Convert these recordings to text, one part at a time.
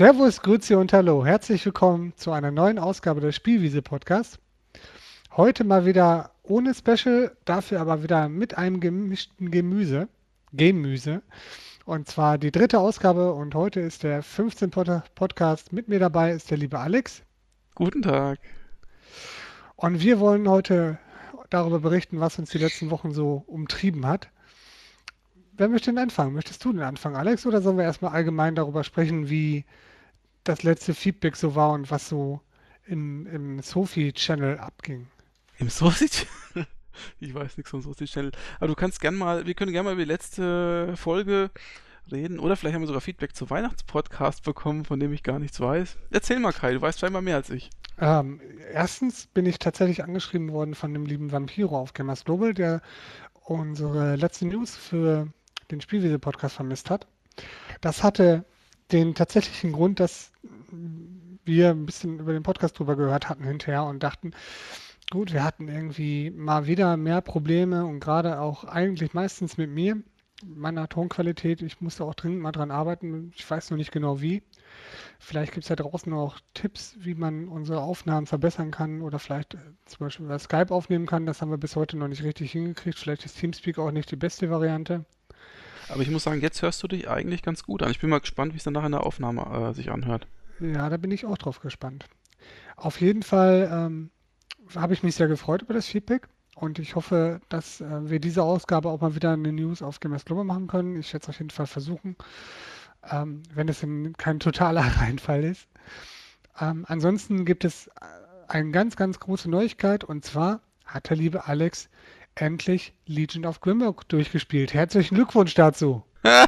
Servus, Grüezi und Hallo. Herzlich willkommen zu einer neuen Ausgabe des Spielwiese-Podcasts. Heute mal wieder ohne Special, dafür aber wieder mit einem gemischten Gemüse. Und zwar die dritte Ausgabe und heute ist der 15. Podcast. Mit mir dabei ist der liebe Alex. Guten Tag. Und wir wollen heute darüber berichten, was uns die letzten Wochen so umtrieben hat. Wer möchte denn anfangen? Möchtest du denn anfangen, Alex? Oder sollen wir erstmal allgemein darüber sprechen, wie das letzte Feedback so war und was so im Sophie-Channel abging? Im Sausage? Ich weiß nichts vom Sausage Channel. Aber wir können gerne mal über die letzte Folge reden. Oder vielleicht haben wir sogar Feedback zu Weihnachtspodcast bekommen, von dem ich gar nichts weiß. Erzähl mal, Kai, du weißt scheinbar mehr als ich. Erstens bin ich tatsächlich angeschrieben worden von dem lieben Vampiro auf Gamers Global, der unsere letzte News für den Spielwiese-Podcast vermisst hat. Das hatte den tatsächlichen Grund, dass wir ein bisschen über den Podcast drüber gehört hatten hinterher und dachten, gut, wir hatten irgendwie mal wieder mehr Probleme und gerade auch eigentlich meistens mit mir, meiner Tonqualität. Ich musste auch dringend mal dran arbeiten. Ich weiß noch nicht genau wie. Vielleicht gibt es ja draußen auch Tipps, wie man unsere Aufnahmen verbessern kann oder vielleicht zum Beispiel über Skype aufnehmen kann. Das haben wir bis heute noch nicht richtig hingekriegt. Vielleicht ist Teamspeak auch nicht die beste Variante. Aber ich muss sagen, jetzt hörst du dich eigentlich ganz gut an. Ich bin mal gespannt, wie es dann nachher in der Aufnahme sich anhört. Ja, da bin ich auch drauf gespannt. Auf jeden Fall habe ich mich sehr gefreut über das Feedback und ich hoffe, dass wir diese Ausgabe auch mal wieder eine News auf Gamers Global machen können. Ich werde es auf jeden Fall versuchen, wenn es kein totaler Reinfall ist. Ansonsten gibt es eine ganz, ganz große Neuigkeit und zwar hat der liebe Alex endlich Legion of Grimrock durchgespielt. Herzlichen Glückwunsch dazu.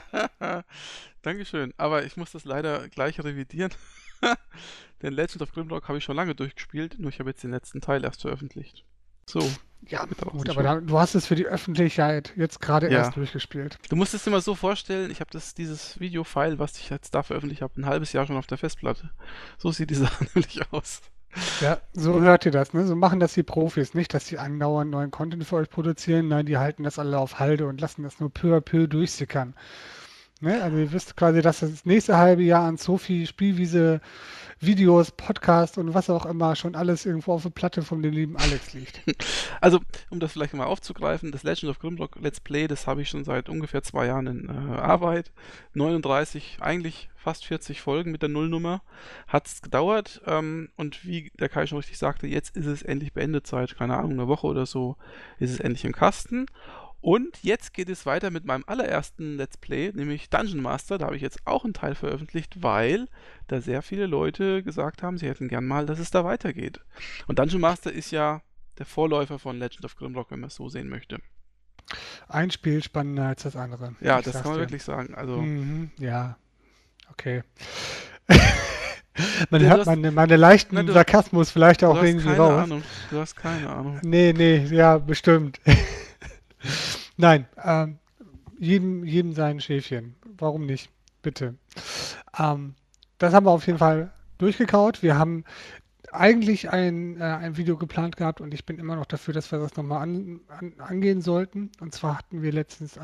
Dankeschön. Aber ich muss das leider gleich revidieren. Den Legend of Grimrock habe ich schon lange durchgespielt, nur ich habe jetzt den letzten Teil erst veröffentlicht. So, Ja, mit gut, draußen aber schon. du hast es für die Öffentlichkeit jetzt gerade Ja. erst durchgespielt. Du musst es dir mal so vorstellen, ich habe dieses Video-File, was ich jetzt da veröffentlicht habe, ein halbes Jahr schon auf der Festplatte. So sieht die Sache nämlich aus. Ja, so hört ihr das, ne? So machen das die Profis, nicht, dass die andauernd neuen Content für euch produzieren. Nein, die halten das alle auf Halde und lassen das nur peu à peu durchsickern. Ne? Also ihr wisst quasi, dass das nächste halbe Jahr an Sophie, Spielwiese, Videos, Podcast und was auch immer schon alles irgendwo auf der Platte von dem lieben Alex liegt. Also, um das vielleicht mal aufzugreifen, das Legend of Grimrock Let's Play, das habe ich schon seit ungefähr 2 Jahren in Arbeit. 39, eigentlich fast 40 Folgen mit der Nullnummer. Hat es gedauert und wie der Kai schon richtig sagte, jetzt ist es endlich beendet seit, keine Ahnung, einer Woche oder so, ist es endlich im Kasten. Und jetzt geht es weiter mit meinem allerersten Let's Play, nämlich Dungeon Master. Da habe ich jetzt auch einen Teil veröffentlicht, weil da sehr viele Leute gesagt haben, sie hätten gern mal, dass es da weitergeht. Und Dungeon Master ist ja der Vorläufer von Legend of Grimrock, wenn man es so sehen möchte. Ein Spiel spannender als das andere. Ja, Ich das kann sag's man dir. wirklich sagen. Also, Mhm, ja, okay. Man ja, hört meine leichten du, Sarkasmus vielleicht du auch hast irgendwie keine raus. Ahnung. Du hast keine Ahnung. Nee, nee, ja, bestimmt. Nein, jedem sein Schäfchen. Warum nicht? Bitte. Ähm, Das haben wir auf jeden Fall durchgekaut. Wir haben eigentlich ein Video geplant gehabt und ich bin immer noch dafür, dass wir das nochmal angehen sollten. Und zwar hatten wir letztens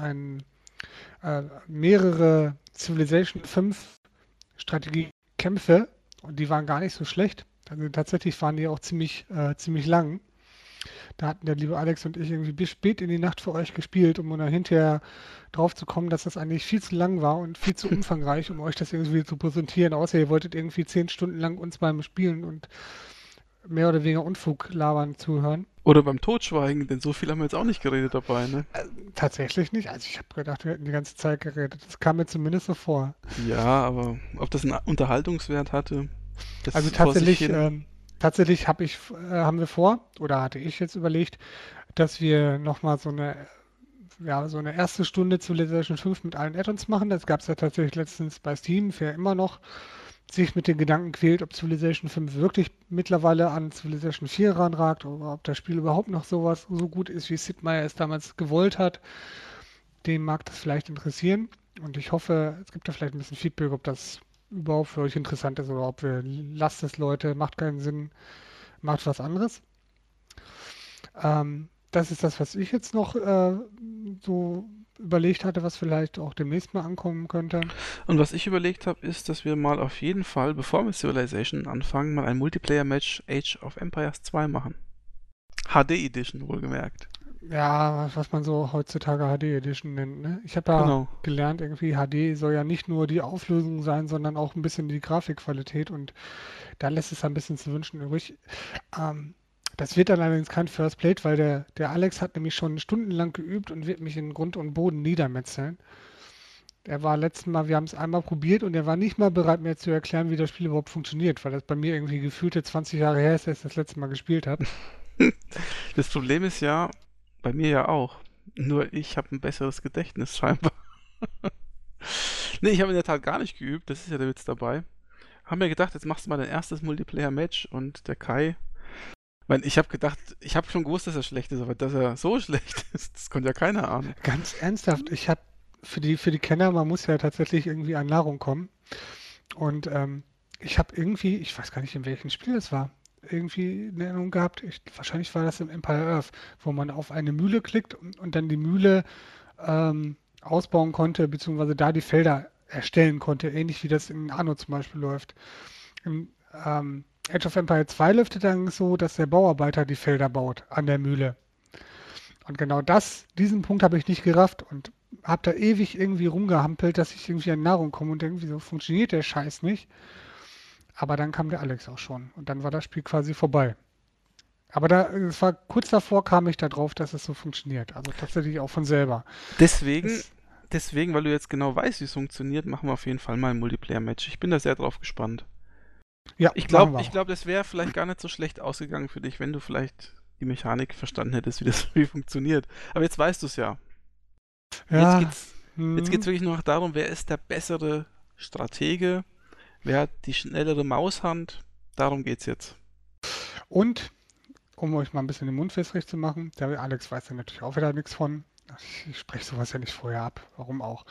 mehrere Civilization 5 Strategiekämpfe und die waren gar nicht so schlecht. Also tatsächlich waren die auch ziemlich lang. Da hatten der liebe Alex und ich irgendwie bis spät in die Nacht für euch gespielt, um dann hinterher drauf zu kommen, dass das eigentlich viel zu lang war und viel zu umfangreich, um euch das irgendwie zu präsentieren. Außer ihr wolltet irgendwie 10 Stunden lang uns beim Spielen und mehr oder weniger Unfug labern zuhören. Oder beim Totschweigen, denn so viel haben wir jetzt auch nicht geredet dabei, ne? Tatsächlich nicht. Also ich habe gedacht, wir hätten die ganze Zeit geredet. Das kam mir zumindest so vor. Ja, aber ob das einen Unterhaltungswert hatte, Also das vor sich tatsächlich, hin. tatsächlich haben wir vor, oder hatte ich jetzt überlegt, dass wir nochmal so eine erste Stunde Civilization 5 mit allen Add-ons machen. Das gab es ja tatsächlich letztens bei Steam, wer immer noch sich mit den Gedanken quält, ob Civilization 5 wirklich mittlerweile an Civilization 4 ranragt oder ob das Spiel überhaupt noch sowas so gut ist, wie Sid Meier es damals gewollt hat. Dem mag das vielleicht interessieren. Und ich hoffe, es gibt da vielleicht ein bisschen Feedback, ob das überhaupt für euch interessant ist oder ob wir lasst es Leute, macht keinen Sinn, macht was anderes. Das ist das, was ich jetzt noch so überlegt hatte, was vielleicht auch demnächst mal ankommen könnte. Und was ich überlegt habe, ist, dass wir mal auf jeden Fall, bevor wir Civilization anfangen, mal ein Multiplayer-Match Age of Empires 2 machen. HD Edition, wohlgemerkt. Ja, was man so heutzutage HD Edition nennt, ne? Ich habe ja Genau. gelernt, irgendwie HD soll ja nicht nur die Auflösung sein, sondern auch ein bisschen die Grafikqualität und da lässt es ein bisschen zu wünschen übrig. Ähm, Das wird dann allerdings kein First Plate, weil der Alex hat nämlich schon stundenlang geübt und wird mich in Grund und Boden niedermetzeln. Er war letztes Mal, wir haben es einmal probiert und er war nicht mal bereit, mir zu erklären, wie das Spiel überhaupt funktioniert, weil das bei mir irgendwie gefühlte 20 Jahre her ist, dass ich das letzte Mal gespielt habe. Das Problem ist ja, bei mir ja auch. Nur ich habe ein besseres Gedächtnis scheinbar. Nee, ich habe in der Tat gar nicht geübt, das ist ja der Witz dabei. Haben mir gedacht, jetzt machst du mal dein erstes Multiplayer-Match und der Kai. Ich habe gedacht, ich habe schon gewusst, dass er schlecht ist, aber dass er so schlecht ist, das konnte ja keiner ahnen. Ganz ernsthaft, ich habe für die Kenner, man muss ja tatsächlich irgendwie an Nahrung kommen. Und ich habe irgendwie, ich weiß gar nicht, in welchem Spiel es war, irgendwie eine Erinnerung gehabt. Wahrscheinlich war das im Empire Earth, wo man auf eine Mühle klickt und dann die Mühle ausbauen konnte, beziehungsweise da die Felder erstellen konnte, ähnlich wie das in Anno zum Beispiel läuft. Im Age of Empire 2 läuft es dann so, dass der Bauarbeiter die Felder baut an der Mühle. Und genau diesen Punkt habe ich nicht gerafft und habe da ewig irgendwie rumgehampelt, dass ich irgendwie an Nahrung komme und irgendwie so funktioniert der Scheiß nicht. Aber dann kam der Alex auch schon und dann war das Spiel quasi vorbei. Aber es war kurz davor kam ich da drauf, dass es so funktioniert. Also tatsächlich auch von selber. Deswegen, Es, deswegen, weil du jetzt genau weißt, wie es funktioniert, machen wir auf jeden Fall mal ein Multiplayer-Match. Ich bin da sehr drauf gespannt. ja, Ich machen glaube, wir ich auch. glaube, das wäre vielleicht gar nicht so schlecht ausgegangen für dich, wenn du vielleicht die Mechanik verstanden hättest, wie das Spiel funktioniert. Aber jetzt weißt du es ja. Jetzt Ja, geht's, jetzt geht's hm. wirklich nur noch darum, wer ist der bessere Stratege, wer hat die schnellere Maushand. Darum geht's jetzt. Und um euch mal ein bisschen den Mund wässrig zu machen, der Alex weiß ja natürlich auch wieder nichts von. Ich spreche sowas ja nicht vorher ab. Warum auch?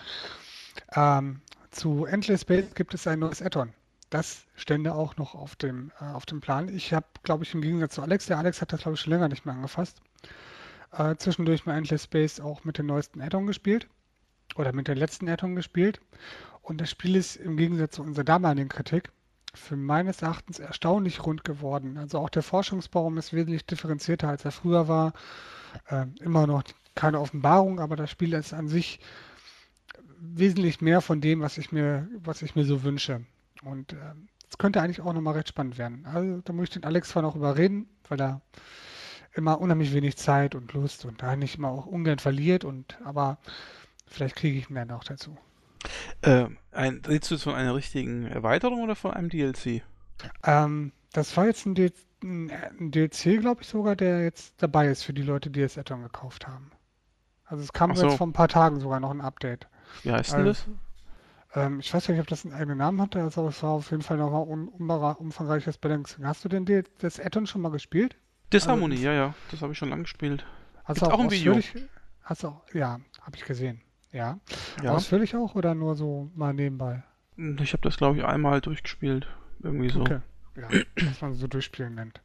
Ähm, zu Endless Space gibt es ein neues Add-on. Das stände auch noch auf dem Plan. Ich habe, glaube ich, im Gegensatz zu Alex, der Alex hat das, glaube ich, schon länger nicht mehr angefasst, zwischendurch mal Endless Space auch mit dem neuesten Add-on gespielt oder mit der letzten Add-on gespielt. Und das Spiel ist im Gegensatz zu unserer damaligen Kritik für meines Erachtens erstaunlich rund geworden. Also auch der Forschungsbaum ist wesentlich differenzierter, als er früher war. Immer noch keine Offenbarung, aber das Spiel ist an sich wesentlich mehr von dem, was ich mir so wünsche. Und es könnte eigentlich auch nochmal recht spannend werden. Also da muss ich den Alex zwar noch überreden, weil er immer unheimlich wenig Zeit und Lust und da nicht immer auch ungern verliert aber vielleicht kriege ich ihn dann auch dazu. Redest du jetzt von einer richtigen Erweiterung oder von einem DLC? Das war jetzt ein DLC, glaube ich sogar, der jetzt dabei ist für die Leute, die das Add-on gekauft haben. Also es kam Ach jetzt so, vor ein paar Tagen sogar noch ein Update. wie heißt denn Also, das? ich weiß ja nicht, ob das einen eigenen Namen hatte, also es war auf jeden Fall nochmal umfangreiches Balancing. Hast du denn das Add-on schon mal gespielt? Also, Disharmonie, ja, ja, das habe ich schon lange gespielt. hast du Gibt's auch auch ein Video. ausführlich, ja, habe ich gesehen. Ja. Ja. Ausführlich auch oder nur so mal nebenbei? Ich habe das, glaube ich, einmal durchgespielt. Irgendwie so. Okay. Ja, was man so durchspielen nennt.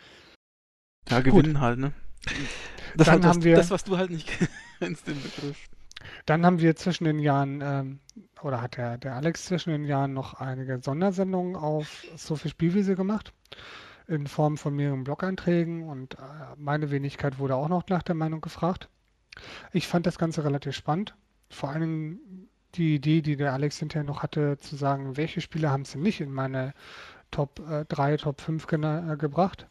Ja, Gut, gewinnen halt, ne? Das halt dann was, haben wir das, was du halt nicht kennst, den Begriff. Dann haben wir zwischen den Jahren, oder hat der Alex zwischen den Jahren noch einige Sondersendungen auf So viel Spielwiese gemacht, in Form von mehreren Blog-Einträgen und meine Wenigkeit wurde auch noch nach der Meinung gefragt. Ich fand das Ganze relativ spannend. Vor allem die Idee, die der Alex hinterher noch hatte, zu sagen, welche Spiele haben sie nicht in meine Top 3, Top 5 gebracht.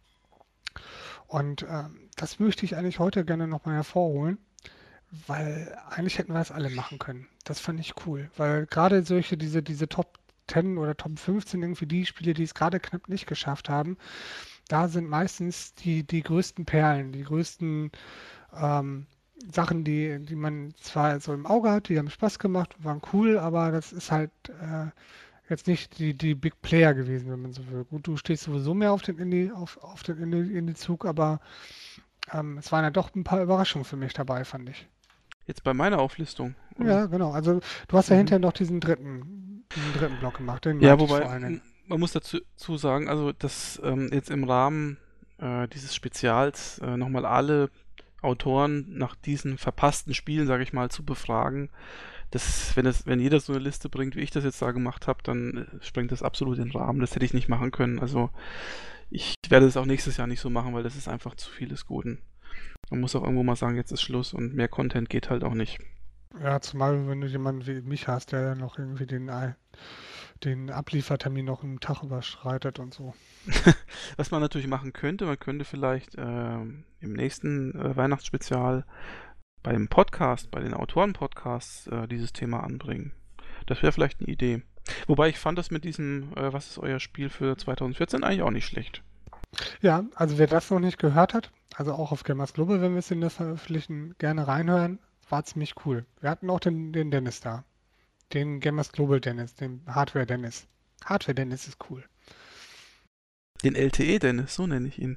Und das möchte ich eigentlich heute gerne nochmal hervorholen. Weil eigentlich hätten wir das alle machen können. Das fand ich cool. Weil gerade diese Top 10 oder Top 15 irgendwie die Spiele, die es gerade knapp nicht geschafft haben, da sind meistens die größten Perlen, die größten ähm, Sachen, die man zwar so im Auge hat, die haben Spaß gemacht, waren cool, aber das ist halt jetzt nicht die Big Player gewesen, wenn man so will. Gut, du stehst sowieso mehr auf den auf den Indie-Zug, aber es waren ja doch ein paar Überraschungen für mich dabei, fand ich. Jetzt bei meiner Auflistung, oder? Ja, genau. Also du hast ja Mhm. hinterher noch diesen dritten Block gemacht, den Ja, meinte ich wobei, vor allen Dingen. man muss dazu sagen, also dass jetzt im Rahmen dieses Spezials nochmal alle Autoren nach diesen verpassten Spielen, sage ich mal, zu befragen. Wenn jeder so eine Liste bringt, wie ich das jetzt da gemacht habe, dann sprengt das absolut den Rahmen. Das hätte ich nicht machen können. Also ich werde es auch nächstes Jahr nicht so machen, weil das ist einfach zu viel des Guten. Man muss auch irgendwo mal sagen, jetzt ist Schluss und mehr Content geht halt auch nicht. Ja, zumal wenn du jemanden wie mich hast, der ja noch irgendwie den Abliefertermin noch einen Tag überschreitet und so. Was man natürlich machen könnte, man könnte vielleicht im nächsten Weihnachtsspezial beim Podcast, bei den Autoren-Podcasts, dieses Thema anbringen. Das wäre vielleicht eine Idee. Wobei ich fand das mit diesem, was ist euer Spiel für 2014 eigentlich auch nicht schlecht. Ja, also wer das noch nicht gehört hat, also auch auf Gamers Global, wenn wir es in der veröffentlichen, gerne reinhören, war ziemlich cool. Wir hatten auch den Dennis da. Den Gamers Global Dennis, den Hardware Dennis. Hardware Dennis ist cool. Den LTE Dennis, so nenne ich ihn.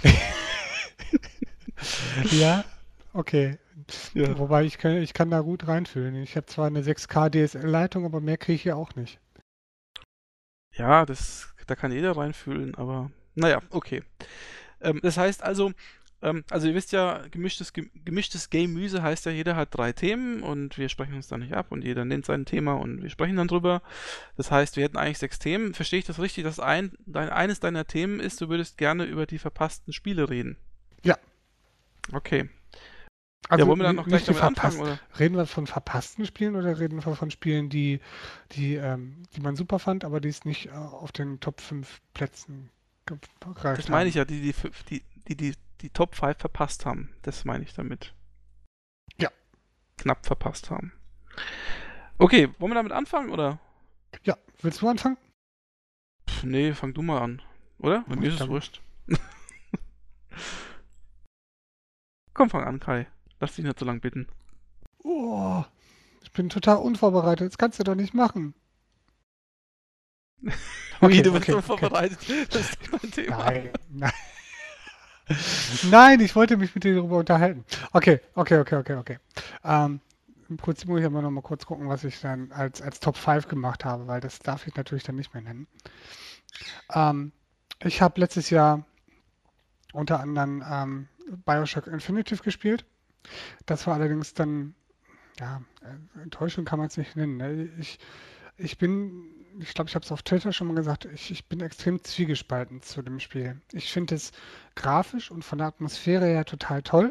Ja, okay. Ja. Wobei ich kann da gut reinfühlen. Ich habe zwar eine 6K DSL-Leitung, aber mehr kriege ich hier auch nicht. Ja, da kann jeder reinfühlen, aber naja, okay. Das heißt also ihr wisst ja, gemischtes Gemüse heißt ja, jeder hat 3 Themen und wir sprechen uns da nicht ab und jeder nennt sein Thema und wir sprechen dann drüber. Das heißt, wir hätten eigentlich 6 Themen. Verstehe ich das richtig, dass eines deiner Themen ist, du würdest gerne über die verpassten Spiele reden? Ja, Okay. Ja, also wollen wir dann noch gleich nicht die damit anfangen, verpasst. oder? Reden wir von verpassten Spielen oder reden wir von Spielen, die man super fand, aber die es nicht auf den Top 5 Plätzen Das gereicht meine ich haben? ja, die Top 5 verpasst haben. Das meine ich damit. Ja, Knapp verpasst haben. Okay, wollen wir damit anfangen, oder? ja. Willst du anfangen? Nee, fang du mal an. Oder? Bei mir ist es Dann, wurscht. Komm, fang an, Kai. Lass dich nicht so lang bitten. oh, ich bin total unvorbereitet. Das kannst du doch nicht machen. Wie, Okay, du bist okay, so okay. vorbereitet. Das ist nicht mein Thema. Nein, nein. Nein, ich wollte mich mit dir darüber unterhalten. Okay, okay, okay, okay, okay. Ähm, Im Prinzip muss ich aber noch mal kurz gucken, was ich dann als Top 5 gemacht habe, weil das darf ich natürlich dann nicht mehr nennen. Ähm, Ich habe letztes Jahr unter anderem BioShock Infinitive gespielt. Das war allerdings dann, ja, Enttäuschung kann man es nicht nennen. Ne? Ich bin, ich glaube, ich habe es auf Twitter schon mal gesagt, ich bin extrem zwiegespalten zu dem Spiel. Ich finde es grafisch und von der Atmosphäre her total toll.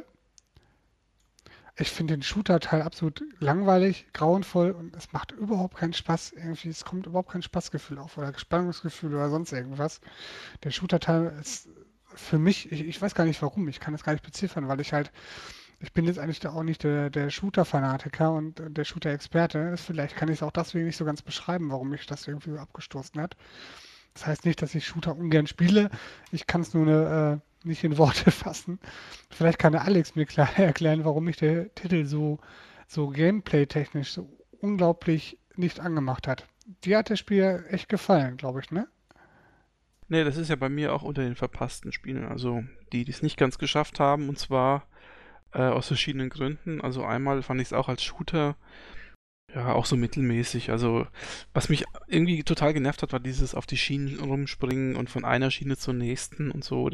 Ich finde den Shooter-Teil absolut langweilig, grauenvoll und es macht überhaupt keinen Spaß. Irgendwie, es kommt überhaupt kein Spaßgefühl auf oder Spannungsgefühl oder sonst irgendwas. Der Shooter-Teil ist für mich, ich weiß gar nicht warum, ich kann das gar nicht beziffern, weil ich bin jetzt eigentlich auch nicht der Shooter-Fanatiker und der Shooter-Experte. Vielleicht kann ich es auch deswegen nicht so ganz beschreiben, warum mich das irgendwie so abgestoßen hat. Das heißt nicht, dass ich Shooter ungern spiele. Ich kann es nur nicht in Worte fassen. Vielleicht kann der Alex mir klar erklären, warum mich der Titel so gameplay-technisch so unglaublich nicht angemacht hat. Dir hat das Spiel echt gefallen, glaube ich, ne? Nee, das ist ja bei mir auch unter den verpassten Spielen. Also die es nicht ganz geschafft haben, und zwar aus verschiedenen Gründen. Also einmal fand ich es auch als Shooter ja auch so mittelmäßig. Also was mich irgendwie total genervt hat, war dieses auf die Schienen rumspringen und von einer Schiene zur nächsten und so.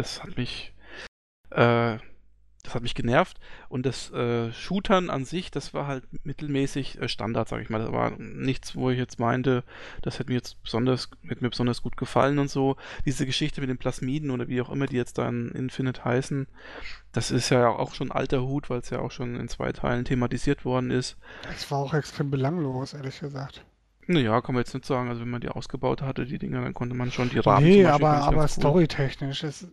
Äh, das hat mich genervt. Und das Shootern an sich, das war halt mittelmäßig Standard, sag ich mal. Das war nichts, wo ich jetzt meinte, das hätte mir besonders gut gefallen und so. Diese Geschichte mit den Plasmiden oder wie auch immer die jetzt da in Infinite heißen, das ist ja auch schon alter Hut, weil es ja auch schon in 2 Teilen thematisiert worden ist. Es war auch extrem belanglos, ehrlich gesagt. Naja, kann man jetzt nicht sagen. Also wenn man die ausgebaut hatte, die Dinger, dann konnte man schon die Raben zum Nee, Beispiel, fand ich ganz aber cool. storytechnisch ist.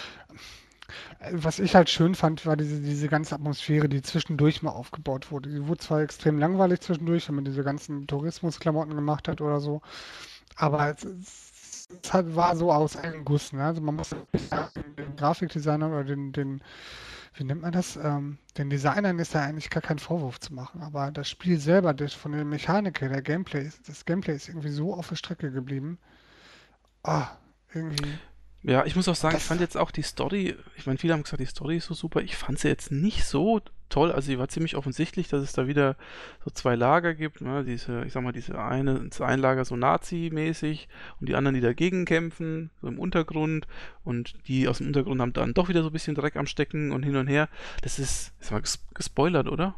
Was ich halt schön fand, war diese ganze Atmosphäre, die zwischendurch mal aufgebaut wurde. Die wurde zwar extrem langweilig zwischendurch, wenn man diese ganzen Tourismusklamotten gemacht hat oder so, aber war so aus einem Guss. Ne? Also man muss wirklich sagen, den Grafikdesigner oder wie nennt man das? Den Designern ist da eigentlich gar kein Vorwurf zu machen. Aber das Spiel selber, das von der Mechanik her, das Gameplay ist irgendwie so auf der Strecke geblieben. Ah, irgendwie. Ja, ich muss auch sagen, ich Das fand jetzt auch die Story, ich meine, viele haben gesagt, die Story ist so super. Ich fand sie jetzt nicht so toll. Also sie war ziemlich offensichtlich, dass es da wieder so zwei Lager gibt. Ne? Ich sag mal, das ein Lager so Nazi-mäßig und die anderen, die dagegen kämpfen, so im Untergrund. Und die aus dem Untergrund haben dann doch wieder so ein bisschen Dreck am Stecken und hin und her. Das ist mal gespoilert, oder?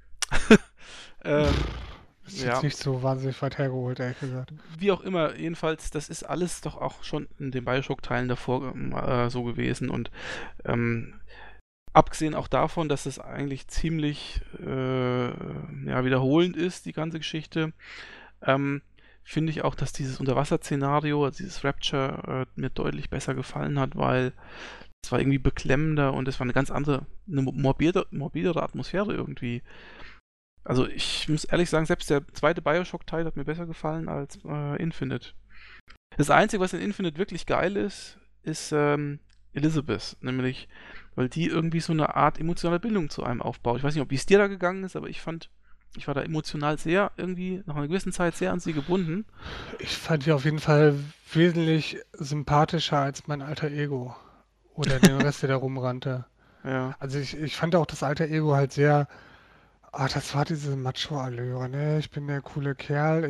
ähm, Ist jetzt ja, nicht so wahnsinnig weit hergeholt, ehrlich gesagt. wie auch immer, jedenfalls, das ist alles doch auch schon in den Bioshock-Teilen davor so gewesen und ähm, abgesehen auch davon, dass es eigentlich ziemlich ja, wiederholend ist, die ganze Geschichte, ähm, finde ich auch, dass dieses Unterwasser-Szenario, also dieses Rapture, mir deutlich besser gefallen hat, weil es war irgendwie beklemmender und es war eine ganz andere, eine morbidere Atmosphäre irgendwie. Also ich muss ehrlich sagen, selbst der zweite Bioshock-Teil hat mir besser gefallen als Infinite. Das Einzige, was in Infinite wirklich geil ist, ist Elizabeth, nämlich, weil die irgendwie so eine Art emotionale Bindung zu einem aufbaut. Ich weiß nicht, wie es dir da gegangen ist, aber ich war da emotional sehr irgendwie nach einer gewissen Zeit sehr an sie gebunden. Ich fand die auf jeden Fall wesentlich sympathischer als mein alter Ego. Oder den Rest, der da rumrannte. Ja. Also ich fand auch das alter Ego halt sehr. Das war diese Macho-Allüre, ne? Ich bin der coole Kerl,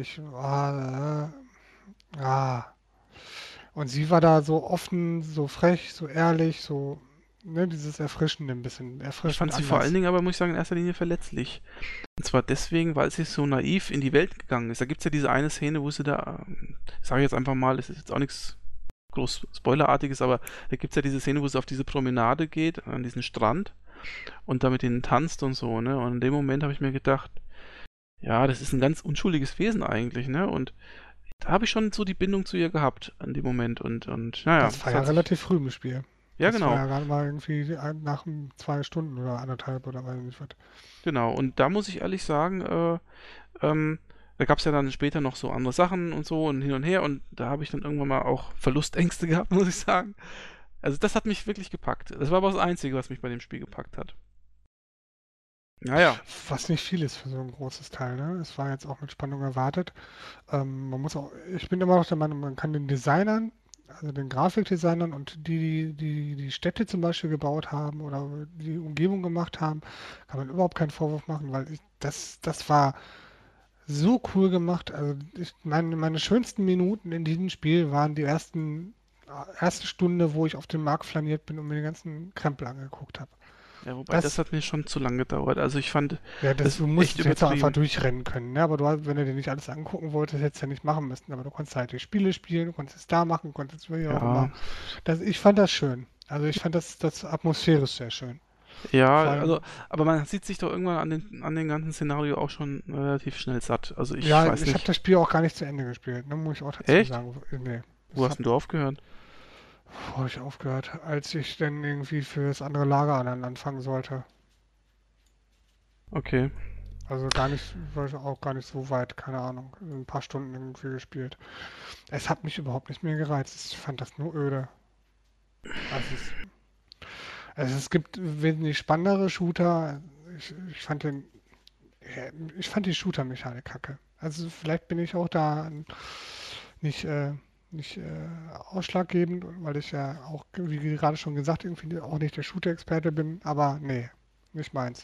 ah. Und sie war da so offen, so frech, so ehrlich, so, ne, dieses Erfrischende ein bisschen, Ich erfrischend fand sie vor allen anders. Dingen aber, muss ich sagen, in erster Linie verletzlich. Und zwar deswegen, weil sie so naiv in die Welt gegangen ist. Da gibt es ja diese eine Szene, wo sie da, ich sage jetzt einfach mal, es ist jetzt auch nichts groß Spoilerartiges, aber da gibt es ja diese Szene, wo sie auf diese Promenade geht, an diesen Strand und da mit denen tanzt und so, ne? Und in dem Moment habe ich mir gedacht, ja, das ist ein ganz unschuldiges Wesen eigentlich, ne? Und da habe ich schon so die Bindung zu ihr gehabt an dem Moment und naja, Das war das ja hat sich, relativ früh im Spiel. ja Das war genau, ja gerade mal irgendwie nach 2 Stunden oder anderthalb oder weiß nicht was. genau. Und da muss ich ehrlich sagen, da gab es ja dann später noch so andere Sachen und so und hin und her und da habe ich dann irgendwann mal auch Verlustängste gehabt, muss ich sagen. Also das hat mich wirklich gepackt. Das war aber das Einzige, was mich bei dem Spiel gepackt hat. Naja, Was nicht viel ist für so ein großes Teil, ne? Es war jetzt auch mit Spannung erwartet. Ich bin immer noch der Meinung, man kann den Designern, also den Grafikdesignern und die Städte zum Beispiel gebaut haben oder die Umgebung gemacht haben, kann man überhaupt keinen Vorwurf machen, weil das war so cool gemacht. Also meine schönsten Minuten in diesem Spiel waren die erste Stunde, wo ich auf dem Markt flaniert bin und mir den ganzen Krempel angeguckt habe. ja, wobei das Das hat mir schon zu lang gedauert. Also ich fand Ja, das du echt musstest jetzt auch einfach übertrieben. durchrennen können, ne? Aber wenn du dir nicht alles angucken wolltest, hättest du ja nicht machen müssen. Aber du konntest halt die Spiele spielen, du konntest es da machen, konntest wie auch immer. Ja, Ich fand das schön. Also ich fand das atmosphärisch sehr schön. ja, Vor also, allem, aber man sieht sich doch irgendwann an den ganzen Szenario auch schon relativ schnell satt. Also ich ja, weiß ich habe nicht. das Spiel auch gar nicht zu Ende gespielt, ne? Muss ich auch dazu Echt? sagen. Nee, Wo das hast denn du aufgehört? wo hab ich aufgehört, als ich dann irgendwie für das andere Lager dann anfangen sollte. Okay. Also war ich auch gar nicht so weit, keine Ahnung. Ein paar Stunden irgendwie gespielt. Es hat mich überhaupt nicht mehr gereizt. Ich fand das nur öde. Also es gibt wesentlich spannendere Shooter. Ich fand ich fand die Shooter-Mechanik kacke. Also vielleicht bin ich auch da nicht, nicht ausschlaggebend, weil ich ja auch, wie gerade schon gesagt, irgendwie auch nicht der Shooter-Experte bin. Aber nee, nicht meins.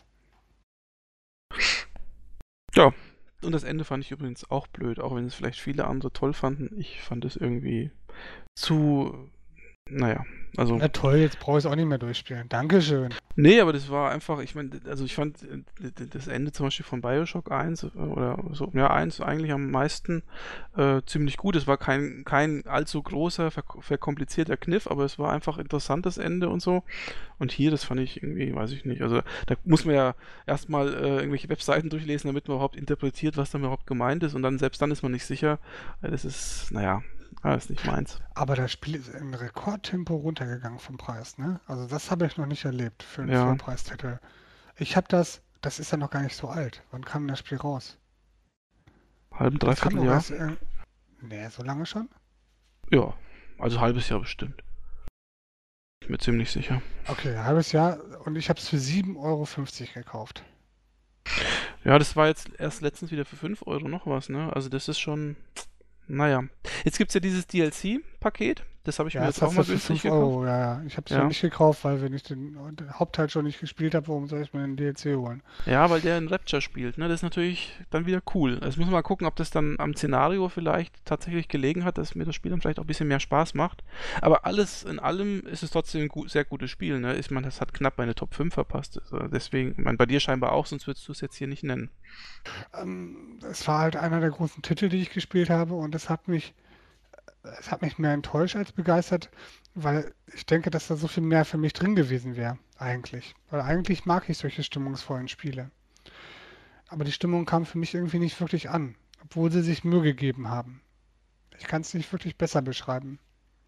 Ja. Und das Ende fand ich übrigens auch blöd, auch wenn es vielleicht viele andere toll fanden. Ich fand es irgendwie zu, naja, also Na toll, jetzt brauche ich es auch nicht mehr durchspielen. Dankeschön. nee, aber das war einfach, ich meine, also ich fand das Ende zum Beispiel von Bioshock 1 oder so, ja, 1 eigentlich am meisten ziemlich gut. Es war kein allzu großer, verkomplizierter Kniff, aber es war einfach interessantes Ende und so. Und hier, das fand ich irgendwie, weiß ich nicht. Also da muss man ja erstmal irgendwelche Webseiten durchlesen, damit man überhaupt interpretiert, was da überhaupt gemeint ist. Und dann, selbst dann ist man nicht sicher. Das ist, naja, das ist nicht meins. Aber das Spiel ist in Rekordtempo runtergegangen vom Preis, ne? Also das habe ich noch nicht erlebt für einen Ja, Vollpreistitel. Das ist ja noch gar nicht so alt. Wann kam denn das Spiel raus? halben, Das kam dreiviertel doch Jahr. erst, nee, so lange schon? Ja, also halbes Jahr bestimmt. Ich bin mir ziemlich sicher. Okay, ein halbes Jahr und ich habe es für 7,50 € gekauft. Ja, das war jetzt erst letztens wieder für 5 Euro noch was, ne? Also das ist schon, naja. Jetzt gibt's ja dieses DLC-Paket. Das habe ich Ja, mir das jetzt auch hast du mal für günstig 5 gekauft. Euro, ja, ja. Ich habe es noch Ja. nicht gekauft, weil wenn ich den Hauptteil schon nicht gespielt habe, warum soll ich mir den DLC holen? Ja, weil der in Rapture spielt, ne? Das ist natürlich dann wieder cool. Also muss man mal gucken, ob das dann am Szenario vielleicht tatsächlich gelegen hat, dass mir das Spiel dann vielleicht auch ein bisschen mehr Spaß macht. Aber alles in allem ist es trotzdem ein sehr gutes Spiel, ne? Ich meine, das hat knapp meine Top 5 verpasst. Also deswegen, ich meine, bei dir scheinbar auch, sonst würdest du es jetzt hier nicht nennen. Es war halt einer der großen Titel, die ich gespielt habe und es hat mich mehr enttäuscht als begeistert, weil ich denke, dass da so viel mehr für mich drin gewesen wäre, eigentlich. Weil eigentlich mag ich solche stimmungsvollen Spiele. Aber die Stimmung kam für mich irgendwie nicht wirklich an, obwohl sie sich Mühe gegeben haben. Ich kann es nicht wirklich besser beschreiben.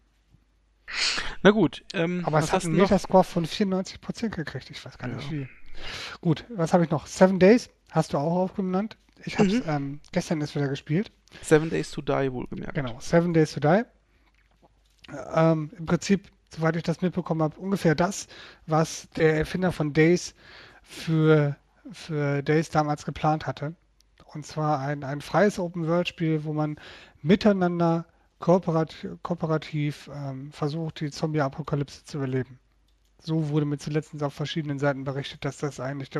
Na gut, Aber es was hat hast einen du noch? Metascore von 94% gekriegt. Ich weiß gar nicht Ja. wie. Gut, was habe ich noch? Seven Days hast du auch aufgenannt. Ich habe Mhm. es gestern erst wieder gespielt. Seven Days to Die, wohlgemerkt. Genau, Seven Days to Die. Im Prinzip, soweit ich das mitbekommen habe, ungefähr das, was der Erfinder von Days für, für Days damals geplant hatte. Und zwar ein freies Open-World-Spiel, wo man miteinander kooperativ versucht, die Zombie-Apokalypse zu überleben. So wurde mir zuletzt auf verschiedenen Seiten berichtet, dass das eigentlich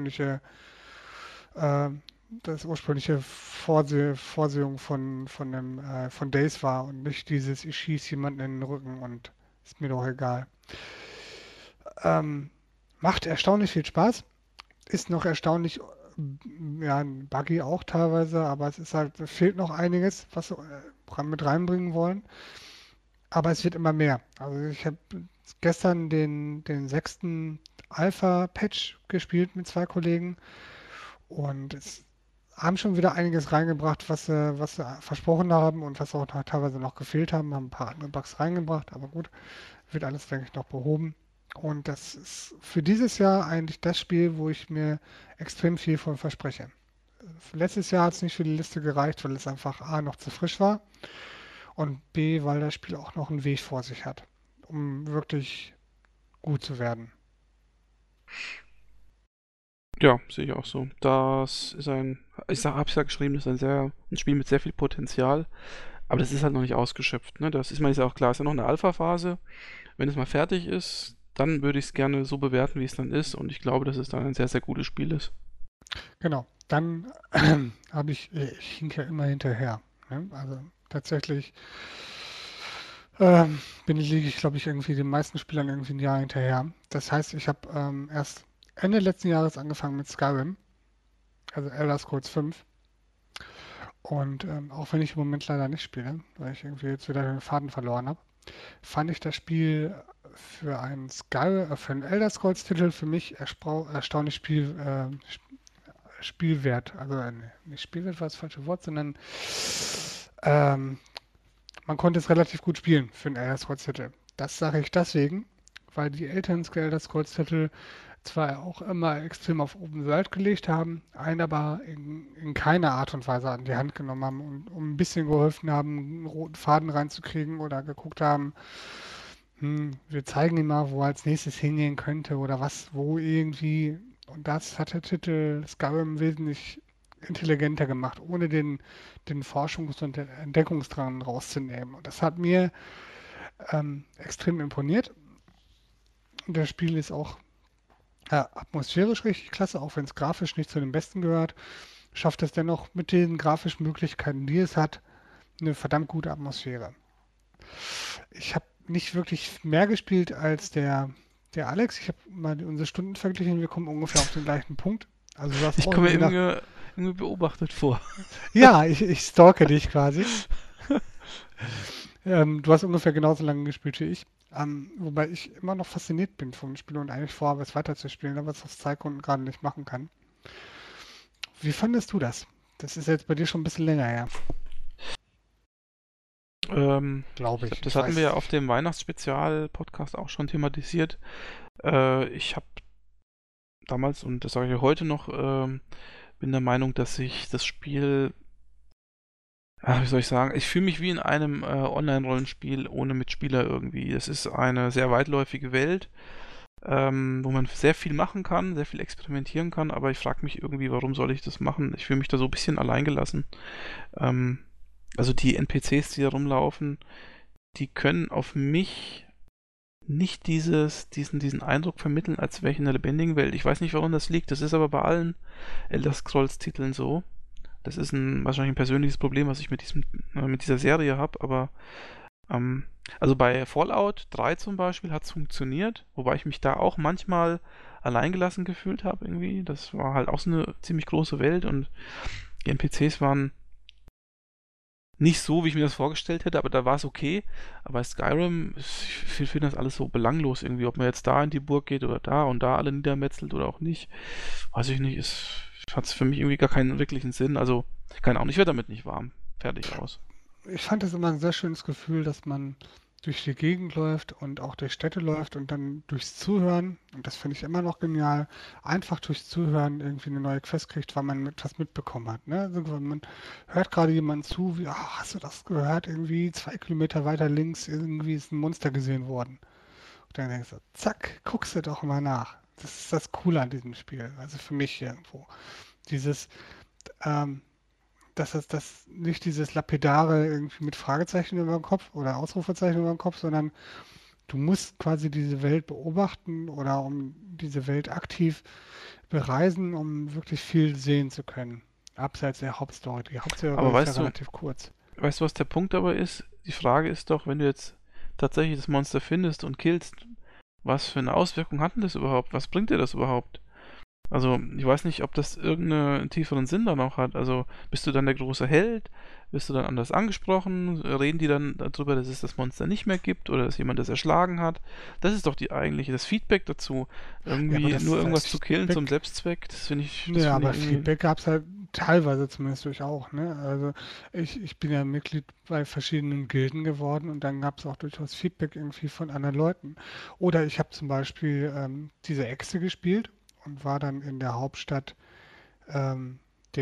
äh, das ursprüngliche Vorsehung von Days war und nicht dieses, ich schieße jemanden in den Rücken und ist mir doch egal. Ähm, Macht erstaunlich viel Spaß, ist noch erstaunlich, ja, buggy auch teilweise, aber es ist halt, es fehlt noch einiges, was sie mit reinbringen wollen. Aber es wird immer mehr. Also ich habe gestern den sechsten Alpha-Patch gespielt mit zwei Kollegen und es haben schon wieder einiges reingebracht, was sie versprochen haben und was auch teilweise noch gefehlt haben. Haben ein paar andere Bugs reingebracht, aber gut, wird alles, denke ich, noch behoben. Und das ist für dieses Jahr eigentlich das Spiel, wo ich mir extrem viel von verspreche. Letztes Jahr hat es nicht für die Liste gereicht, weil es einfach A noch zu frisch war und B, weil das Spiel auch noch einen Weg vor sich hat, um wirklich gut zu werden. Ja, sehe ich auch so. Das ist hab's ja geschrieben, das ist ein Spiel mit sehr viel Potenzial, aber das ist halt noch nicht ausgeschöpft, ne? Das ist mir jetzt auch klar, es ist ja noch eine Alpha-Phase. Wenn es mal fertig ist, dann würde ich es gerne so bewerten, wie es dann ist, und ich glaube, dass es dann ein sehr, sehr gutes Spiel ist. Genau, dann ich hink ja immer hinterher. Ne? Also tatsächlich liege ich, glaube ich, irgendwie den meisten Spielern irgendwie ein Jahr hinterher. Das heißt, ich habe erst Ende letzten Jahres angefangen mit Skyrim, also Elder Scrolls 5. Und auch wenn ich im Moment leider nicht spiele, weil ich irgendwie jetzt wieder den Faden verloren habe, fand ich das Spiel für einen Elder Scrolls-Titel für mich erstaunlich Spielwert. Also nicht Spielwert war das falsche Wort, sondern ähm, man konnte es relativ gut spielen für einen Elder Scrolls-Titel. Das sage ich deswegen, weil die älteren Elder Scrolls-Titel zwar auch immer extrem auf Open World gelegt haben, einen aber in keiner Art und Weise an die Hand genommen haben und um ein bisschen geholfen haben, einen roten Faden reinzukriegen oder geguckt haben, wir zeigen ihm mal, wo er als nächstes hingehen könnte oder was, wo irgendwie. Und das hat der Titel Skyrim wesentlich intelligenter gemacht, ohne den Forschungs- und den Entdeckungsdrang rauszunehmen. Und das hat mir extrem imponiert. Und das Spiel ist auch atmosphärisch richtig klasse, auch wenn es grafisch nicht zu den besten gehört, schafft es dennoch mit den grafischen Möglichkeiten, die es hat, eine verdammt gute Atmosphäre. Ich habe nicht wirklich mehr gespielt als der Alex. Ich habe mal unsere Stunden verglichen, wir kommen ungefähr auf den gleichen Punkt. Also du hast Ich auch komme mir irgendwie nach. irgendwie beobachtet vor. Ja, ich stalke dich quasi. Du hast ungefähr genauso lange gespielt wie ich. Wobei ich immer noch fasziniert bin vom Spiel und eigentlich vorhabe, es weiterzuspielen, aber es aus Zeitgründen gerade nicht machen kann. Wie fandest du das? Das ist jetzt bei dir schon ein bisschen länger her, glaube Ich glaube, ich. das Ich hatten wir weiß ja es auf nicht. dem Weihnachtsspezial-Podcast auch schon thematisiert. Ich habe damals, und das sage ich ja heute noch, bin der Meinung, dass ich das Spiel, wie soll ich sagen, ich fühle mich wie in einem Online-Rollenspiel ohne Mitspieler irgendwie. Es ist eine sehr weitläufige Welt, wo man sehr viel machen kann, sehr viel experimentieren kann, aber ich frage mich irgendwie, warum soll ich das machen? Ich fühle mich da so ein bisschen alleingelassen. Ähm, also die NPCs, die da rumlaufen, die können auf mich nicht diesen Eindruck vermitteln, als wäre ich in einer lebendigen Welt. Ich weiß nicht, woran das liegt. Das ist aber bei allen Elder Scrolls-Titeln so. Das ist wahrscheinlich ein persönliches Problem, was ich mit dieser Serie habe, aber ähm, also bei Fallout 3 zum Beispiel hat es funktioniert, wobei ich mich da auch manchmal alleingelassen gefühlt habe irgendwie. Das war halt auch so eine ziemlich große Welt und die NPCs waren nicht so, wie ich mir das vorgestellt hätte, aber da war es okay. Aber bei Skyrim, ich finde das alles so belanglos irgendwie, ob man jetzt da in die Burg geht oder da und da alle niedermetzelt oder auch nicht. Weiß ich nicht, hat es für mich irgendwie gar keinen wirklichen Sinn. Also, keine Ahnung, ich werde damit nicht warm. Fertig aus. Ich fand es immer ein sehr schönes Gefühl, dass man durch die Gegend läuft und auch durch Städte läuft und dann durchs Zuhören, und das finde ich immer noch genial, einfach durchs Zuhören irgendwie eine neue Quest kriegt, weil man etwas mitbekommen hat. Ne? Also man hört gerade jemand zu, wie, ah, hast du das gehört? Irgendwie 2 Kilometer weiter links, irgendwie ist ein Monster gesehen worden. Und dann denkst du, zack, guckst du doch mal nach. Das ist das Coole an diesem Spiel. Also für mich irgendwo. Dieses, ähm, dass das nicht dieses Lapidare irgendwie mit Fragezeichen über dem Kopf oder Ausrufezeichen über dem Kopf, sondern du musst quasi diese Welt beobachten oder um diese Welt aktiv bereisen, um wirklich viel sehen zu können. Abseits der Hauptstory. Die Aber Hauptstory ist ja weißt du, relativ kurz. weißt du, was der Punkt dabei ist? Die Frage ist doch, wenn du jetzt tatsächlich das Monster findest und killst, was für eine Auswirkung hat denn das überhaupt? Was bringt dir das überhaupt? Also, ich weiß nicht, ob das irgendeinen tieferen Sinn dann auch hat. Also, bist du dann der große Held? Wirst du dann anders angesprochen? Reden die dann darüber, dass es das Monster nicht mehr gibt oder dass jemand das erschlagen hat? Das ist doch das Feedback dazu. Ja, aber Irgendwie das, nur das irgendwas zu killen zum Feedback, Selbstzweck, das ja, finde aber ich irgendwie. Feedback gab es halt teilweise zumindest durch auch, ne? Also ich bin ja Mitglied bei verschiedenen Gilden geworden und dann gab es auch durchaus Feedback irgendwie von anderen Leuten. Oder ich habe zum Beispiel diese Echse gespielt und war dann in der Hauptstadt ähm,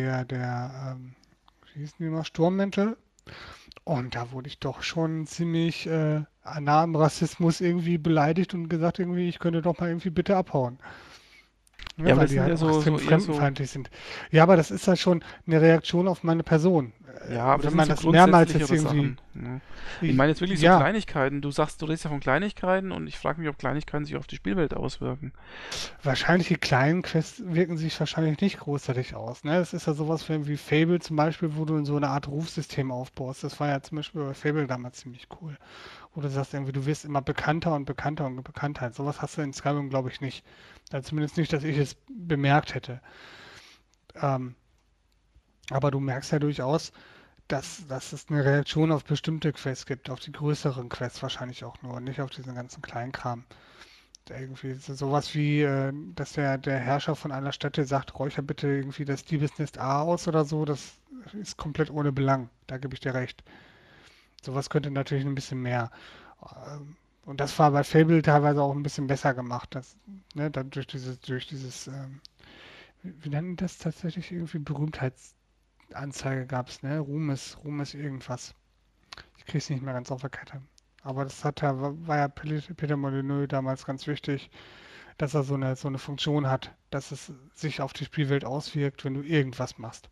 wie hießen die mal, Sturmmäntel. Und da wurde ich doch schon ziemlich nah am Rassismus irgendwie beleidigt und gesagt, irgendwie, ich könnte doch mal irgendwie bitte abhauen. Ja, Ne, aber weil das die sind halt ja auch extrem eher so. fremdenfeindlich sind. Ja, aber das ist ja schon eine Reaktion auf meine Person. Ja, aber das Wenn sind man so das mehrmals jetzt grundsätzlichere irgendwie, Sachen. Ne? Ich ich, meine jetzt wirklich so ja, Kleinigkeiten. Du redest ja von Kleinigkeiten und ich frage mich, ob Kleinigkeiten sich auf die Spielwelt auswirken. wahrscheinlich die kleinen Quests wirken sich wahrscheinlich nicht großartig aus. Ne? Das ist ja sowas wie Fable zum Beispiel, wo du in so eine Art Rufsystem aufbaust. Das war ja zum Beispiel bei Fable damals ziemlich cool. Wo du sagst irgendwie, du wirst immer bekannter und bekannter und bekannter. Sowas hast du in Skyrim, glaube ich, nicht. Also zumindest nicht, dass ich es bemerkt hätte. Ähm, aber du merkst ja durchaus, dass es eine Reaktion auf bestimmte Quests gibt, auf die größeren Quests wahrscheinlich auch nur und nicht auf diesen ganzen Kleinkram. Irgendwie sowas wie, dass der Herrscher von einer Stätte sagt, räucher bitte irgendwie das Diebesnest A aus oder so, das ist komplett ohne Belang. Da gebe ich dir recht. Sowas könnte natürlich ein bisschen mehr. Und das war bei Fable teilweise auch ein bisschen besser gemacht. Ne, dann durch dieses, wie nennen das tatsächlich irgendwie Berühmtheitsanzeige gab es, ne? Ruhmes irgendwas. Ich kriege es nicht mehr ganz auf der Kette. Aber war ja Peter Molyneux damals ganz wichtig, dass er so eine Funktion hat, dass es sich auf die Spielwelt auswirkt, wenn du irgendwas machst.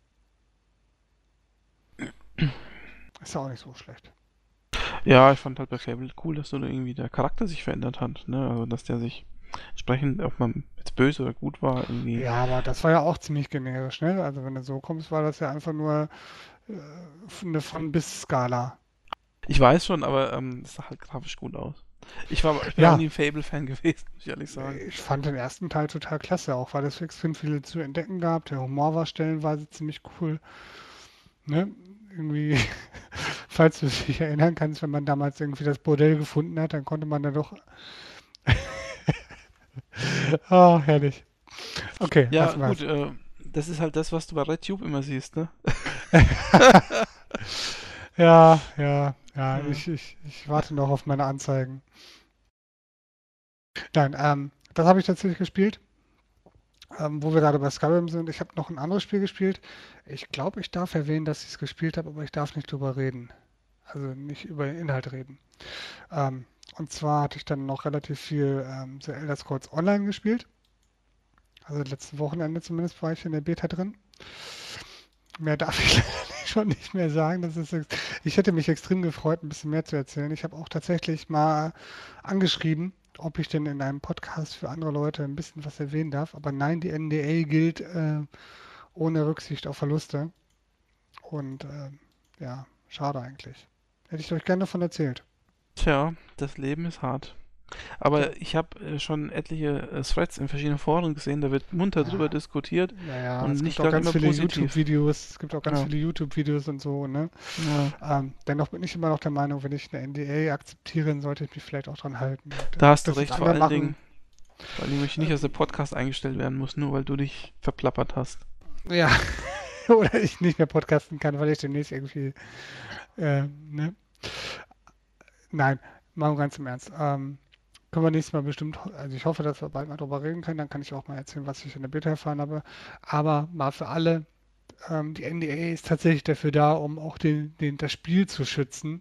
Ist ja auch nicht so schlecht. Ja, ich fand halt bei Fable cool, dass so irgendwie der Charakter sich verändert hat. Ne? Also, dass der sich entsprechend, ob man jetzt böse oder gut war, irgendwie. Ja, aber das war ja auch ziemlich generisch, ne? Also wenn du so kommst, war das ja einfach nur eine von bis Skala. Ich weiß schon, aber es sah halt grafisch gut aus. Ich bin auch Ja, nie ein Fable-Fan gewesen, muss ich ehrlich sagen. ich fand den ersten Teil total klasse, auch weil es extrem viel zu entdecken gab. Der Humor war stellenweise ziemlich cool. Ne? Irgendwie, falls du dich erinnern kannst, wenn man damals irgendwie das Bordell gefunden hat, dann konnte man da doch. Ah, herrlich. Okay, Ja, lassen wir gut, es. das ist halt das, was du bei RedTube immer siehst, ne? Ja, ja, ja, Ja. ich warte noch auf meine Anzeigen. Nein, das habe ich tatsächlich gespielt, wo wir gerade bei Skyrim sind. Ich habe noch ein anderes Spiel gespielt. Ich glaube, ich darf erwähnen, dass ich es gespielt habe, aber ich darf nicht drüber reden. Also nicht über den Inhalt reden. Und zwar hatte ich dann noch relativ viel The Elder Scrolls Online gespielt. Also letztes Wochenende zumindest war ich in der Beta drin. Mehr darf ich leider nicht schon nicht mehr sagen. Ich hätte mich extrem gefreut, ein bisschen mehr zu erzählen. Ich habe auch tatsächlich mal angeschrieben, ob ich denn in einem Podcast für andere Leute ein bisschen was erwähnen darf. Aber nein, die NDA gilt ohne Rücksicht auf Verluste. Und ja, schade eigentlich. Hätte ich euch gerne davon erzählt. Tja, das Leben ist hart. Ja, Aber ich habe schon etliche Threads in verschiedenen Foren gesehen, da wird munter drüber ja. diskutiert Ja, ja, und es gibt nicht auch gerade ganz immer viele positiv. YouTube-Videos. Es gibt auch ganz Ja, viele YouTube-Videos und so, ne? ja. Dennoch bin ich immer noch der Meinung, wenn ich eine NDA akzeptiere, dann sollte ich mich vielleicht auch dran halten. Und, Da ob hast du das jetzt recht, vor andere allen machen, Dingen. Vor allem möchte ich nicht, dass der Podcast eingestellt werden muss, nur weil du dich verplappert hast. ja, oder ich nicht mehr podcasten kann, weil ich demnächst irgendwie, ne? Nein, mal ganz im Ernst. Können wir nächstes Mal bestimmt, also ich hoffe, dass wir bald mal drüber reden können, dann kann ich auch mal erzählen, was ich in der Beta erfahren habe. Aber mal für alle, die NDA ist tatsächlich dafür da, um auch das Spiel zu schützen,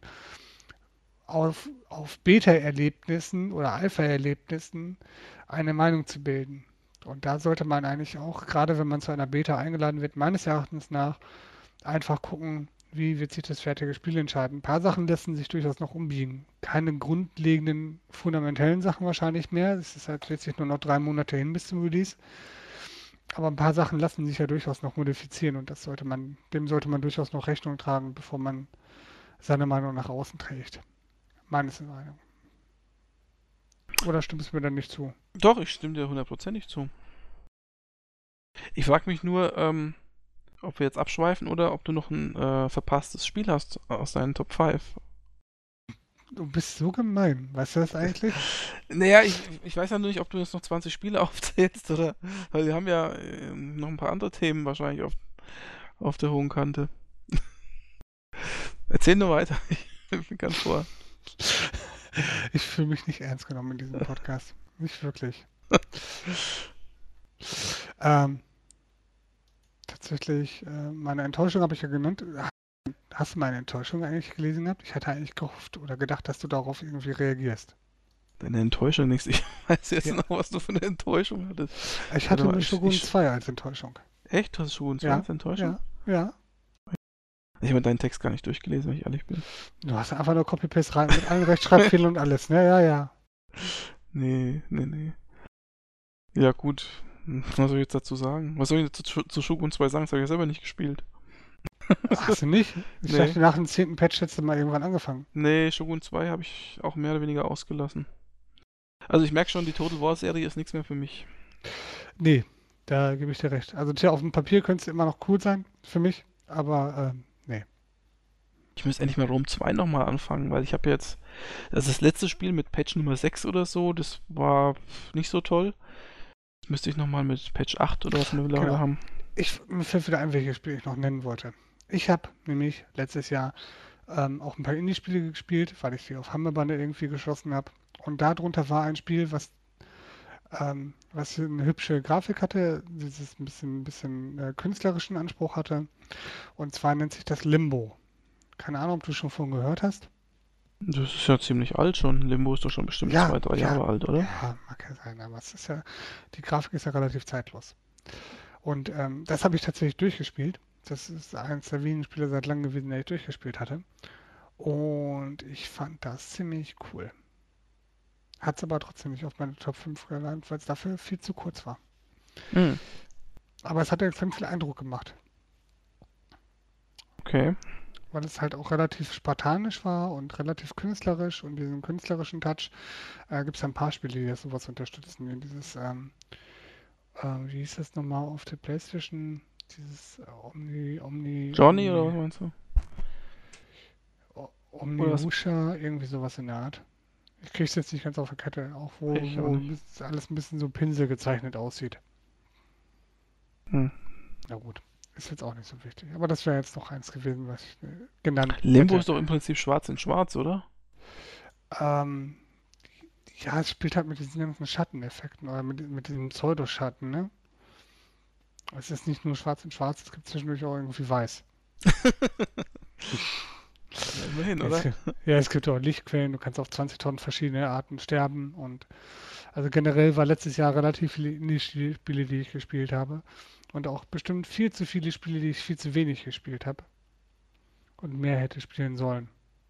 auf Beta-Erlebnissen oder Alpha-Erlebnissen eine Meinung zu bilden. Und da sollte man eigentlich auch, gerade wenn man zu einer Beta eingeladen wird, meines Erachtens nach, einfach gucken, wie wird sich das fertige Spiel entscheiden. Ein paar Sachen lassen sich durchaus noch umbiegen. Keine grundlegenden, fundamentellen Sachen wahrscheinlich mehr. Es ist halt letztlich nur noch 3 Monate hin bis zum Release. Aber ein paar Sachen lassen sich ja durchaus noch modifizieren und dem sollte man durchaus noch Rechnung tragen, bevor man seine Meinung nach außen trägt. Meines Meinung. Oder stimmst du mir dann nicht zu? Doch, ich stimme dir hundertprozentig zu. Ich frage mich nur, ob wir jetzt abschweifen oder ob du noch ein verpasstes Spiel hast aus deinen Top 5. Du bist so gemein. Weißt du das eigentlich? Naja, ich weiß ja nur nicht, ob du jetzt noch 20 Spiele aufzählst oder. Weil wir haben ja noch ein paar andere Themen wahrscheinlich auf der hohen Kante. Erzähl nur weiter. Ich bin ganz vor. Ich fühle mich nicht ernst genommen in diesem Podcast. Nicht wirklich. Ähm, Tatsächlich, meine Enttäuschung habe ich ja genannt. Hast du meine Enttäuschung eigentlich gelesen gehabt? Ich hatte eigentlich gehofft oder gedacht, dass du darauf irgendwie reagierst. Deine Enttäuschung nichts. Ich weiß jetzt Ja, noch, was du für eine Enttäuschung hattest. ich Warte hatte mal, nur Shogun 2 als Enttäuschung. echt? Du hast Shogun 2 Ja, als Enttäuschung? ja, ja. Ich habe deinen Text gar nicht durchgelesen, wenn ich ehrlich bin. Du hast einfach nur Copy-Paste rein mit allen Rechtschreibfehlern und alles, ne? Ja, ja. Nee, nee, nee. Ja, gut. Was soll ich jetzt dazu sagen? Was soll ich zu Shogun 2 sagen? Das habe ich ja selber nicht gespielt. Hast du nicht? Ich Nee. dachte, nach dem 10. Patch hättest du mal irgendwann angefangen. Nee, Shogun 2 habe ich auch mehr oder weniger ausgelassen. Also ich merke schon, die Total War Serie ist nichts mehr für mich. Nee, da gebe ich dir recht. Also, tja, auf dem Papier könnte es immer noch cool sein für mich, aber nee. Ich müsste endlich mal Rom 2 nochmal anfangen, weil ich habe jetzt. Also das letzte Spiel mit Patch Nummer 6 oder so, das war nicht so toll. Das müsste ich nochmal mit Patch 8 oder was wir mittlerweile Genau. haben. Mir fällt wieder ein, welches Spiel ich noch nennen wollte. Ich habe nämlich letztes Jahr auch ein paar Indie-Spiele gespielt, weil ich sie auf Hammerbande irgendwie geschossen habe. Und darunter war ein Spiel, was eine hübsche Grafik hatte, dieses ein bisschen künstlerischen Anspruch hatte. Und zwar nennt sich das Limbo. Keine Ahnung, ob du schon von gehört hast. Das ist ja ziemlich alt schon. Limbo ist doch schon bestimmt Ja, 2, 3 Jahre alt, oder? ja, mag ja sein, aber die Grafik ist ja relativ zeitlos. Und das habe ich tatsächlich durchgespielt. Das ist eines der wenigen Spiele seit langem gewesen, der ich durchgespielt hatte. Und ich fand das ziemlich cool. Hat es aber trotzdem nicht auf meine Top 5 gelandet, weil es dafür viel zu kurz war. Hm, Aber es hat extrem viel Eindruck gemacht, okay. weil es halt auch relativ spartanisch war und relativ künstlerisch. Und diesen künstlerischen Touch gibt es ein paar Spiele, die das sowas unterstützen. Wie wie hieß das nochmal auf der PlayStation? Dieses Johnny oder was meinst du? Oder was? Omniusha, irgendwie sowas in der Art. Ich krieg's jetzt nicht ganz auf der Kette, auch Ich auch nicht. alles ein bisschen so Pinsel gezeichnet aussieht. Hm. Na gut, ist jetzt auch nicht so wichtig. Aber das wäre jetzt noch eins gewesen, was ich genannt Limbo hätte. ist doch im Prinzip schwarz in schwarz, oder? Ähm, ja, es spielt halt mit diesen ganzen Schatteneffekten oder mit diesem Pseudoschatten, ne? Es ist nicht nur schwarz in schwarz, es gibt zwischendurch auch irgendwie weiß. Ja, immerhin, Es oder? gibt, ja, es gibt auch Lichtquellen, du kannst auf 20.000 verschiedene Arten sterben und also generell war letztes Jahr relativ viele Indie-Spiele, die ich gespielt habe und auch bestimmt viel zu viele Spiele, die ich viel zu wenig gespielt habe. und mehr hätte spielen sollen.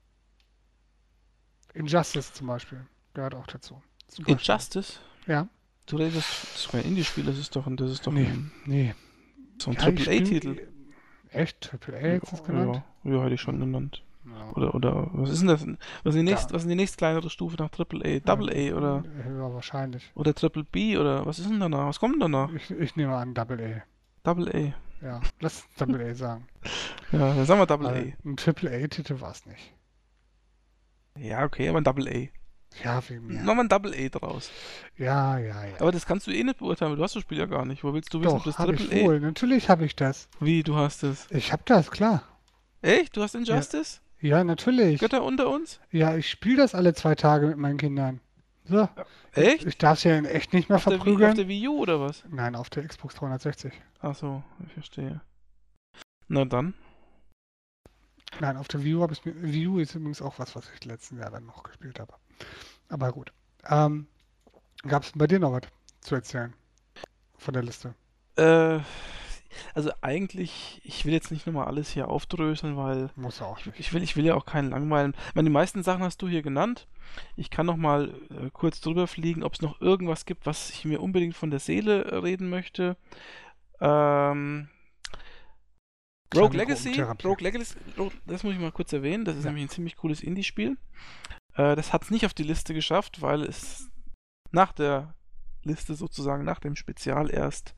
Injustice zum Beispiel gehört auch dazu. Super Spiel. Injustice? Ja, Du redest, das ist kein Indie-Spiel, das ist doch nee, ein, nee. so ein Ja, ich AAA-Titel. spiele. Echt? Triple A Ja, jetzt ist genannt? ja, ja, hätte ich schon genannt. Ja, Oder, was ist denn das? da, Was ist denn die nächste kleinere Stufe nach AAA? Double A ja, wahrscheinlich. oder Triple B oder was ist denn danach? Was kommt denn danach? Ich nehme an Double A. Double A. Ja, lass Double A sagen. Ja, dann sagen wir Double Weil A. ein Triple A-Titel war es nicht. Ja, okay, aber ein Double A. Ja, wegen mir. Machen wir ein Double A draus. Ja, ja, ja. Aber das kannst du eh nicht beurteilen, weil du hast das Spiel ja gar nicht. Wo willst du wissen, ob Doch, das habe Triple ich A... wohl. Natürlich habe ich das. Wie, du hast es? Ich habe das, klar. Echt? Du hast Ja, Injustice? ja, natürlich. Götter unter uns? Ja, ich spiele das alle 2 Tage mit meinen Kindern. So, ich Echt? darf es ja in echt nicht mehr Auf verprügeln. der Wii U oder was? Nein, auf der Xbox 360. Ach so, ich verstehe. Na dann. Nein, auf der Wii U habe ich mir. Wii U ist übrigens auch was ich die letzten Jahre noch gespielt habe. Aber gut. Gab es bei dir noch was zu erzählen von der Liste? Äh, also eigentlich, ich will jetzt nicht nochmal alles hier aufdröseln, weil Muss er auch nicht. ich will ja auch keinen langweilen. Ich meine, die meisten Sachen hast du hier genannt. Ich kann nochmal kurz drüber fliegen, ob es noch irgendwas gibt, was ich mir unbedingt von der Seele reden möchte. Ähm, Kleine Gruppentherapie. Das muss ich mal kurz erwähnen. Das ist Ja. nämlich ein ziemlich cooles Indie-Spiel. Das hat es nicht auf die Liste geschafft, weil es nach der Liste sozusagen, nach dem Spezial erst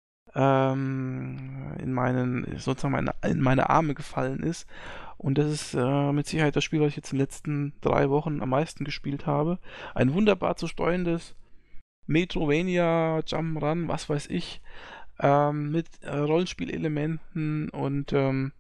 in meine Arme gefallen ist. Und das ist mit Sicherheit das Spiel, was ich jetzt in den letzten 3 Wochen am meisten gespielt habe. Ein wunderbar zu steuerndes Metrovania, Jump'n'Run, was weiß ich, mit Rollenspielelementen und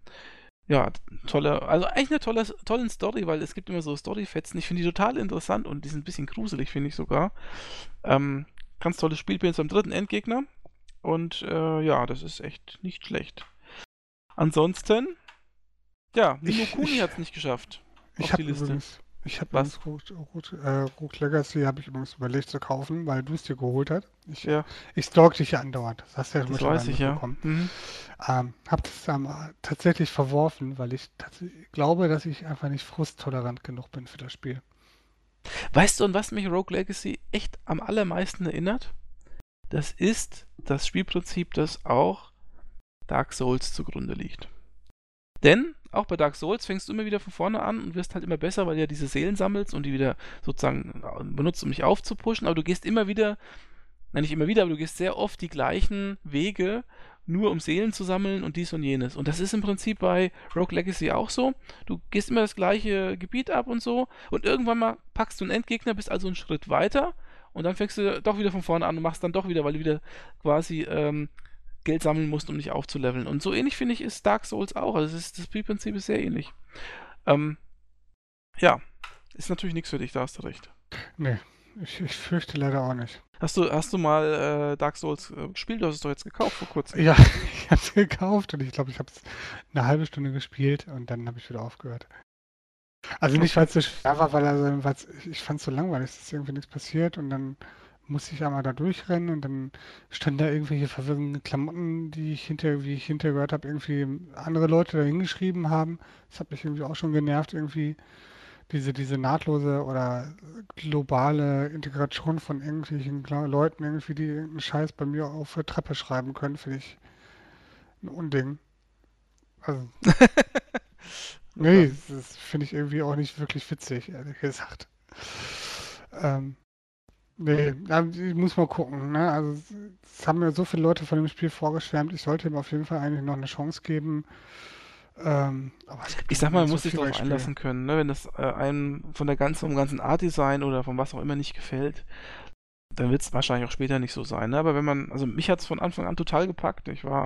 ja, also eigentlich eine tolle Story, weil es gibt immer so Storyfetzen. Ich finde die total interessant und die sind ein bisschen gruselig, finde ich sogar. Ähm, Ganz tolles Spiel, bin jetzt am dritten Endgegner. Und ja, das ist echt nicht schlecht. Ansonsten, ja, Ni no Kuni Ich, hat es nicht geschafft ich auf die habe Liste. übrigens Was? Rogue Legacy habe ich übrigens überlegt zu kaufen, weil du es dir geholt hast. Ja, Ich stalk dich ja andauernd. Das hast du ja das mittlerweile weiß ich ja. mitbekommen. Mhm. Habe das tatsächlich verworfen, weil ich glaube, dass ich einfach nicht frusttolerant genug bin für das Spiel. Weißt du, an was mich Rogue Legacy echt am allermeisten erinnert? Das ist das Spielprinzip, das auch Dark Souls zugrunde liegt. Denn auch bei Dark Souls fängst du immer wieder von vorne an und wirst halt immer besser, weil du ja diese Seelen sammelst und die wieder sozusagen benutzt, um dich aufzupushen. Aber du gehst immer wieder, nein, nicht immer wieder, aber du gehst sehr oft die gleichen Wege, nur um Seelen zu sammeln und dies und jenes. Und das ist im Prinzip bei Rogue Legacy auch so. Du gehst immer das gleiche Gebiet ab und so und irgendwann mal packst du einen Endgegner, bist also einen Schritt weiter und dann fängst du doch wieder von vorne an und machst dann doch wieder, weil du wieder quasi Geld sammeln musst, um dich aufzuleveln. Und so ähnlich finde ich ist Dark Souls auch. Also das Spielprinzip ist sehr ähnlich. Ähm, ja, ist natürlich nichts für dich, da hast du recht. Nee, ich fürchte leider auch nicht. Hast du mal Dark Souls gespielt? Du hast es doch jetzt gekauft vor kurzem. Ja, ich habe es gekauft und ich glaube, ich habe es eine halbe Stunde gespielt und dann habe ich wieder aufgehört. Also nicht, weil es so schwer war, ich fand es so langweilig, es ist irgendwie nichts passiert und dann musste ich einmal da durchrennen und dann standen da irgendwelche verwirrenden Klamotten, wie ich hinterher gehört habe, irgendwie andere Leute da hingeschrieben haben. Das hat mich irgendwie auch schon genervt, irgendwie diese nahtlose oder globale Integration von irgendwelchen Leuten, irgendwie, die irgendeinen Scheiß bei mir auf der Treppe schreiben können, finde ich ein Unding. Also, Na nee, dann. das finde ich irgendwie auch nicht wirklich witzig, ehrlich gesagt. Ähm, Nee, ich muss mal gucken, ne? Also es haben mir so viele Leute von dem Spiel vorgeschwärmt, ich sollte ihm auf jeden Fall eigentlich noch eine Chance geben. Aber es gibt Ich im sag mal, man Moment so muss sich viel, was darauf ich spiele. einlassen können, ne? Wenn das einem vom ganzen Art-Design oder von was auch immer nicht gefällt, dann wird es wahrscheinlich auch später nicht so sein. Ne? Aber wenn man, also mich hat es von Anfang an total gepackt.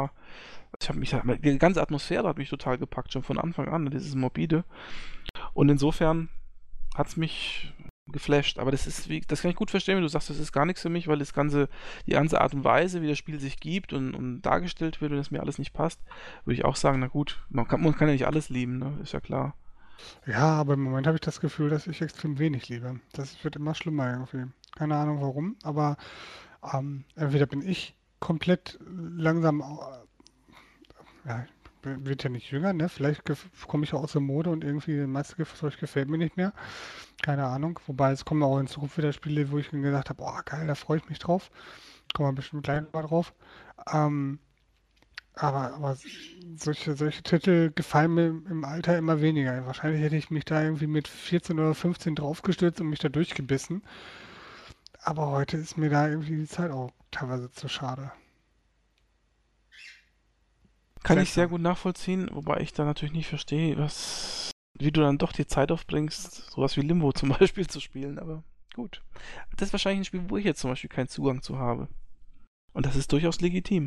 Die ganze Atmosphäre hat mich total gepackt, schon von Anfang an, ne? Dieses Morbide. Und insofern hat es mich geflasht. Aber das kann ich gut verstehen, wenn du sagst, das ist gar nichts für mich, weil die ganze Art und Weise, wie das Spiel sich gibt und dargestellt wird, wenn es mir alles nicht passt, würde ich auch sagen, na gut, man kann ja nicht alles lieben, ne? Ist ja klar. Ja, aber im Moment habe ich das Gefühl, dass ich extrem wenig liebe. Das wird immer schlimmer irgendwie. Keine Ahnung warum, aber entweder bin ich komplett langsam, ja, wird ja nicht jünger, ne? Vielleicht komme ich ja aus der Mode und irgendwie das meiste Zeug gefällt mir nicht mehr. Keine Ahnung. Wobei es kommen auch in Zukunft wieder Spiele, wo ich mir gedacht habe, oh geil, da freue ich mich drauf. Kommen wir bestimmt gleich mal drauf. Ähm, aber solche Titel gefallen mir im Alter immer weniger. Wahrscheinlich hätte ich mich da irgendwie mit 14 oder 15 draufgestürzt und mich da durchgebissen. Aber heute ist mir da irgendwie die Zeit auch teilweise zu schade. Kann ich sehr Seltsam. gut nachvollziehen, wobei ich da natürlich nicht verstehe, wie du dann doch die Zeit aufbringst, sowas wie Limbo zum Beispiel zu spielen, aber gut. Das ist wahrscheinlich ein Spiel, wo ich jetzt zum Beispiel keinen Zugang zu habe. Und das ist durchaus legitim.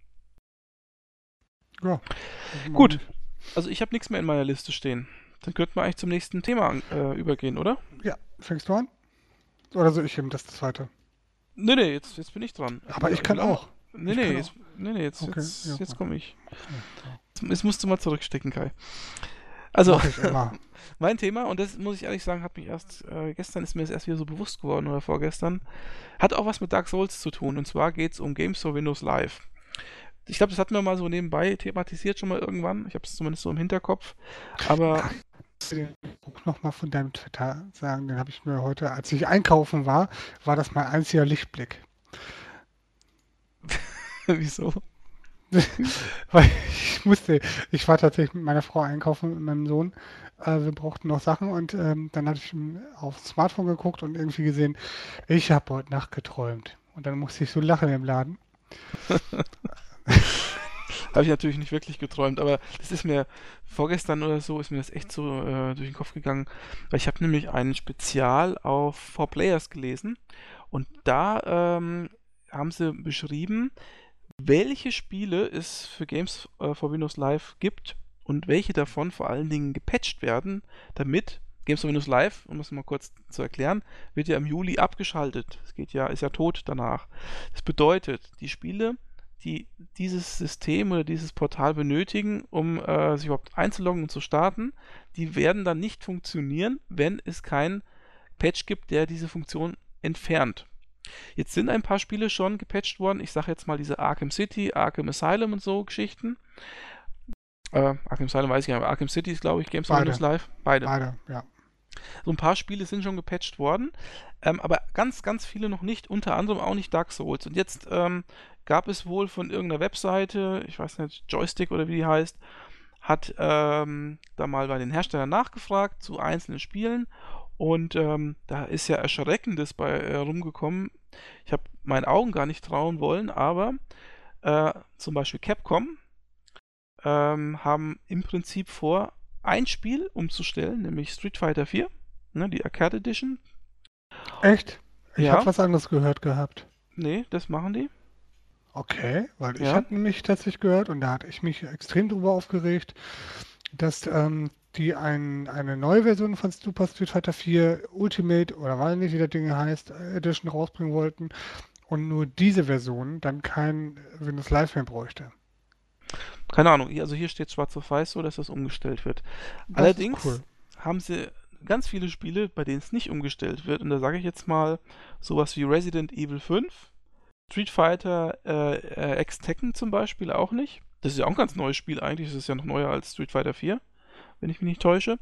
Ja, warum auch Gut, nicht? also ich habe nichts mehr in meiner Liste stehen. Dann könnten wir eigentlich zum nächsten Thema übergehen, oder? Ja, fängst du an? Oder soll ich eben das zweite? Nee, jetzt bin ich dran. Aber ich Ich will kann auch mal. auch. Nee, Ich nee, kann auch. jetzt, nee, nee, Okay, ja jetzt gut. komme ich. Okay, ja. Jetzt musst du mal zurückstecken, Kai. Also, Mache ich immer. mein Thema, und das muss ich ehrlich sagen, hat mich erst, gestern ist mir das erst wieder so bewusst geworden oder vorgestern, hat auch was mit Dark Souls zu tun. Und zwar geht es um Games for Windows Live. Ich glaube, das hatten wir mal so nebenbei thematisiert schon mal irgendwann. Ich habe es zumindest so im Hinterkopf. Aber, Ach, ich will den Druck nochmal von deinem Twitter sagen, den habe ich mir heute, als ich einkaufen war das mein einziger Lichtblick. wieso? Weil ich war tatsächlich mit meiner Frau einkaufen, mit meinem Sohn. Wir brauchten noch Sachen und dann hatte ich aufs Smartphone geguckt und irgendwie gesehen, ich habe heute Nacht geträumt. Und dann musste ich so lachen im Laden. Habe ich natürlich nicht wirklich geträumt, aber das ist mir vorgestern oder so, ist mir das echt so durch den Kopf gegangen, weil ich habe nämlich ein Spezial auf 4Players gelesen und da haben sie beschrieben, welche Spiele es für Games for Windows Live gibt und welche davon vor allen Dingen gepatcht werden, damit Games for Windows Live, um das mal kurz zu erklären, wird ja im Juli abgeschaltet. Es geht ja, ist ja tot danach. Das bedeutet, die Spiele, die dieses System oder dieses Portal benötigen, um sich überhaupt einzuloggen und zu starten, die werden dann nicht funktionieren, wenn es kein Patch gibt, der diese Funktion entfernt. Jetzt sind ein paar Spiele schon gepatcht worden. Ich sage jetzt mal diese Arkham City, Arkham Asylum und so Geschichten. Arkham Asylum weiß ich nicht, aber Arkham City ist, glaube ich, Games for Windows Beide, Live. Beide. beide, ja. So ein paar Spiele sind schon gepatcht worden, aber ganz, ganz viele noch nicht, unter anderem auch nicht Dark Souls. Und jetzt gab es wohl von irgendeiner Webseite, ich weiß nicht, Joystick oder wie die heißt, hat da mal bei den Herstellern nachgefragt zu einzelnen Spielen und da ist ja Erschreckendes bei rumgekommen. Ich habe meinen Augen gar nicht trauen wollen, aber zum Beispiel Capcom haben im Prinzip vor, ein Spiel umzustellen, nämlich Street Fighter 4, ne, die Arcade Edition. Echt? Ich habe Ja, was anderes gehört gehabt. nee, das machen die. Okay, weil ich Ja, habe nämlich tatsächlich gehört und da hatte ich mich extrem drüber aufgeregt, dass die eine neue Version von Super Street Fighter 4 Ultimate oder weiß nicht, wie das Ding heißt, Edition rausbringen wollten und nur diese Version dann kein Windows Live mehr bräuchte. keine Ahnung. Also hier steht schwarz auf weiß so, dass das umgestellt wird. Das ist Allerdings cool. haben sie ganz viele Spiele, bei denen es nicht umgestellt wird. Und da sage ich jetzt mal sowas wie Resident Evil 5, Street Fighter X Tekken zum Beispiel auch nicht. Das ist ja auch ein ganz neues Spiel eigentlich. Das ist ja noch neuer als Street Fighter 4, wenn ich mich nicht täusche.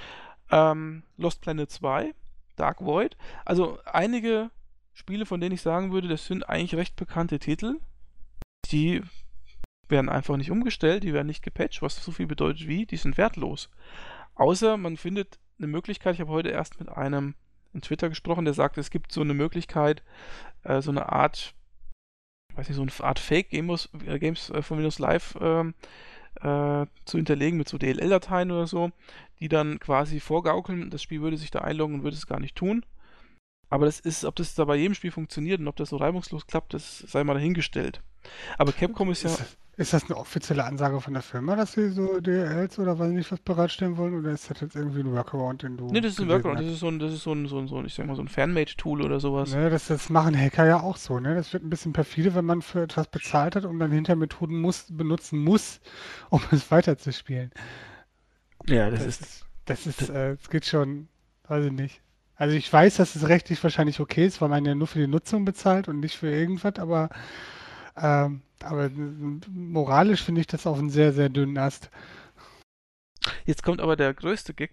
Lost Planet 2, Dark Void. Also einige Spiele, von denen ich sagen würde, das sind eigentlich recht bekannte Titel. Die werden einfach nicht umgestellt, die werden nicht gepatcht, was so viel bedeutet wie, die sind wertlos. Außer man findet eine Möglichkeit, ich habe heute erst mit einem in Twitter gesprochen, der sagt, es gibt so eine Möglichkeit, so eine Art, ich weiß nicht, so eine Art Games von Windows Live zu hinterlegen mit so DLL-Dateien oder so, die dann quasi vorgaukeln, das Spiel würde sich da einloggen und würde es gar nicht tun. Aber das ist, ob das da bei jedem Spiel funktioniert und ob das so reibungslos klappt, das sei mal dahingestellt. Aber Capcom ist ja. Ist das eine offizielle Ansage von der Firma, dass sie so DLLs oder weiß nicht was bereitstellen wollen? Oder ist das jetzt irgendwie ein Workaround, den Ne, du das ist ein gelesen Workaround, hast? das ist ich sag mal, so ein Fanmade-Tool oder sowas. Ne, das machen Hacker ja auch so, ne? Das wird ein bisschen perfide, wenn man für etwas bezahlt hat und dann hinter Methoden benutzen muss, um es weiterzuspielen. Ja, das, Es geht schon, weiß ich nicht. Also ich weiß, dass es rechtlich wahrscheinlich okay ist, weil man ja nur für die Nutzung bezahlt und nicht für irgendwas, aber Aber moralisch finde ich das auf einen sehr, sehr dünnen Ast. Jetzt kommt aber der größte Gag.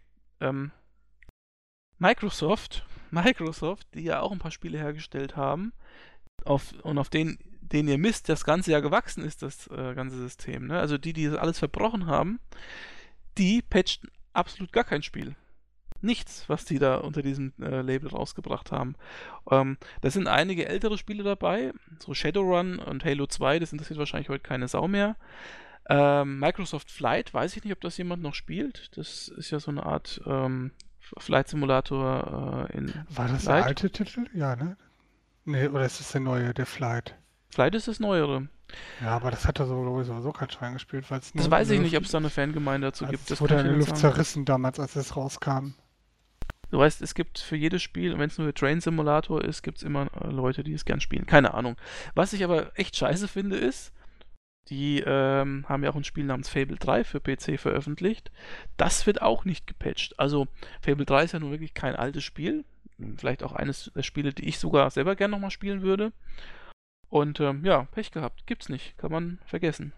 Microsoft, die ja auch ein paar Spiele hergestellt haben, auf denen ihr Mist das ganze Jahr gewachsen ist, das ganze System, ne? Also die das alles verbrochen haben, die patchten absolut gar kein Spiel. Nichts, was die da unter diesem Label rausgebracht haben. Da sind einige ältere Spiele dabei, so Shadowrun und Halo 2, das interessiert wahrscheinlich heute keine Sau mehr. Microsoft Flight, weiß ich nicht, ob das jemand noch spielt. Das ist ja so eine Art Flight Simulator in War das der Flight. alte Titel? Ja, ne? Nee, oder ist das der neue, der Flight? Flight ist das Neuere. Ja, aber das hat da sowieso kein Schwein gespielt, weil es Das nur in weiß der ich nicht, Luft, ob es da eine Fangemeinde dazu also gibt. es Das wurde kann in ich dir der nicht Luft sagen. zerrissen damals, als es rauskam. Du weißt, es gibt für jedes Spiel, und wenn es nur der Train Simulator ist, gibt es immer Leute, die es gern spielen. Keine Ahnung. Was ich aber echt scheiße finde, ist, die haben ja auch ein Spiel namens Fable 3 für PC veröffentlicht. Das wird auch nicht gepatcht. Also Fable 3 ist ja nun wirklich kein altes Spiel. Vielleicht auch eines der Spiele, die ich sogar selber gern nochmal spielen würde. Und ja, Pech gehabt. Gibt's nicht. Kann man vergessen.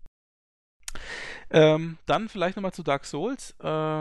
Dann vielleicht nochmal zu Dark Souls.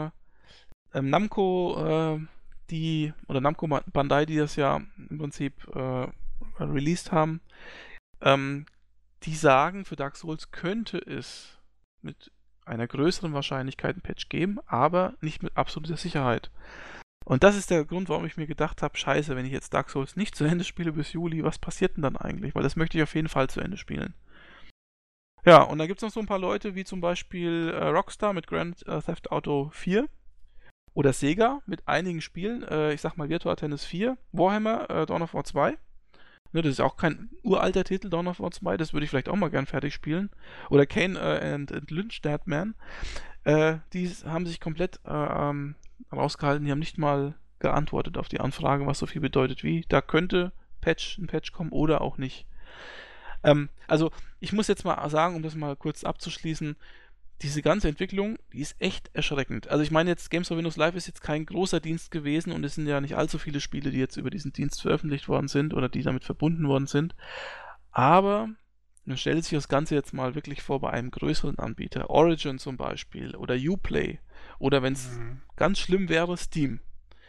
Namco, Namco Bandai, die das ja im Prinzip released haben, die sagen, für Dark Souls könnte es mit einer größeren Wahrscheinlichkeit ein Patch geben, aber nicht mit absoluter Sicherheit. Und das ist der Grund, warum ich mir gedacht habe, scheiße, wenn ich jetzt Dark Souls nicht zu Ende spiele bis Juli, was passiert denn dann eigentlich? Weil das möchte ich auf jeden Fall zu Ende spielen. Ja, und dann gibt es noch so ein paar Leute, wie zum Beispiel Rockstar mit Grand Theft Auto 4 oder Sega mit einigen Spielen, ich sag mal Virtua Tennis 4, Warhammer, Dawn of War 2. Ne, das ist auch kein uralter Titel, Dawn of War 2, das würde ich vielleicht auch mal gern fertig spielen. Oder Kane and Lynch Deadman. Die haben sich komplett rausgehalten, die haben nicht mal geantwortet auf die Anfrage, was so viel bedeutet wie, da könnte ein Patch kommen oder auch nicht. Also, ich muss jetzt mal sagen, um das mal kurz abzuschließen, diese ganze Entwicklung, die ist echt erschreckend. Also ich meine jetzt, Games for Windows Live ist jetzt kein großer Dienst gewesen und es sind ja nicht allzu viele Spiele, die jetzt über diesen Dienst veröffentlicht worden sind oder die damit verbunden worden sind. Aber man stellt sich das Ganze jetzt mal wirklich vor bei einem größeren Anbieter, Origin zum Beispiel oder Uplay oder wenn es ganz schlimm wäre, Steam.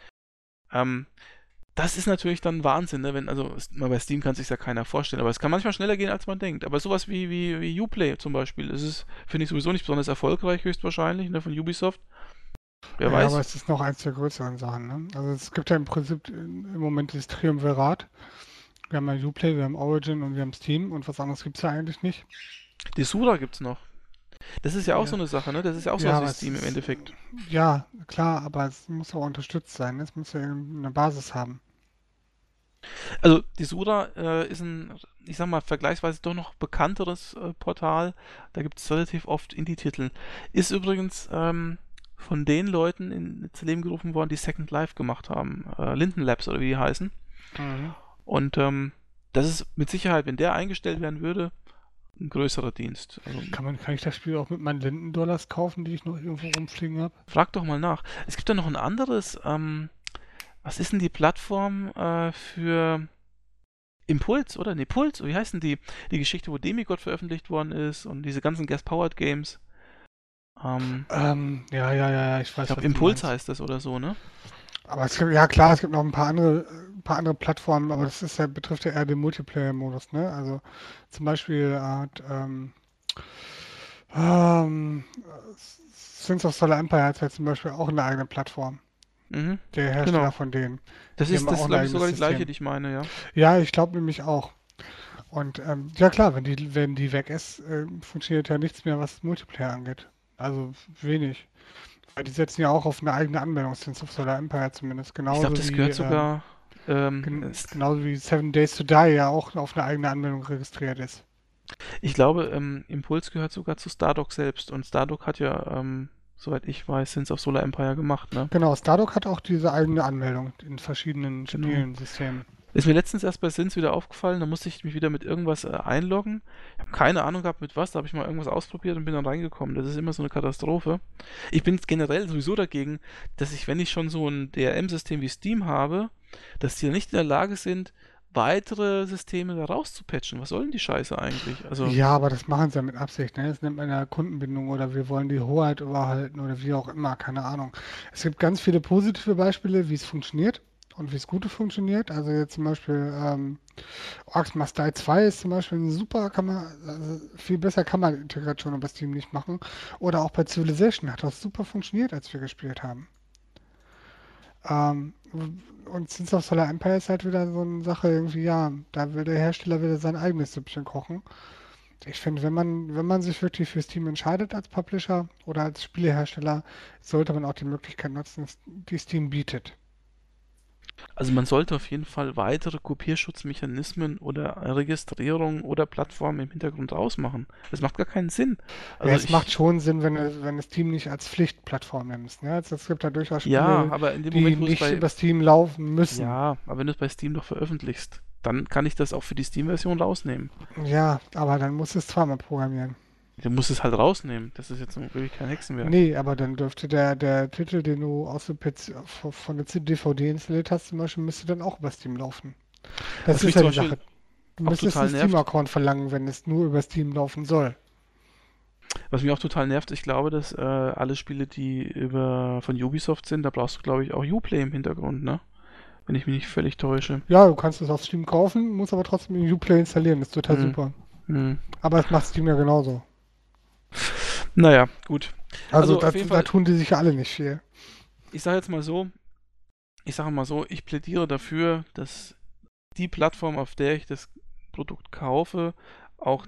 Das ist natürlich dann Wahnsinn, ne? Bei Steam kann sich ja keiner vorstellen, aber es kann manchmal schneller gehen, als man denkt. Aber sowas wie Uplay zum Beispiel, das ist, finde ich sowieso nicht besonders erfolgreich, höchstwahrscheinlich, ne, von Ubisoft. Wer Ja, weiß. aber es ist noch eins der größeren Sachen, ne? Also es gibt ja im Prinzip im Moment dieses Triumvirat. Wir haben ja Uplay, wir haben Origin und wir haben Steam und was anderes gibt es ja eigentlich nicht. Die Sura gibt's noch. Das ist ja auch so Ja, eine Sache, ne? Das ist ja auch ja, sowas wie aber es Steam im ist, Endeffekt. ja, klar, aber es muss auch unterstützt sein. Es muss ja eine Basis haben. Also die Sura ist ein, ich sag mal, vergleichsweise doch noch bekannteres Portal. Da gibt es relativ oft Indie-Titel. Ist übrigens von den Leuten ins Leben gerufen worden, die Second Life gemacht haben. Linden Labs oder wie die heißen. Mhm. Und das ist mit Sicherheit, wenn der eingestellt werden würde, ein größerer Dienst. Also, Kann ich das Spiel auch mit meinen Linden-Dollars kaufen, die ich noch irgendwo rumfliegen habe? frag doch mal nach. Es gibt da noch ein anderes, was ist denn die Plattform für Impuls, oder? Nee, Puls, wie heißt denn die? Die Geschichte, wo Demigod veröffentlicht worden ist und diese ganzen Gas-Powered Games. Ja, ich Ich weiß, glaube, was du Impuls meinst. heißt das oder so, ne? Aber es gibt, ja klar, es gibt noch ein paar andere Plattformen, aber das ist ja, betrifft ja eher den Multiplayer-Modus, ne? Also zum Beispiel hat ähm, Sins of Solar Empire hat ja zum Beispiel auch eine eigene Plattform, Mhm, der Hersteller genau. von denen. Das Die haben ist, auch das ist, ein glaube ich, eigenes sogar die gleiche, System. die ich meine, ja. Ja, ich glaube nämlich auch. Und ja klar, wenn die weg ist, funktioniert ja nichts mehr, was Multiplayer angeht. Also wenig. Weil die setzen ja auch auf eine eigene Anmeldung, Sins of Solar Empire zumindest. Ich glaube, das gehört sogar. Genauso wie Seven Days to Die ja auch auf eine eigene Anmeldung registriert ist. Ich glaube, Impuls gehört sogar zu Stardock selbst. Und Stardock hat ja, soweit ich weiß, Sins of Solar Empire gemacht, ne? Genau, Stardock hat auch diese eigene Anmeldung in verschiedenen Genau. Spielensystemen. Ist mir letztens erst bei Sins wieder aufgefallen, da musste ich mich wieder mit irgendwas einloggen. Ich habe keine Ahnung gehabt mit was, da habe ich mal irgendwas ausprobiert und bin dann reingekommen. Das ist immer so eine Katastrophe. Ich bin generell sowieso dagegen, dass ich, wenn ich schon so ein DRM-System wie Steam habe, dass die nicht in der Lage sind, weitere Systeme da rauszupatchen. Was soll denn die Scheiße eigentlich? Also, Ja, aber das machen sie ja mit Absicht, ne? Das nennt man ja Kundenbindung oder wir wollen die Hoheit überhalten oder wie auch immer, keine Ahnung. Es gibt ganz viele positive Beispiele, wie es funktioniert und wie es gut funktioniert. Also jetzt zum Beispiel Orcs Must Die 2 ist zum Beispiel eine super, also viel besser kann man Integration über Steam nicht machen. Oder auch bei Civilization hat das super funktioniert, als wir gespielt haben. Ähm, und Sins of Solar Empire ist halt wieder so eine Sache, irgendwie, ja, da will der Hersteller wieder sein eigenes Süppchen kochen. Ich finde, wenn man sich wirklich für Steam entscheidet als Publisher oder als Spielehersteller, sollte man auch die Möglichkeit nutzen, die Steam bietet. also man sollte auf jeden Fall weitere Kopierschutzmechanismen oder Registrierung oder Plattformen im Hintergrund ausmachen. Das macht gar keinen Sinn. Ja, Also es macht ich, schon Sinn, wenn du Steam nicht als Pflichtplattform nimmst. Ne? Also es gibt ja durchaus ja, Spiele, aber in dem die Moment, wo es nicht bei, über Steam laufen müssen. ja, aber wenn du es bei Steam doch veröffentlichst, dann kann ich das auch für die Steam-Version rausnehmen. Ja, aber dann musst du es zweimal programmieren. Du musst es halt rausnehmen. Das ist jetzt wirklich kein Hexenwerk. Nee, aber dann dürfte der Titel, den du aus dem PC, von der DVD installiert hast, zum Beispiel, müsste dann auch über Steam laufen. Das Was ist mich ja zum die Beispiel Sache. Du auch müsstest total einen nervt, Steam-Account verlangen, wenn es nur über Steam laufen soll. was mich auch total nervt, ich glaube, dass alle Spiele, die von Ubisoft sind, da brauchst du, glaube ich, auch Uplay im Hintergrund, ne? Wenn ich mich nicht völlig täusche. Ja, du kannst es auf Steam kaufen, musst aber trotzdem in Uplay installieren. Das ist total Hm. super. Hm. Aber es macht Steam ja genauso. Naja, gut. Also Also auf jeden da Fall, tun die sich ja alle nicht viel. ich sage jetzt mal so, ich plädiere dafür, dass die Plattform, auf der ich das Produkt kaufe, auch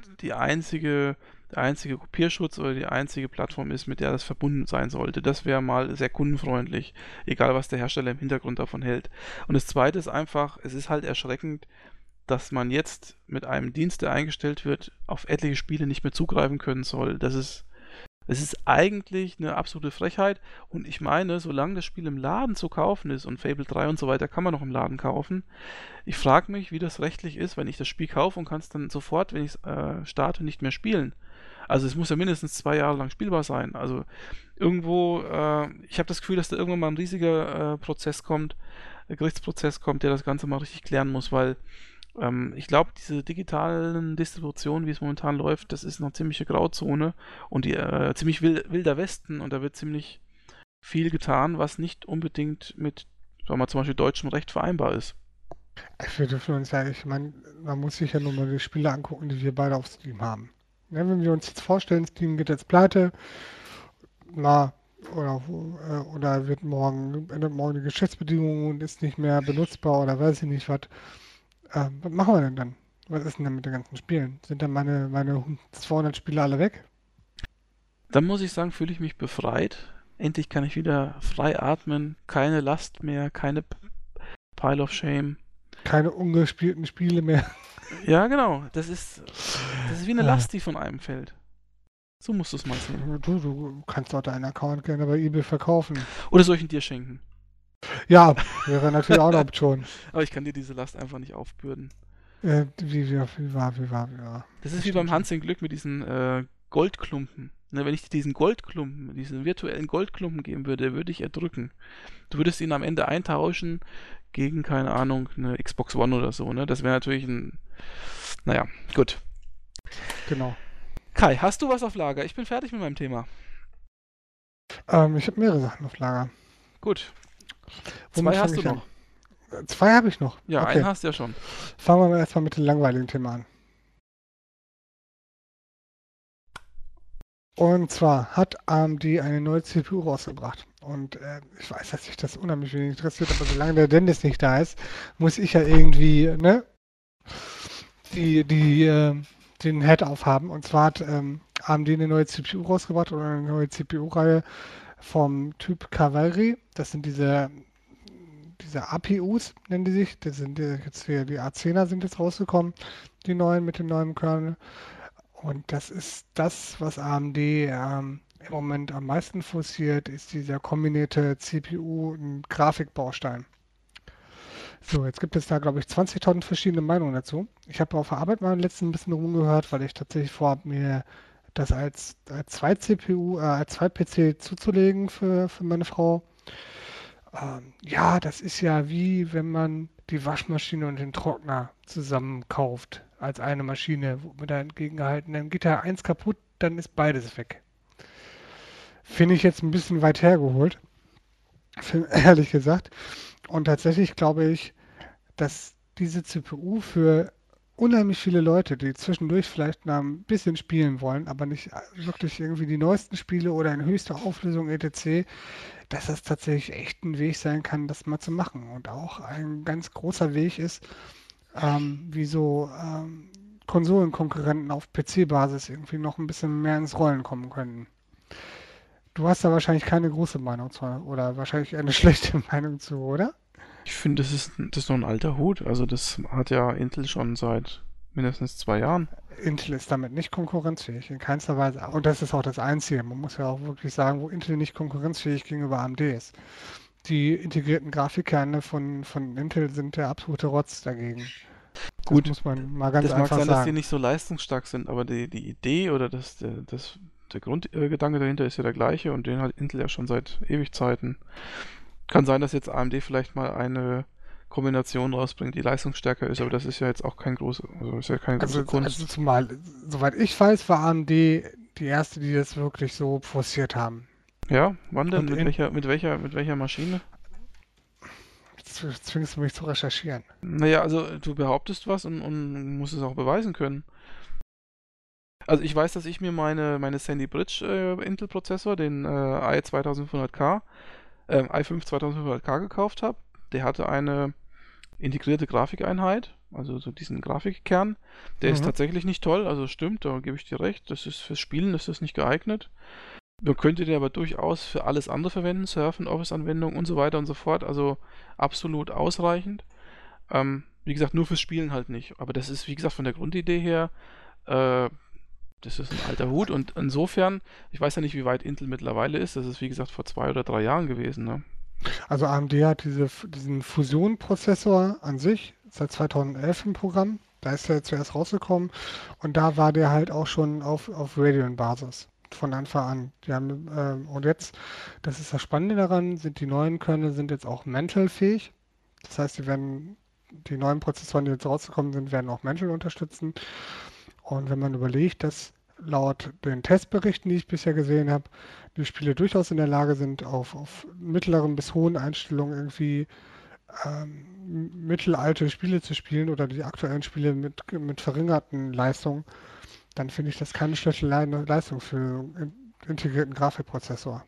der einzige Kopierschutz oder die einzige Plattform ist, mit der das verbunden sein sollte. Das wäre mal sehr kundenfreundlich, egal was der Hersteller im Hintergrund davon hält. Und das Zweite ist einfach, es ist halt erschreckend, dass man jetzt mit einem Dienst, der eingestellt wird, auf etliche Spiele nicht mehr zugreifen können soll. Es ist eigentlich eine absolute Frechheit und ich meine, solange das Spiel im Laden zu kaufen ist und Fable 3 und so weiter kann man noch im Laden kaufen, ich frage mich, wie das rechtlich ist, wenn ich das Spiel kaufe und kann es dann sofort, wenn ich es starte, nicht mehr spielen. Also es muss ja mindestens 2 Jahre lang spielbar sein. Also irgendwo, ich habe das Gefühl, dass da irgendwann mal ein riesiger Prozess kommt, Gerichtsprozess kommt, der das Ganze mal richtig klären muss, weil ich glaube, diese digitalen Distributionen, wie es momentan läuft, das ist eine ziemliche Grauzone und die ziemlich wilder Westen und da wird ziemlich viel getan, was nicht unbedingt mit, sagen wir mal, zum Beispiel deutschem Recht vereinbar ist. Wir dürfen uns ja, ich meine, man muss sich ja nur mal die Spiele angucken, die wir beide auf Steam haben. Ne, wenn wir uns jetzt vorstellen, Steam geht jetzt pleite, na, oder ändert morgen die Geschäftsbedingungen und ist nicht mehr benutzbar oder weiß ich nicht was. Was machen wir denn dann? Was ist denn dann mit den ganzen Spielen? Sind dann meine 200 Spiele alle weg? Dann muss ich sagen, fühle ich mich befreit. Endlich kann ich wieder frei atmen, keine Last mehr, keine Pile of Shame. Keine ungespielten Spiele mehr. Ja, genau, das ist wie eine Äh, Last, die von einem fällt. So musst du es mal sehen. du kannst doch deinen Account gerne bei eBay verkaufen. Oder soll ich ihn dir schenken? Ja, wäre natürlich auch eine Option. Aber ich kann dir diese Last einfach nicht aufbürden. Wie war. Das ist Das wie beim stimmt schon. Hans im Glück mit diesen Goldklumpen. Ne, wenn ich dir diesen Goldklumpen, diesen virtuellen Goldklumpen geben würde, würde ich erdrücken. Du würdest ihn am Ende eintauschen gegen, keine Ahnung, eine Xbox One oder so, ne? Das wäre natürlich ein. Naja, gut. Genau. Kai, hast du was auf Lager? Ich bin fertig mit meinem Thema. Ich habe mehrere Sachen auf Lager. Gut. Womit Zwei fange hast du ich an? noch. Zwei habe ich noch. Ja, einen Okay. hast du ja schon. Fangen wir mal erstmal mit dem langweiligen Thema an. Und zwar hat AMD eine neue CPU rausgebracht. Und ich weiß, dass sich das unheimlich wenig interessiert, aber solange der Dennis nicht da ist, muss ich ja irgendwie, ne, die, den Head aufhaben. Und zwar hat AMD eine neue CPU rausgebracht oder eine neue CPU-Reihe vom Typ Cavalry. Das sind diese APUs, nennen die sich. Das sind jetzt hier die A10er sind jetzt rausgekommen, die neuen mit dem neuen Kernel. Und das ist das, was AMD im Moment am meisten forciert, ist dieser kombinierte CPU- und Grafikbaustein. So, jetzt gibt es da, glaube ich, 20.000 verschiedene Meinungen dazu. Ich habe auf der Arbeit mal letztens ein bisschen rumgehört, weil ich tatsächlich vorhabe, mir das als zwei CPU, als zwei PC zuzulegen für meine Frau. Ja, das ist ja wie, wenn man die Waschmaschine und den Trockner zusammen kauft als eine Maschine, wo mir da entgegengehalten, dann geht da eins kaputt, dann ist beides weg. Finde ich jetzt ein bisschen weit hergeholt, ehrlich gesagt. Und tatsächlich glaube ich, dass diese CPU für unheimlich viele Leute, die zwischendurch vielleicht mal ein bisschen spielen wollen, aber nicht wirklich irgendwie die neuesten Spiele oder in höchster Auflösung etc., dass das tatsächlich echt ein Weg sein kann, das mal zu machen. Und auch ein ganz großer Weg ist, wie so Konsolenkonkurrenten auf PC-Basis irgendwie noch ein bisschen mehr ins Rollen kommen können. Du hast da wahrscheinlich keine große Meinung zu oder wahrscheinlich eine schlechte Meinung zu, oder? Ich finde, das ist noch ein alter Hut. Also das hat ja Intel schon seit mindestens 2 Jahren. Intel ist damit nicht konkurrenzfähig, in keinster Weise. Und das ist auch das Einzige. Man muss ja auch wirklich sagen, wo Intel nicht konkurrenzfähig gegenüber AMD ist. Die integrierten Grafikkerne von Intel sind der absolute Rotz dagegen. Das Gut, muss man mal ganz das mag einfach sein, dass die sagen. nicht so leistungsstark sind, aber die Idee oder der Grundgedanke dahinter ist ja der gleiche und den hat Intel ja schon seit Ewigzeiten. Kann sein, dass jetzt AMD vielleicht mal eine Kombination rausbringt, die leistungsstärker ist, aber das ist ja jetzt auch also ist ja keine große Also Kunst. zumal, soweit ich weiß, war AMD die erste, die das wirklich so forciert haben. Ja, wann denn? Und Mit welcher Maschine? jetzt zwingst du mich zu recherchieren. Naja, also du behauptest was und musst es auch beweisen können. Also ich weiß, dass ich mir meine Sandy Bridge Intel-Prozessor, den i2500K, i5 2500K gekauft habe. Der hatte eine integrierte Grafikeinheit, also so diesen Grafikkern. Der ist Mhm. tatsächlich nicht toll, also stimmt, da gebe ich dir recht. Das ist fürs Spielen ist das nicht geeignet. Man könnte den aber durchaus für alles andere verwenden, Surfen, Office-Anwendungen und so weiter und so fort. Also absolut ausreichend. Wie gesagt, nur fürs Spielen halt nicht. Aber das ist, wie gesagt, von der Grundidee her, äh, das ist ein alter Hut und insofern, ich weiß ja nicht, wie weit Intel mittlerweile ist. Das ist, wie gesagt, vor 2 oder 3 Jahren gewesen, ne? Also AMD hat diesen Fusion-Prozessor an sich seit 2011 im Programm. Da ist er zuerst rausgekommen und da war der halt auch schon auf Radeon-Basis von Anfang an. Die haben, und jetzt, das ist das Spannende daran, sind die neuen Kernel sind jetzt auch Mantle-fähig. Das heißt, die neuen Prozessoren, die jetzt rausgekommen sind, werden auch Mantle unterstützen. Und wenn man überlegt, dass laut den Testberichten, die ich bisher gesehen habe, die Spiele durchaus in der Lage sind, auf mittleren bis hohen Einstellungen irgendwie mittelalte Spiele zu spielen oder die aktuellen Spiele mit verringerten Leistungen, dann finde ich das keine schlechte Leistung für einen integrierten Grafikprozessor.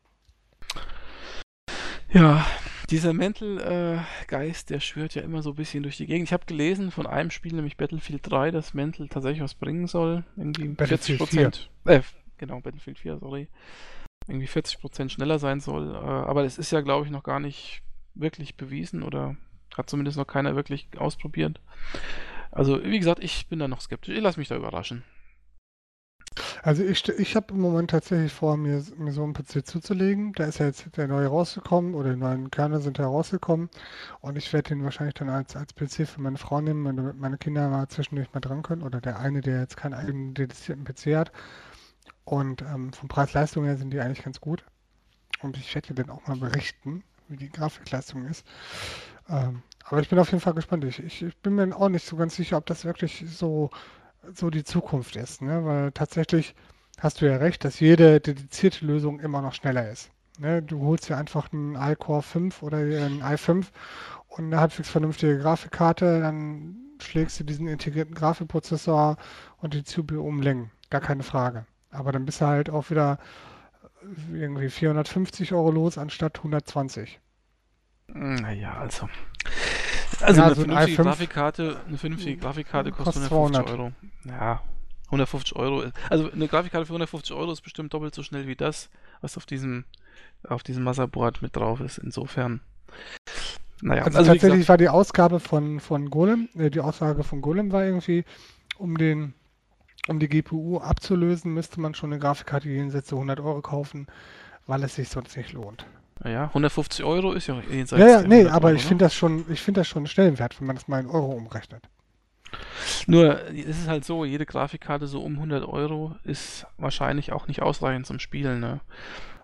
Ja, dieser Mantle-Geist, der schwirrt ja immer so ein bisschen durch die Gegend. Ich habe gelesen von einem Spiel, nämlich Battlefield 3, dass Mantle tatsächlich was bringen soll. Irgendwie Battlefield 4. 40%, genau, Battlefield 4, sorry. Irgendwie 40% schneller sein soll. Aber das ist ja, glaube ich, noch gar nicht wirklich bewiesen oder hat zumindest noch keiner wirklich ausprobiert. Also, wie gesagt, ich bin da noch skeptisch. Ich lasse mich da überraschen. Also ich habe im Moment tatsächlich vor, mir so einen PC zuzulegen. Da ist ja jetzt der neue rausgekommen oder die neuen Kerne sind ja rausgekommen. Und ich werde den wahrscheinlich dann als PC für meine Frau nehmen, damit meine Kinder mal zwischendurch mal dran können. Oder der eine, der jetzt keinen eigenen dedizierten PC hat. Und vom Preis-Leistung her sind die eigentlich ganz gut. Und ich werde dir dann auch mal berichten, wie die Grafikleistung ist. Aber ich bin auf jeden Fall gespannt. Ich bin mir auch nicht so ganz sicher, ob das wirklich so die Zukunft ist, ne? Weil tatsächlich hast du ja recht, dass jede dedizierte Lösung immer noch schneller ist. Ne? Du holst dir einfach einen iCore 5 oder einen i5 und eine halbwegs vernünftige Grafikkarte, dann schlägst du diesen integrierten Grafikprozessor und die CPU um Längen. Gar keine Frage. Aber dann bist du halt auch wieder irgendwie 450 € los anstatt 120. Naja, also Ja, eine so ein vernünftige i5 Grafikkarte, eine vernünftige Grafikkarte kostet kostet 150 200. Euro. Ja, 150 Euro. Also eine Grafikkarte für 150 Euro ist bestimmt doppelt so schnell wie das, was auf diesem Motherboard mit drauf ist. Insofern, naja, Also also wie tatsächlich gesagt, war die Ausgabe von Golem, die Aussage von Golem war irgendwie, um um die GPU abzulösen, müsste man schon eine Grafikkarte jenseits der 100 € kaufen, weil es sich sonst nicht lohnt. naja, 150 Euro ist ja Ja, jenseits ja, der nee, 100 aber Euro, ne? ich finde das schon einen Stellenwert, wenn man das mal in Euro umrechnet. Nur, es ist halt so, jede Grafikkarte so um 100 Euro ist wahrscheinlich auch nicht ausreichend zum Spielen, ne?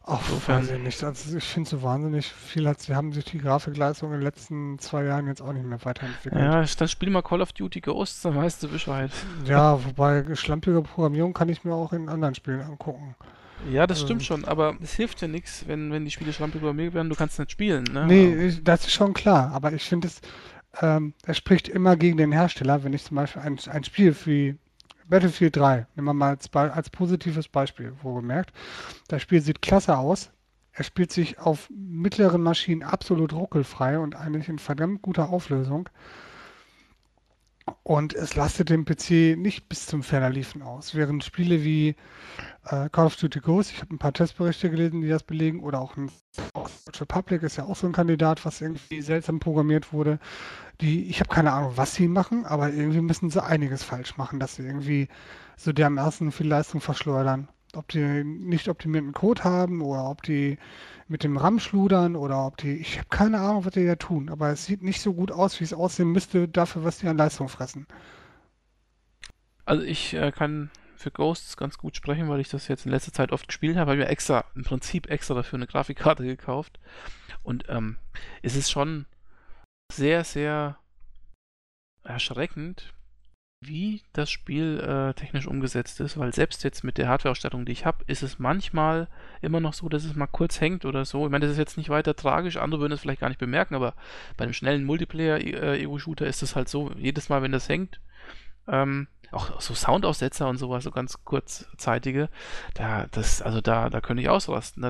Ach, weiß Insofern, ich nicht. Also ich finde so wahnsinnig viel sie haben sich die Grafikleistung in den letzten 2 Jahren jetzt auch nicht mehr weiterentwickelt. ja, dann spiel mal Call of Duty Ghosts, dann weißt du Bescheid. Ja, wobei schlampige Programmierung kann ich mir auch in anderen Spielen angucken. Ja, das stimmt Also, schon, aber es hilft ja nichts, wenn die Spiele schlampig programmiert werden, du kannst nicht spielen, nee, ne? das ist schon klar, aber ich finde es spricht immer gegen den Hersteller, wenn ich zum Beispiel ein Spiel wie Battlefield 3, nehmen wir mal als positives Beispiel, wohlgemerkt, das Spiel sieht klasse aus, er spielt sich auf mittleren Maschinen absolut ruckelfrei und eigentlich in verdammt guter Auflösung. Und es lastet den PC nicht bis zum Fernerliefen aus. Während Spiele wie Call of Duty Ghosts, ich habe ein paar Testberichte gelesen, die das belegen, oder auch ein Republic ist ja auch so ein Kandidat, was irgendwie seltsam programmiert wurde. Ich habe keine Ahnung, was sie machen, aber irgendwie müssen sie einiges falsch machen, dass sie irgendwie so dermaßen viel Leistung verschleudern. Ob die nicht optimierten Code haben oder ob die mit dem RAM schludern oder ob die, ich habe keine Ahnung, was die da tun, aber es sieht nicht so gut aus, wie es aussehen müsste, dafür, was die an Leistung fressen. Also ich kann für Ghosts ganz gut sprechen, weil ich das jetzt in letzter Zeit oft gespielt habe. Habe ich mir im Prinzip extra dafür eine Grafikkarte gekauft. Und es ist schon sehr, sehr erschreckend, wie das Spiel technisch umgesetzt ist, weil selbst jetzt mit der Hardware-Ausstattung, die ich habe, ist es manchmal immer noch so, dass es mal kurz hängt oder so. Ich meine, das ist jetzt nicht weiter tragisch, andere würden es vielleicht gar nicht bemerken, aber bei einem schnellen Multiplayer-Ego-Shooter ist es halt so, jedes Mal, wenn das hängt, auch so Soundaussetzer und sowas, so ganz kurzzeitige, da könnte ich ausrasten, ne?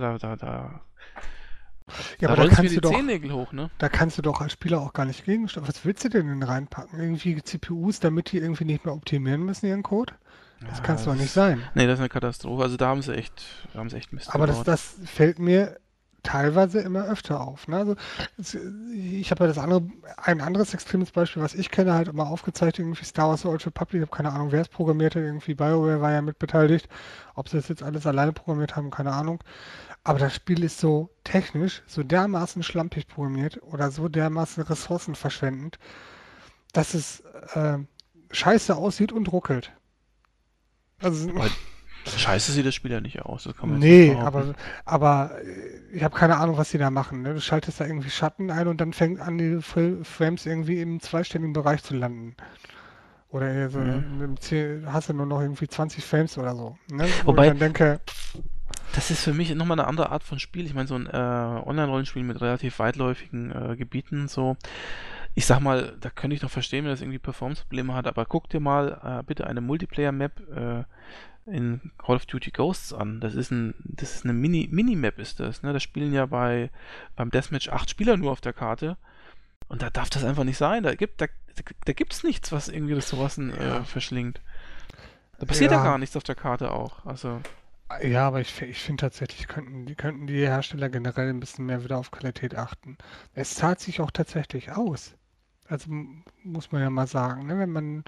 Ja, Da aber da rollen sich mir kannst die du doch, Zehennägel hoch, ne? da kannst du doch als Spieler auch gar nicht gegensteuern. Was willst du denn reinpacken? Irgendwie CPUs, damit die irgendwie nicht mehr optimieren müssen, ihren Code? Das kann Ja, es doch nicht sein. nee, das ist eine Katastrophe. Also da haben sie echt Mist Aber das, gebaut. das fällt mir teilweise immer öfter auf. Ne? Also, ich habe ja ein anderes extremes Beispiel, was ich kenne, halt immer aufgezeigt, irgendwie Star Wars The Old Republic. Ich habe keine Ahnung, wer es programmierte, irgendwie BioWare war ja mit beteiligt. Ob sie das jetzt alles alleine programmiert haben, keine Ahnung. Aber das Spiel ist so technisch, so dermaßen schlampig programmiert oder so dermaßen ressourcenverschwendend, dass es äh, scheiße aussieht und ruckelt. Also, Aber scheiße sieht das Spiel ja nicht aus, das kann man jetzt nicht nee, behaupten. aber ich habe keine Ahnung, was die da machen. Ne? Du schaltest da irgendwie Schatten ein und dann fängt an, die Frames irgendwie im zweistelligen Bereich zu landen. Oder eher so, Mhm. hast du nur noch irgendwie 20 Frames oder so. Ne? Wo ich Wobei, dann denke, das ist für mich nochmal eine andere Art von Spiel. Ich meine, so ein Online-Rollenspiel mit relativ weitläufigen Gebieten, so. Ich sag mal, da könnte ich noch verstehen, wenn das irgendwie Performance-Probleme hat, aber guck dir mal bitte eine Multiplayer-Map in Call of Duty Ghosts an. Das ist eine Minimap ist das, ne? Da spielen ja beim Deathmatch 8 Spieler nur auf der Karte. Und da darf das einfach nicht sein. Da gibt's nichts, was irgendwie Ressourcen ja, verschlingt. Da passiert ja ja, gar nichts auf der Karte auch. Also, ja, aber ich finde tatsächlich, könnten die Hersteller generell ein bisschen mehr wieder auf Qualität achten. Es zahlt sich auch tatsächlich aus. Also muss man ja mal sagen, ne?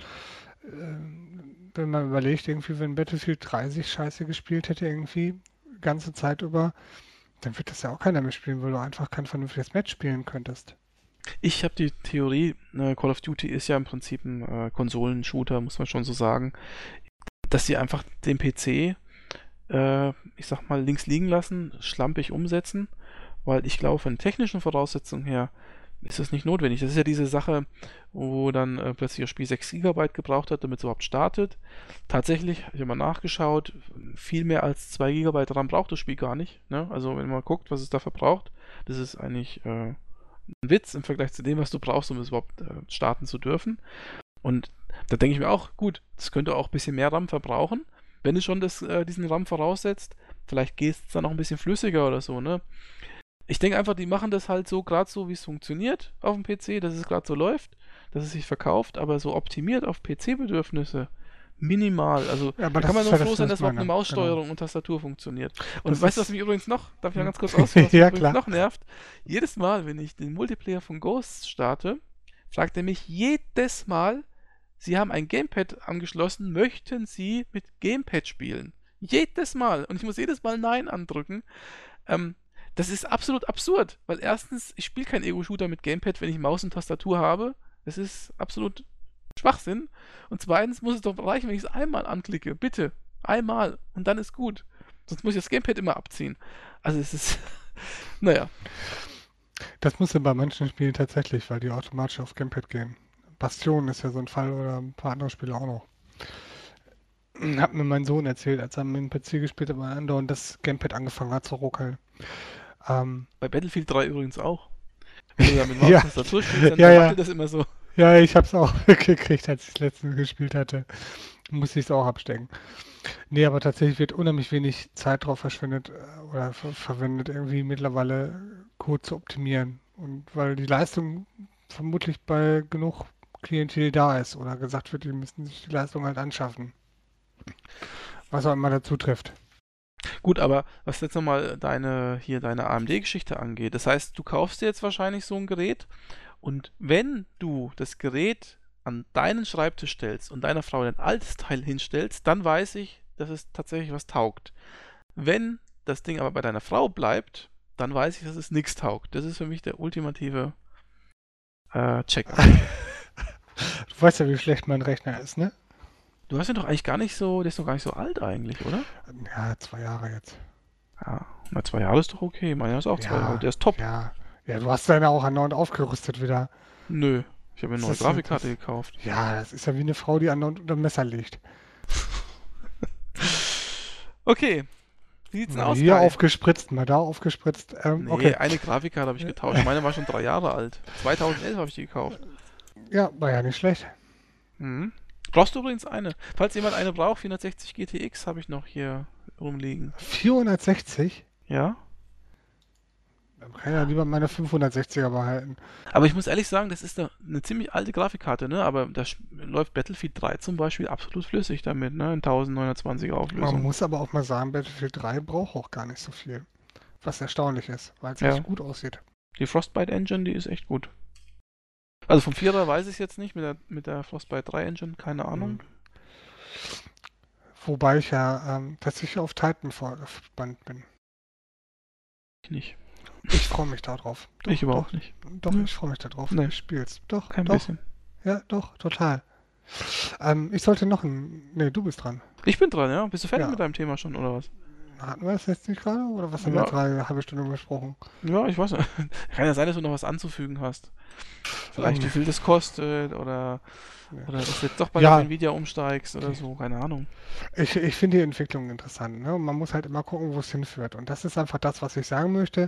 Wenn man überlegt, irgendwie, wenn Battlefield 3 sich scheiße gespielt hätte, irgendwie, ganze Zeit über, dann wird das ja auch keiner mehr spielen, weil du einfach kein vernünftiges Match spielen könntest. ich habe die Theorie, Call of Duty ist ja im Prinzip ein Konsolenshooter, muss man schon so sagen, dass sie einfach den PC, ich sag mal, links liegen lassen, schlampig umsetzen, weil ich glaube, von den technischen Voraussetzungen her ist das nicht notwendig. Das ist ja diese Sache, wo dann plötzlich das Spiel 6 GB gebraucht hat, damit es überhaupt startet. Tatsächlich, ich habe mal nachgeschaut, viel mehr als 2 GB RAM braucht das Spiel gar nicht. Ne? Also wenn man guckt, was es da verbraucht, das ist eigentlich ein Witz im Vergleich zu dem, was du brauchst, um es überhaupt starten zu dürfen. Und da denke ich mir auch, gut, das könnte auch ein bisschen mehr RAM verbrauchen, wenn es schon diesen RAM voraussetzt. Vielleicht geht es dann auch ein bisschen flüssiger oder so, ne? Ich denke einfach, die machen das halt so, gerade so, wie es funktioniert auf dem PC, dass es gerade so läuft, dass es sich verkauft, aber so optimiert auf PC-Bedürfnisse minimal. Also Ja, aber da kann das man ist nur ja froh das, sein, was dass ich überhaupt eine meine. Genau. Maussteuerung und Tastatur funktioniert. Und Das weißt du, was ist. mich übrigens noch, darf ich ja Hm. ganz kurz ausführen, was mich Ja, übrigens klar. noch nervt? Jedes Mal, wenn ich den Multiplayer von Ghosts starte, fragt er mich jedes Mal, Sie haben ein Gamepad angeschlossen, möchten Sie mit Gamepad spielen? Jedes Mal. Und ich muss jedes Mal Nein andrücken. Ähm, Das ist absolut absurd, weil erstens, ich spiele keinen Ego-Shooter mit Gamepad, wenn ich Maus und Tastatur habe. Das ist absolut Schwachsinn. Und zweitens muss es doch reichen, wenn ich es einmal anklicke. Bitte. Einmal. Und dann ist gut. Sonst muss ich das Gamepad immer abziehen. Also es ist, naja. Das muss ja bei manchen Spielen tatsächlich, weil die automatisch aufs Gamepad gehen. Bastion ist ja so ein Fall oder ein paar andere Spiele auch noch. Hat mir mein Sohn erzählt, als er mit dem PC gespielt hat, weil andauernd das Gamepad angefangen hat zu ruckeln. Ähm, Bei Battlefield 3 übrigens auch. Wenn du da mit ja, Maustastatur spielst, dann ja, wackelt ja. das immer so. Ja, ich hab's auch gekriegt, als ich das letzte gespielt hatte. Musste ich es auch abstecken. Nee, aber tatsächlich wird unheimlich wenig Zeit drauf verschwendet oder verwendet, irgendwie mittlerweile Code zu optimieren. Und weil die Leistung vermutlich bei genug Klientel da ist oder gesagt wird, die müssen sich die Leistung halt anschaffen. Was auch immer dazu trifft. Gut, aber was jetzt nochmal deine AMD-Geschichte angeht, das heißt, du kaufst dir jetzt wahrscheinlich so ein Gerät und wenn du das Gerät an deinen Schreibtisch stellst und deiner Frau ein altes Teil hinstellst, dann weiß ich, dass es tatsächlich was taugt. Wenn das Ding aber bei deiner Frau bleibt, dann weiß ich, dass es nichts taugt. Das ist für mich der ultimative Check. Du weißt ja, wie schlecht mein Rechner ist, ne? Du hast ja doch eigentlich gar nicht so, der ist doch gar nicht so alt eigentlich, oder? Ja, 2 Jahre jetzt. Ja, na 2 Jahre ist doch okay. Meiner ist auch 2 Jahre. Ja, Der ist top. ja. Ja, du hast deine auch andauernd aufgerüstet wieder. Nö, ich habe mir eine neue Das ist, Grafikkarte gekauft. ja, das ist ja wie eine Frau, die andauernd unter dem Messer liegt. Okay, wie sieht's denn Mal aus, hier Kai? aufgespritzt, mal da aufgespritzt. Nee, Okay. eine Grafikkarte habe ich getauscht. Meine war schon 3 Jahre alt. 2011 habe ich die gekauft. Ja, war ja nicht schlecht. Mhm. Brauchst du übrigens eine? Falls jemand eine braucht, 460 GTX habe ich noch hier rumliegen. 460? Ja? Dann kann ich ja lieber meine 560er behalten. Aber ich muss ehrlich sagen, das ist eine ziemlich alte Grafikkarte, ne? Aber da läuft Battlefield 3 zum Beispiel absolut flüssig damit, ne? In 1920 Man Auflösung. muss aber auch mal sagen, Battlefield 3 braucht auch gar nicht so viel. Was erstaunlich ist, weil es echt Ja. gut aussieht. Die Frostbite Engine, die ist echt gut. Also vom Vierer weiß ich jetzt nicht, mit der Frostbite 3 Engine, keine Ahnung. Hm. Wobei ich ja tatsächlich auf Titanfall gespannt bin. Ich nicht. Ich freue mich darauf. Doch, Ich doch, überhaupt nicht. doch, Nö. ich freue mich darauf. Nee, Ich spiel's. Doch, kein doch. bisschen. Ja, doch, total. Ich sollte noch ein. Nee, du bist dran. Ich bin dran, ja? Bist du fertig Ja. mit deinem Thema schon, oder was? Hatten wir das jetzt nicht gerade? Oder was haben wir Ja, jetzt gerade eine halbe Stunde besprochen? ja, ich weiß nicht. Kann ja sein, dass du noch was anzufügen hast. Vielleicht wie Ähm, viel das kostet oder ja. dass du jetzt doch bald auf Ja, Nvidia umsteigst oder so, keine Ahnung. ich finde die Entwicklung interessant. Ne? Und man muss halt immer gucken, wo es hinführt. Und das ist einfach das, was ich sagen möchte.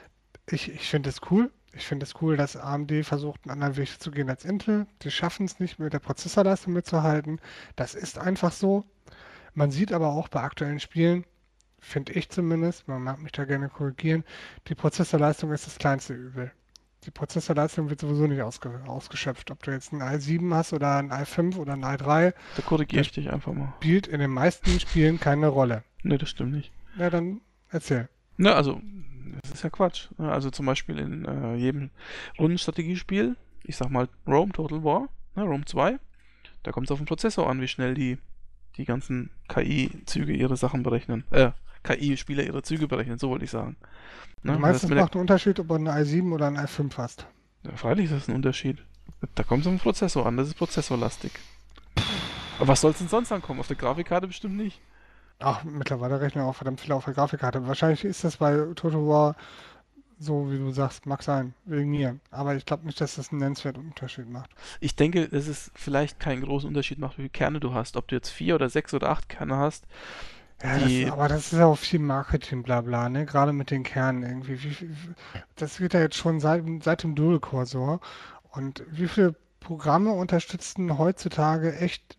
Ich finde es cool. Ich finde es cool, dass AMD versucht, einen anderen Weg zu gehen als Intel. Die schaffen es nicht, mit der Prozessorleistung mitzuhalten. Das ist einfach so. Man sieht aber auch bei aktuellen Spielen, finde ich zumindest, man mag mich da gerne korrigieren, die Prozessorleistung ist das kleinste Übel. Die Prozessorleistung wird sowieso nicht ausgeschöpft. Ob du jetzt einen i7 hast oder einen i5 oder einen i3, Da korrigiere das ich dich einfach mal. spielt in den meisten Spielen keine Rolle. Ne, das stimmt nicht. Na dann erzähl. Ne, also, das ist ja Quatsch. Ne, also zum Beispiel in jedem Rundenstrategiespiel, ich sag mal Rome Total War, ne, Rome 2, da kommt es auf den Prozessor an, wie schnell die ganzen KI-Züge ihre Sachen berechnen. KI-Spieler ihre Züge berechnen, so wollte ich sagen. Und du Ne? meinst, Das es mit der, macht einen Unterschied, ob du einen i7 oder einen i5 hast? ja, freilich ist das ein Unterschied. Da kommt es auf den Prozessor an, das ist prozessorlastig. Aber was soll es denn sonst ankommen? Auf der Grafikkarte bestimmt nicht. Ach, mittlerweile rechnen auch verdammt viele auf der Grafikkarte. Wahrscheinlich ist das bei Total War so, wie du sagst, mag sein, wegen mir. Aber ich glaube nicht, dass das einen nennenswerten Unterschied macht. Ich denke, dass es vielleicht keinen großen Unterschied macht, wie viele Kerne du hast. Ob du jetzt 4 oder 6 oder 8 Kerne hast. Ja, Die, aber das ist ja auch viel Marketing, bla bla, ne? Gerade mit den Kernen irgendwie. Das geht ja jetzt schon seit dem Dual-Core so. Und wie viele Programme unterstützen heutzutage echt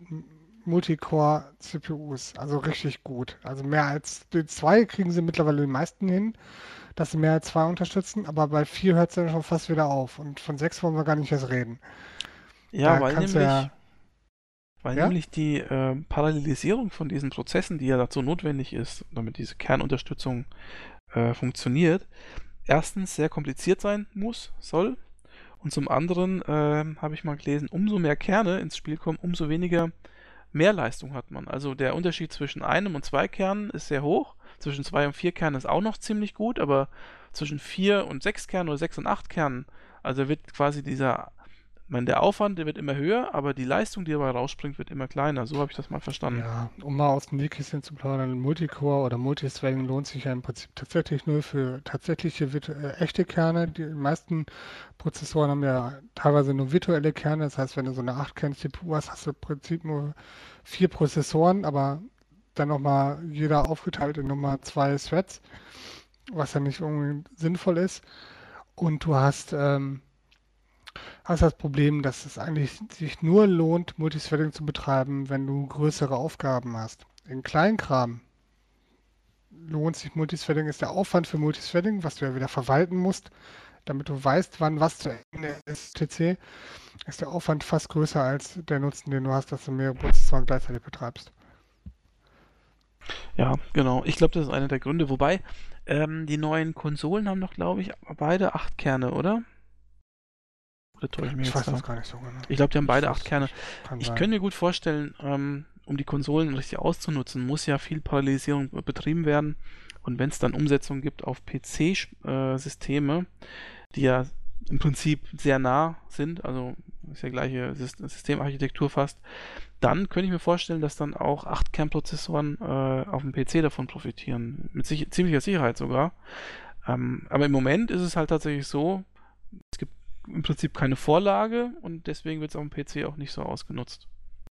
Multicore-CPUs? Also richtig gut. Also mehr als die zwei kriegen sie mittlerweile die meisten hin, dass sie mehr als zwei unterstützen, aber bei vier hört es dann schon fast wieder auf. Und von sechs wollen wir gar nicht erst reden. ja, Da weil kannst du nämlich, ja, weil ja? nämlich die Parallelisierung von diesen Prozessen, die ja dazu notwendig ist, damit diese Kernunterstützung funktioniert, erstens sehr kompliziert sein soll. Und zum anderen habe ich mal gelesen, umso mehr Kerne ins Spiel kommen, umso weniger Mehrleistung hat man. Also der Unterschied zwischen einem und zwei Kernen ist sehr hoch. Zwischen zwei und vier Kernen ist auch noch ziemlich gut, aber zwischen vier und sechs Kernen oder sechs und acht Kernen, also wird quasi Ich meine, der Aufwand, der wird immer höher, aber die Leistung, die dabei rausspringt, wird immer kleiner. So habe ich das mal verstanden. Ja, um mal aus dem Nähkästchen zu plaudern, Multicore oder Multithreading lohnt sich ja im Prinzip tatsächlich nur für tatsächliche echte Kerne. Die meisten Prozessoren haben ja teilweise nur virtuelle Kerne. Das heißt, wenn du so eine 8-Kern-CPU hast, hast du im Prinzip nur 4 Prozessoren, aber dann nochmal jeder aufgeteilt in nochmal 2 Threads, was ja nicht unbedingt sinnvoll ist. Und du hast das Problem, dass es eigentlich sich nur lohnt, Multithreading zu betreiben, wenn du größere Aufgaben hast. In Kleinkram lohnt sich Multithreading, ist der Aufwand für Multithreading, was du ja wieder verwalten musst, damit du weißt, wann was zu Ende ist, etc., ist der Aufwand fast größer als der Nutzen, den du hast, dass du mehrere Prozessoren gleichzeitig betreibst. Ja, genau. Ich glaube, das ist einer der Gründe. Wobei, die neuen Konsolen haben doch, glaube ich, beide 8 Kerne, oder? Oder täusche ich mich Ich jetzt weiß da? das gar nicht so genau. Ich glaube, die haben Ich beide 8 weiß Kerne. nicht. Kann Ich sein. könnte mir gut vorstellen, um die Konsolen richtig auszunutzen, muss ja viel Parallelisierung betrieben werden. Und wenn es dann Umsetzungen gibt auf PC-Systeme, die ja im Prinzip sehr nah sind, also ist ja gleiche Systemarchitektur fast, dann könnte ich mir vorstellen, dass dann auch 8-Kern-Prozessoren auf dem PC davon profitieren. Mit ziemlicher Sicherheit sogar. Aber im Moment ist es halt tatsächlich so, es gibt im Prinzip keine Vorlage und deswegen wird es auf dem PC auch nicht so ausgenutzt.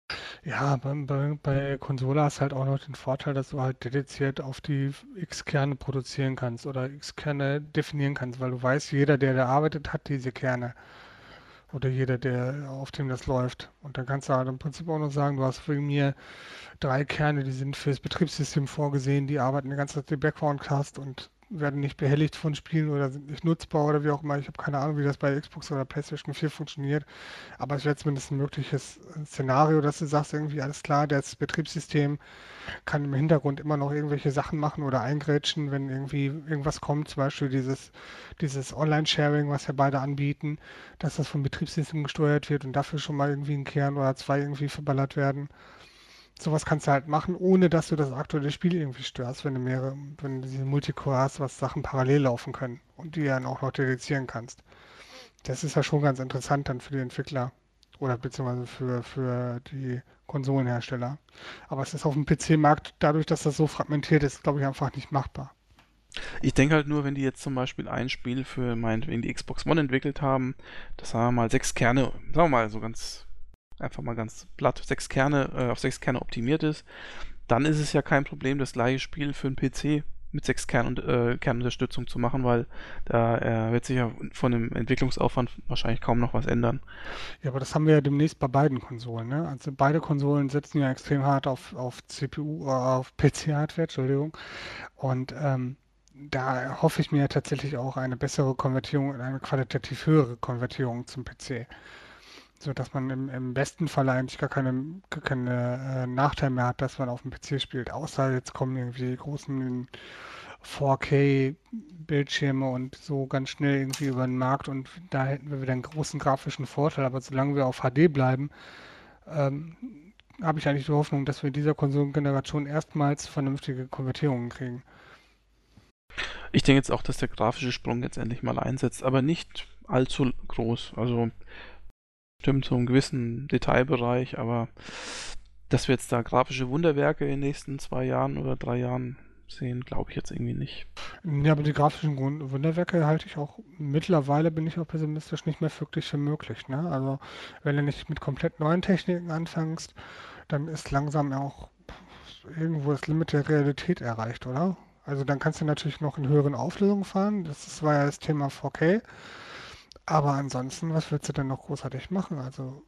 Ja, bei Konsole hast du halt auch noch den Vorteil, dass du halt dediziert auf die X-Kerne produzieren kannst oder X-Kerne definieren kannst, weil du weißt, jeder, der da arbeitet, hat diese Kerne. Oder jeder, der auf dem das läuft. Und dann kannst du halt im Prinzip auch noch sagen, du hast wegen mir 3 Kerne, die sind fürs Betriebssystem vorgesehen, die arbeiten die ganze Zeit im Background-Cast und werden nicht behelligt von Spielen oder sind nicht nutzbar oder wie auch immer. Ich habe keine Ahnung, wie das bei Xbox oder PlayStation 4 funktioniert. Aber es wäre zumindest ein mögliches Szenario, dass du sagst, irgendwie alles klar, das Betriebssystem kann im Hintergrund immer noch irgendwelche Sachen machen oder eingrätschen, wenn irgendwie irgendwas kommt, zum Beispiel dieses Online-Sharing, was ja beide anbieten, dass das vom Betriebssystem gesteuert wird und dafür schon mal irgendwie ein Kern oder 2 irgendwie verballert werden. Sowas kannst du halt machen, ohne dass du das aktuelle Spiel irgendwie störst, wenn du diese Multicore hast, was Sachen parallel laufen können und die dann auch noch dedizieren kannst. Das ist ja schon ganz interessant dann für die Entwickler oder beziehungsweise für die Konsolenhersteller. Aber es ist auf dem PC-Markt, dadurch, dass das so fragmentiert ist, glaube ich, einfach nicht machbar. Ich denke halt nur, wenn die jetzt zum Beispiel ein Spiel für meinetwegen die Xbox One entwickelt haben, das sagen wir mal 6 Kerne, sagen wir mal so ganz, einfach mal ganz platt, 6 Kerne, auf 6 Kerne optimiert ist, dann ist es ja kein Problem, das gleiche Spiel für einen PC mit 6 Kernunterstützung zu machen, weil da wird sich ja von dem Entwicklungsaufwand wahrscheinlich kaum noch was ändern. Ja, aber das haben wir ja demnächst bei beiden Konsolen, ne? Also beide Konsolen setzen ja extrem hart auf CPU, auf PC-Hardware, Entschuldigung. Und da hoffe ich mir ja tatsächlich auch eine bessere Konvertierung und eine qualitativ höhere Konvertierung zum PC. So dass man im besten Fall eigentlich gar keine Nachteile mehr hat, dass man auf dem PC spielt. Außer jetzt kommen irgendwie die großen 4K-Bildschirme und so ganz schnell irgendwie über den Markt und da hätten wir wieder einen großen grafischen Vorteil. Aber solange wir auf HD bleiben, ähm, habe ich eigentlich die Hoffnung, dass wir in dieser Konsolengeneration erstmals vernünftige Konvertierungen kriegen. Ich denke jetzt auch, dass der grafische Sprung jetzt endlich mal einsetzt, aber nicht allzu groß. Also stimmt so einen gewissen Detailbereich, aber dass wir jetzt da grafische Wunderwerke in den nächsten 2 Jahren oder 3 Jahren sehen, glaube ich jetzt irgendwie nicht. Ja, aber die grafischen Wunderwerke halte ich auch, mittlerweile bin ich auch pessimistisch nicht mehr wirklich für möglich, ne? Also, wenn du nicht mit komplett neuen Techniken anfängst, dann ist langsam auch irgendwo das Limit der Realität erreicht, oder? Also dann kannst du natürlich noch in höheren Auflösungen fahren, war ja das Thema 4K, aber ansonsten, was willst du denn noch großartig machen? Also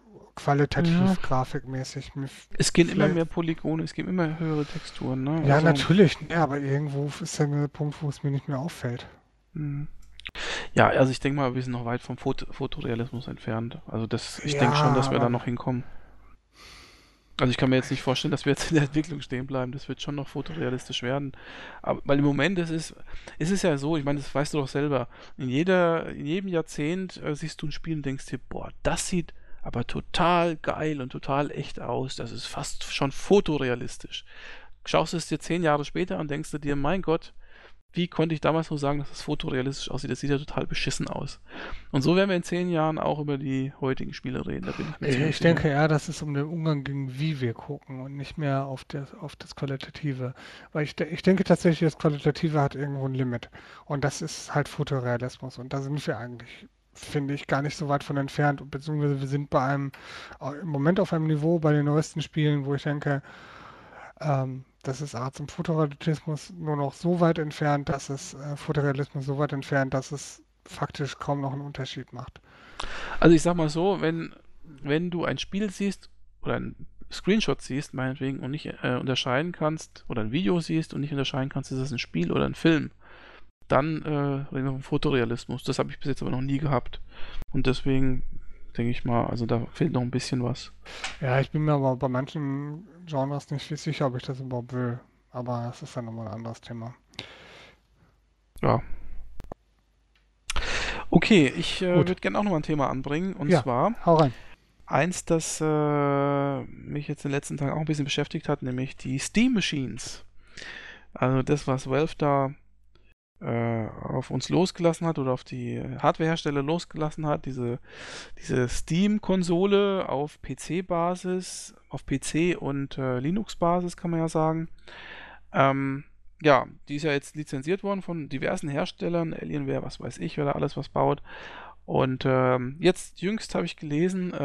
Ja, qualitativ, grafikmäßig, es gehen immer vielleicht, mehr Polygone, es gehen immer höhere Texturen, ne? ja, Also, natürlich, ne, aber irgendwo ist dann der Punkt, wo es mir nicht mehr auffällt. hm. Ja, also ich denke mal, wir sind noch weit vom Fotorealismus entfernt. Also ich Ja, denke schon, dass wir da aber noch hinkommen. Also ich kann mir jetzt nicht vorstellen, dass wir jetzt in der Entwicklung stehen bleiben. Das wird schon noch fotorealistisch werden. Aber, weil im Moment ist es ja so, ich meine, das weißt du doch selber. In jedem Jahrzehnt siehst du ein Spiel und denkst dir, boah, das sieht aber total geil und total echt aus. Das ist fast schon fotorealistisch. Schaust es dir 10 Jahre später und denkst du dir, mein Gott, wie konnte ich damals nur sagen, dass das fotorealistisch aussieht? Das sieht ja total beschissen aus. Und so werden wir in 10 Jahren auch über die heutigen Spiele reden, da bin ich mir ziemlich Ich sicher. denke eher, dass es um den Umgang ging, wie wir gucken und nicht mehr auf das Qualitative. Weil ich denke tatsächlich, das Qualitative hat irgendwo ein Limit. Und das ist halt Fotorealismus. Und da sind wir eigentlich, finde ich, gar nicht so weit von entfernt. Beziehungsweise wir sind im Moment auf einem Niveau bei den neuesten Spielen, wo ich denke, das ist Art zum Fotorealismus nur noch so weit entfernt, Fotorealismus so weit entfernt, dass es faktisch kaum noch einen Unterschied macht. Also ich sag mal so, wenn du ein Spiel siehst oder ein Screenshot siehst, meinetwegen, und nicht unterscheiden kannst, oder ein Video siehst und nicht unterscheiden kannst, ist das ein Spiel oder ein Film, dann reden wir vom Fotorealismus. Das habe ich bis jetzt aber noch nie gehabt. Und deswegen denke ich mal, also da fehlt noch ein bisschen was. Ja, ich bin mir aber bei manchen Genres nicht viel sicher, ob ich das überhaupt will. Aber das ist dann nochmal ein anderes Thema. Ja. Okay, ich Gut, würde gerne auch noch mal ein Thema anbringen. Und ja, zwar hau rein. eins, das mich jetzt in den letzten Tagen auch ein bisschen beschäftigt hat, nämlich die Steam Machines. Also das, was Valve da auf uns losgelassen hat oder auf die Hardwarehersteller losgelassen hat, diese Steam-Konsole auf PC-Basis, auf PC und Linux-Basis kann man ja sagen. Ähm, ja, die ist ja jetzt lizenziert worden von diversen Herstellern, Alienware, was weiß ich, wer da alles was baut. Und jetzt jüngst habe ich gelesen,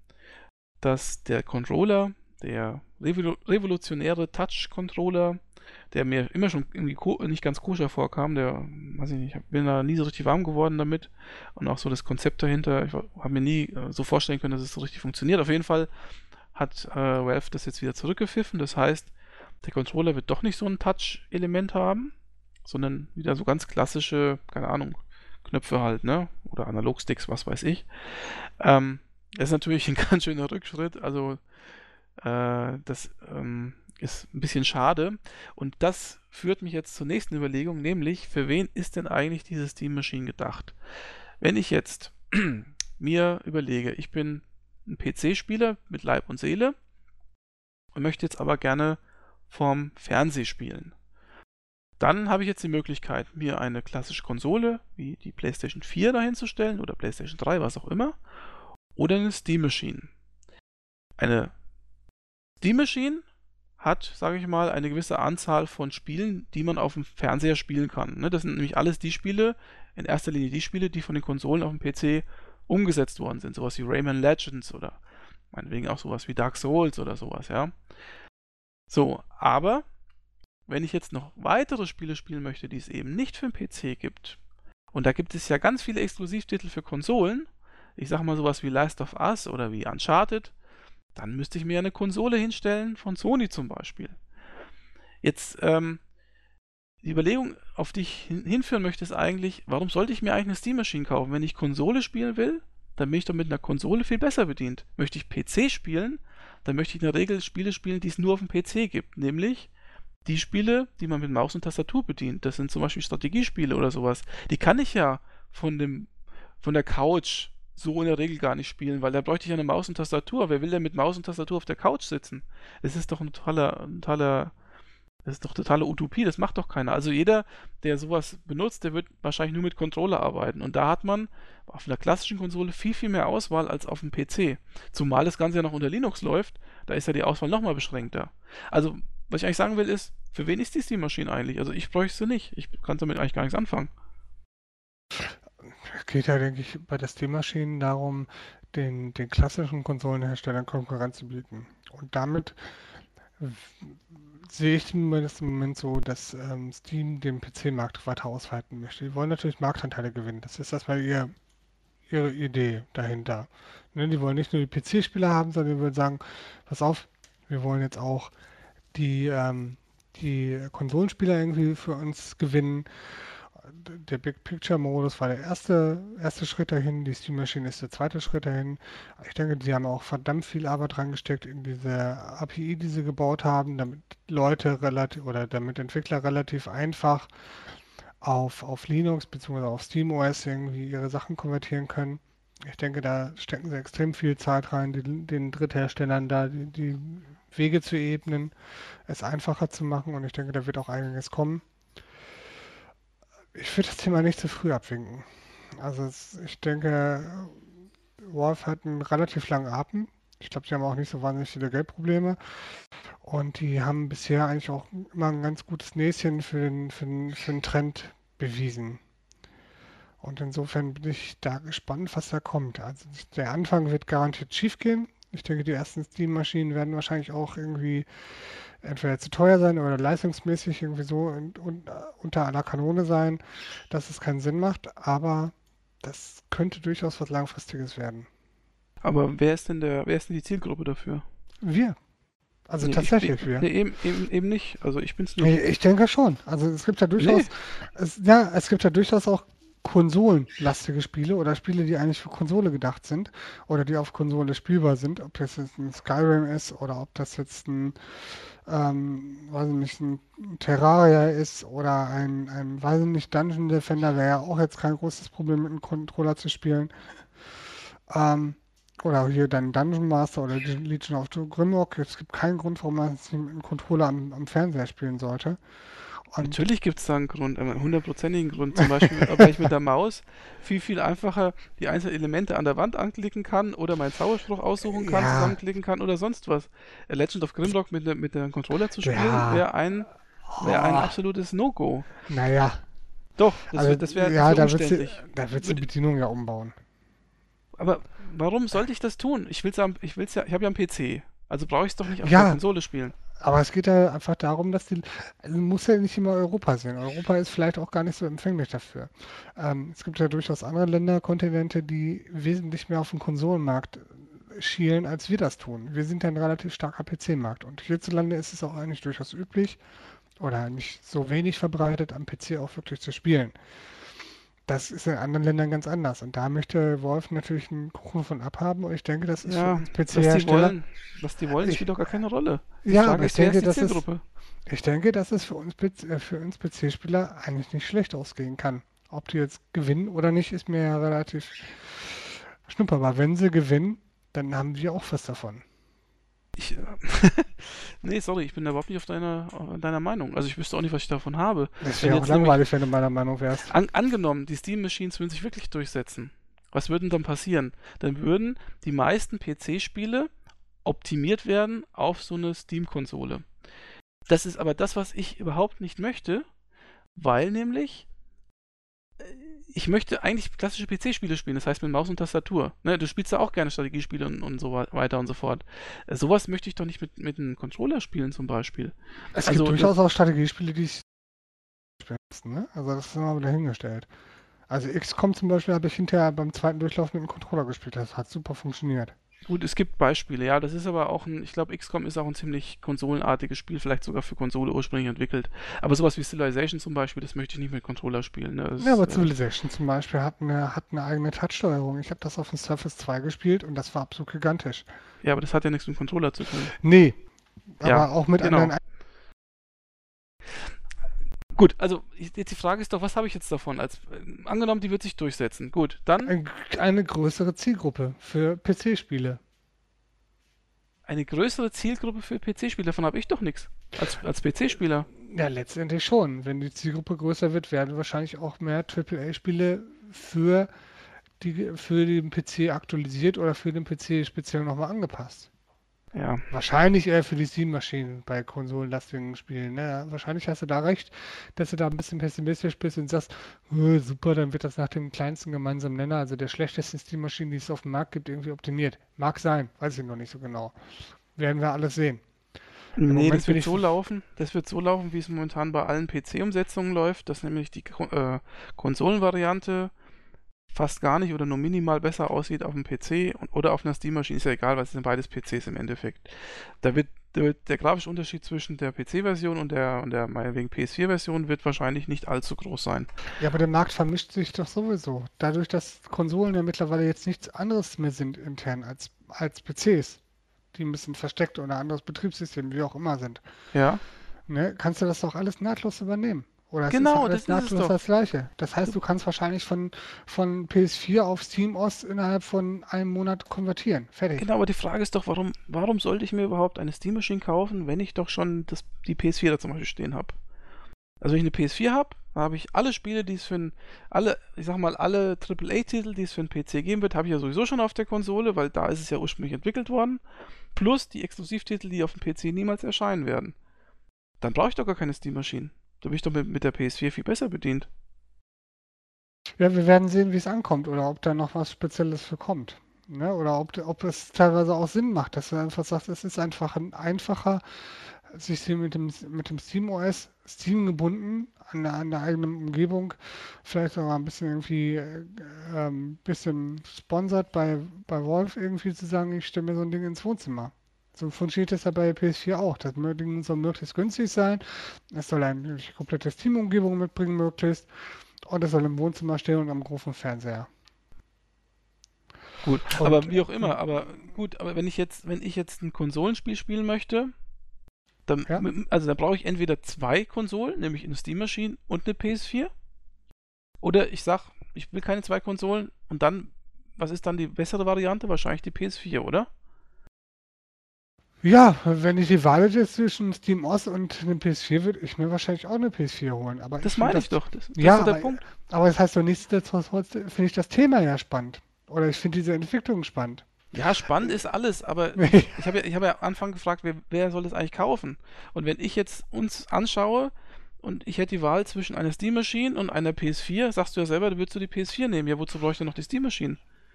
dass der Controller, der revolutionäre Touch-Controller, der mir immer schon irgendwie nicht ganz koscher vorkam, der, weiß ich nicht, bin da nie so richtig warm geworden damit und auch so das Konzept dahinter, ich habe mir nie so vorstellen können, dass es so richtig funktioniert. Auf jeden Fall hat Valve das jetzt wieder zurückgepfiffen, das heißt, der Controller wird doch nicht so ein Touch-Element haben, sondern wieder so ganz klassische, keine Ahnung, Knöpfe halt, ne? Oder Analogsticks, was weiß ich. Das ist natürlich ein ganz schöner Rückschritt, also das ist ein bisschen schade. Und das führt mich jetzt zur nächsten Überlegung, nämlich für wen ist denn eigentlich diese Steam Machine gedacht? Wenn ich jetzt mir überlege, ich bin ein PC-Spieler mit Leib und Seele und möchte jetzt aber gerne vom Fernseh spielen. Dann habe ich jetzt die Möglichkeit, mir eine klassische Konsole wie die PlayStation 4 dahinzustellen oder PlayStation 3, was auch immer, oder eine Steam Machine. Eine Steam Machine hat, sage ich mal, eine gewisse Anzahl von Spielen, die man auf dem Fernseher spielen kann. Ne? Das sind nämlich alles die Spiele, in erster Linie die Spiele, die von den Konsolen auf dem PC umgesetzt worden sind. Sowas wie Rayman Legends oder meinetwegen auch sowas wie Dark Souls oder sowas, ja. So, aber wenn ich jetzt noch weitere Spiele spielen möchte, die es eben nicht für den PC gibt, und da gibt es ja ganz viele Exklusivtitel für Konsolen, ich sag mal sowas wie Last of Us oder wie Uncharted, dann müsste ich mir eine Konsole hinstellen von Sony zum Beispiel. Jetzt, die Überlegung, auf die ich hinführen möchte, ist eigentlich, warum sollte ich mir eigentlich eine Steam Machine kaufen? Wenn ich Konsole spielen will, dann bin ich doch mit einer Konsole viel besser bedient. Möchte ich PC spielen, dann möchte ich in der Regel Spiele spielen, die es nur auf dem PC gibt. Nämlich die Spiele, die man mit Maus und Tastatur bedient. Das sind zum Beispiel Strategiespiele oder sowas. Die kann ich ja von von der Couch so in der Regel gar nicht spielen, weil da bräuchte ich ja eine Maus und Tastatur. Wer will denn mit Maus und Tastatur auf der Couch sitzen? Das ist doch das ist doch totale Utopie, das macht doch keiner. Also jeder, der sowas benutzt, der wird wahrscheinlich nur mit Controller arbeiten. Und da hat man auf einer klassischen Konsole viel, viel mehr Auswahl als auf dem PC. Zumal das Ganze ja noch unter Linux läuft, da ist ja die Auswahl nochmal beschränkter. Also, was ich eigentlich sagen will, ist, für wen ist die Steam Machine eigentlich? Also ich bräuchte sie nicht. Ich kann damit eigentlich gar nichts anfangen. Es geht ja, denke ich, bei der Steam-Maschinen darum, den klassischen Konsolenherstellern Konkurrenz zu bieten. Und damit w- sehe ich zumindest im Moment so, dass Steam den PC-Markt weiter ausweiten möchte. Die wollen natürlich Marktanteile gewinnen. Das ist erstmal ihre Idee dahinter. Ne, die wollen nicht nur die PC-Spieler haben, sondern die wollen sagen, pass auf, wir wollen jetzt auch die, die Konsolenspieler irgendwie für uns gewinnen. Der Big Picture Modus war der erste Schritt dahin, die Steam Machine ist der zweite Schritt dahin. Ich denke, sie haben auch verdammt viel Arbeit reingesteckt in diese API, die sie gebaut haben, damit Leute relativ oder damit Entwickler relativ einfach auf Linux bzw. auf SteamOS irgendwie ihre Sachen konvertieren können. Ich denke, da stecken sie extrem viel Zeit rein, den Drittherstellern da die Wege zu ebnen, es einfacher zu machen und ich denke, da wird auch einiges kommen. Ich würde das Thema nicht zu früh abwinken. Also ich denke, Valve hat einen relativ langen Atem. Ich glaube, sie haben auch nicht so wahnsinnig viele Geldprobleme. Und die haben bisher eigentlich auch immer ein ganz gutes Näschen für den Trend bewiesen. Und insofern bin ich da gespannt, was da kommt. Also der Anfang wird garantiert schief gehen. Ich denke, die ersten Steam-Maschinen werden wahrscheinlich auch irgendwie entweder zu teuer sein oder leistungsmäßig irgendwie so unter aller Kanone sein, dass es keinen Sinn macht. Aber das könnte durchaus was Langfristiges werden. Aber wer ist denn die Zielgruppe dafür? Wir. Also Nee, tatsächlich wir. nee, eben nicht. Also ich bin's nicht. Ich denke schon. Also es gibt ja Nee. durchaus, es gibt ja durchaus auch konsolenlastige Spiele oder Spiele, die eigentlich für Konsole gedacht sind oder die auf Konsole spielbar sind. Ob das jetzt ein Skyrim ist oder ob das jetzt weiß ich nicht, ein Terraria ist oder weiß ich nicht, Dungeon Defender wäre ja auch jetzt kein großes Problem mit einem Controller zu spielen. Ähm, oder hier dann Dungeon Master oder Legion of Grimrock. Es gibt keinen Grund, warum man es nicht mit einem Controller am Fernseher spielen sollte. Und Natürlich gibt es da einen Grund, einen hundertprozentigen Grund. Zum Beispiel, weil ich mit der Maus viel einfacher die einzelnen Elemente an der Wand anklicken kann oder meinen Zauberspruch aussuchen kann, ja, zusammenklicken kann oder sonst was. Legend of Grimrock mit dem Controller zu spielen, ja, wäre ein oh, absolutes No-Go. naja, Doch, also das ja, wär umständlich. da wird die Würde- Bedienung ja umbauen. Aber warum sollte ich das tun? Ich habe ja einen PC. Also brauche ich es doch nicht auf der Ja, Konsole spielen. aber es geht ja einfach darum, also muss ja nicht immer Europa sein. Europa ist vielleicht auch gar nicht so empfänglich dafür. Es gibt ja durchaus andere Länder, Kontinente, die wesentlich mehr auf den Konsolenmarkt schielen, als wir das tun. Wir sind ja ein relativ starker PC-Markt und hierzulande ist es auch eigentlich durchaus üblich oder nicht so wenig verbreitet, am PC auch wirklich zu spielen. Das ist in anderen Ländern ganz anders und da möchte Wolf natürlich einen Kuchen von abhaben und ich denke, das ist für Ja, uns was die PC-Hersteller, wollen, was die wollen, ich, spielt doch gar keine Rolle. Die ja, Frage aber ist, wer ist die Zielgruppe? ich denke, dass es für uns PC-Spieler eigentlich nicht schlecht ausgehen kann. Ob die jetzt gewinnen oder nicht, ist mir ja relativ schnuppe. Aber wenn sie gewinnen, dann haben wir auch was davon. Ich, nee, sorry, ich bin da überhaupt nicht deiner Meinung. Also ich wüsste auch nicht, was ich davon habe. Das Wenn wäre auch jetzt nämlich, langweilig, wenn du meiner Meinung wärst. angenommen, die Steam Machines würden sich wirklich durchsetzen. Was würde denn dann passieren? Dann würden die meisten PC-Spiele optimiert werden auf so eine Steam-Konsole. Das ist aber das, was ich überhaupt nicht möchte, weil nämlich ich möchte eigentlich klassische PC-Spiele spielen, das heißt mit Maus und Tastatur. Ne, du spielst ja auch gerne Strategiespiele und so weiter und so fort. Sowas möchte ich doch nicht mit einem Controller spielen zum Beispiel. Es gibt Also, durchaus auch Strategiespiele, die ich spielen müssen, ne? Also das ist mal wieder hingestellt. Also XCOM zum Beispiel habe ich hinterher beim zweiten Durchlauf mit dem Controller gespielt. Das hat super funktioniert. gut, es gibt Beispiele, ja, das ist aber auch ich glaube, XCOM ist auch ein ziemlich konsolenartiges Spiel, vielleicht sogar für Konsole ursprünglich entwickelt. Aber sowas wie Civilization zum Beispiel, das möchte ich nicht mit Controller spielen. Ne? Ja, aber Civilization zum Beispiel hat eine eigene Touchsteuerung. Ich habe das auf dem Surface 2 gespielt und das war absolut gigantisch. Ja, aber das hat ja nichts mit dem Controller zu tun. Nee, Ja, aber auch mit genau. anderen. Gut, also jetzt die Frage ist doch, was habe ich jetzt davon? Angenommen, die wird sich durchsetzen. Gut, dann Eine größere Zielgruppe für PC-Spiele. eine größere Zielgruppe für PC-Spieler, davon habe ich doch nichts. Als PC-Spieler. Ja, letztendlich schon. Wenn die Zielgruppe größer wird, werden wahrscheinlich auch mehr AAA-Spiele für den PC aktualisiert oder für den PC speziell nochmal angepasst. Ja. Wahrscheinlich eher für die Steam-Maschinen bei konsolenlastigen Spielen. Ne? Wahrscheinlich hast du da recht, dass du da ein bisschen pessimistisch bist und sagst, super, dann wird das nach dem kleinsten gemeinsamen Nenner, also der schlechtesten Steam-Maschine, die es auf dem Markt gibt, irgendwie optimiert. Mag sein, weiß ich noch nicht so genau. Werden wir alles sehen. Im Nee, Moment bin ich. das wird so laufen, wie es momentan bei allen PC-Umsetzungen läuft, dass nämlich die Konsolenvariante fast gar nicht oder nur minimal besser aussieht auf dem PC oder auf einer Steam-Maschine, ist ja egal, weil es sind beides PCs im Endeffekt. Da wird der grafische Unterschied zwischen der PC-Version und der meinetwegen PS4-Version wird wahrscheinlich nicht allzu groß sein. Ja, aber der Markt vermischt sich doch sowieso. Dadurch, dass Konsolen ja mittlerweile jetzt nichts anderes mehr sind intern als PCs, die ein bisschen versteckt oder ein anderes Betriebssystem, wie auch immer sind. Ja, Ne, kannst du das doch alles nahtlos übernehmen. Oder es ist ja genau, das alles ist es nahtlos doch. das Gleiche. Das heißt, du kannst wahrscheinlich von PS4 auf SteamOS innerhalb von einem Monat konvertieren. Fertig. Genau, aber die Frage ist doch, warum sollte ich mir überhaupt eine Steam Machine kaufen, wenn ich doch schon die PS4 da zum Beispiel stehen habe? Also wenn ich eine PS4 habe, Da habe ich alle Spiele, die es ich sag mal, alle AAA-Titel, die es für den PC geben wird, habe ich ja sowieso schon auf der Konsole, weil da ist es ja ursprünglich entwickelt worden. Plus die Exklusivtitel, die auf dem PC niemals erscheinen werden. Dann brauche ich doch gar keine Steam-Maschinen. Da bin ich doch mit der PS4 viel besser bedient. Ja, wir werden sehen, wie es ankommt oder ob da noch was Spezielles für kommt. Ne? Oder ob es teilweise auch Sinn macht, dass du einfach sagst, es ist einfach einfacher, sich hier mit dem SteamOS, Steam gebunden, an der eigenen Umgebung, vielleicht sogar ein bisschen irgendwie, bisschen sponsert bei Valve irgendwie zu sagen, ich stelle mir so ein Ding ins Wohnzimmer. So funktioniert das ja bei PS4 auch. Das Ding soll möglichst günstig sein. Es soll eine komplette Steam-Umgebung mitbringen, möglichst. Und es soll im Wohnzimmer stehen und am großen Fernseher. Gut, Und aber wie auch immer, aber gut, aber wenn ich jetzt ein Konsolenspiel spielen möchte, ja, dann brauche ich entweder zwei Konsolen, nämlich eine Steam-Maschine und eine PS4. Oder ich sag, ich will keine zwei Konsolen und dann, was ist dann die bessere Variante? Wahrscheinlich die PS4, oder? ja, wenn ich die Wahl hätte zwischen Steam OS und einem PS4, würde ich mir wahrscheinlich auch eine PS4 holen. Aber ich Das finde meine ich das, doch. Das ist ja, doch der Punkt. aber das heißt doch nichtsdestotrotz, finde ich das Thema ja spannend. Oder ich finde diese Entwicklung spannend. Ja, spannend ist alles, aber ich habe ja am Anfang gefragt, wer soll das eigentlich kaufen? Und wenn ich jetzt uns anschaue und ich hätte die Wahl zwischen einer Steam Machine und einer PS4, sagst du ja selber, du würdest du die PS4 nehmen. Ja, wozu brauche ich denn noch die Steam Machine?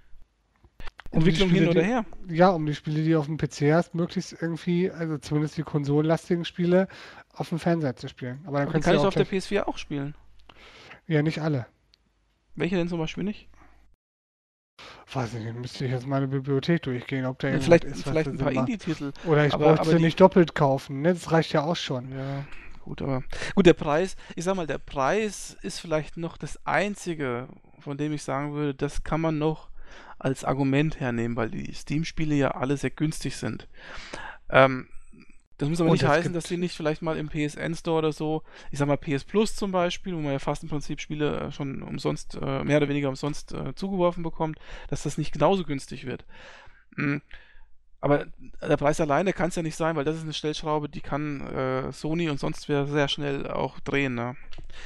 Um die Entwicklung hin Spiele, oder die, her. ja, um die Spiele, die du auf dem PC hast, möglichst irgendwie, also zumindest die konsolenlastigen Spiele, auf dem Fernseher zu spielen. Aber dann Aber die kannst du kann ja ich doch auch auf der gleich, PS4 auch spielen. ja, nicht alle. Welche denn zum Beispiel nicht? Weiß ich nicht, müsste ich jetzt meine Bibliothek durchgehen, ob da Ja, irgendwas ist, was vielleicht da ein paar Sinn macht. Indie-Titel, Oder ich bräuchte aber sie die, nicht doppelt kaufen, ne? Das reicht ja auch schon. ja, gut, aber gut, der Preis, ich sag mal, der Preis ist vielleicht noch das Einzige, von dem ich sagen würde, das kann man noch als Argument hernehmen, weil die Steam-Spiele ja alle sehr günstig sind. Ähm, Das muss aber Und nicht es heißen, dass die gibt, nicht vielleicht mal im PSN Store oder so, ich sag mal PS Plus zum Beispiel, wo man ja fast im Prinzip Spiele schon umsonst, mehr oder weniger umsonst zugeworfen bekommt, dass das nicht genauso günstig wird. Mm, Aber der Preis alleine kann es ja nicht sein, weil das ist eine Stellschraube, die kann Sony und sonst wer sehr schnell auch drehen, ne?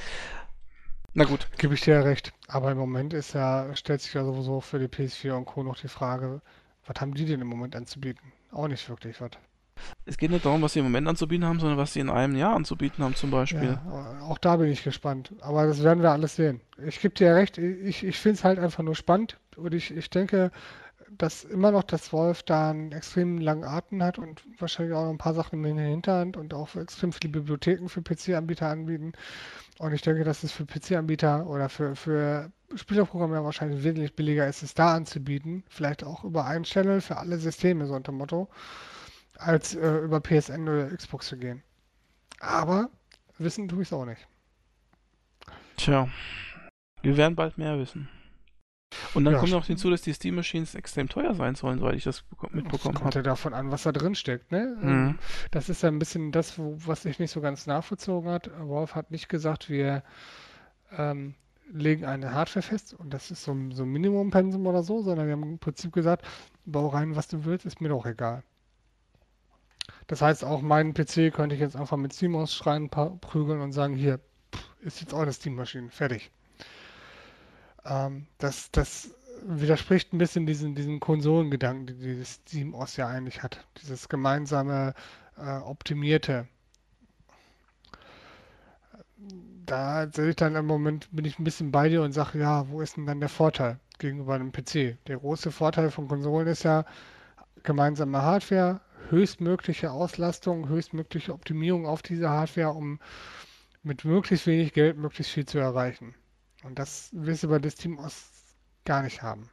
Na gut. gebe ich dir ja recht. Aber im Moment stellt sich ja sowieso für die PS4 und Co. noch die Frage, was haben die denn im Moment anzubieten? Auch nicht wirklich was. Es geht nicht darum, was sie im Moment anzubieten haben, sondern was sie in einem Jahr anzubieten haben, zum Beispiel. Ja, auch da bin ich gespannt. Aber das werden wir alles sehen. Ich gebe dir recht, ich finde es halt einfach nur spannend. Und ich denke, dass immer noch das Wolf da einen extrem langen Atem hat und wahrscheinlich auch noch ein paar Sachen in der Hinterhand und auch extrem viele Bibliotheken für PC-Anbieter anbieten. Und ich denke, dass es für PC-Anbieter oder für Spielerprogrammierer wahrscheinlich wesentlich billiger ist, es da anzubieten. Vielleicht auch über einen Channel für alle Systeme, so unter dem Motto, als über PSN oder Xbox zu gehen. Aber wissen tue ich es auch nicht. Tja, wir werden bald mehr wissen. Und dann Ja, kommt noch hinzu, dass die Steam Machines extrem teuer sein sollen, soweit ich das es mitbekommen kommt habe. ja davon an, was da drin steckt, ne? Mhm. Das ist ja ein bisschen das, was sich nicht so ganz nachvollzogen hat. Wolf hat nicht gesagt, wir ähm, legen eine Hardware fest und das ist so ein Minimumpensum oder so, sondern wir haben im Prinzip gesagt, bau rein, was du willst, ist mir doch egal. Das heißt, auch meinen PC könnte ich jetzt einfach mit CMOS schreien, prügeln und sagen, hier, ist jetzt auch eine Steam-Maschine, fertig. Das widerspricht ein bisschen diesen Konsolengedanken, die dieses SteamOS ja eigentlich hat. Dieses gemeinsame, optimierte. Da sehe ich dann im Moment, bin ich ein bisschen bei dir und sage, ja, wo ist denn dann der Vorteil gegenüber einem PC? Der große Vorteil von Konsolen ist ja gemeinsame Hardware, höchstmögliche Auslastung, höchstmögliche Optimierung auf diese Hardware, um mit möglichst wenig Geld möglichst viel zu erreichen. Und das wirst du bei des SteamOS gar nicht haben.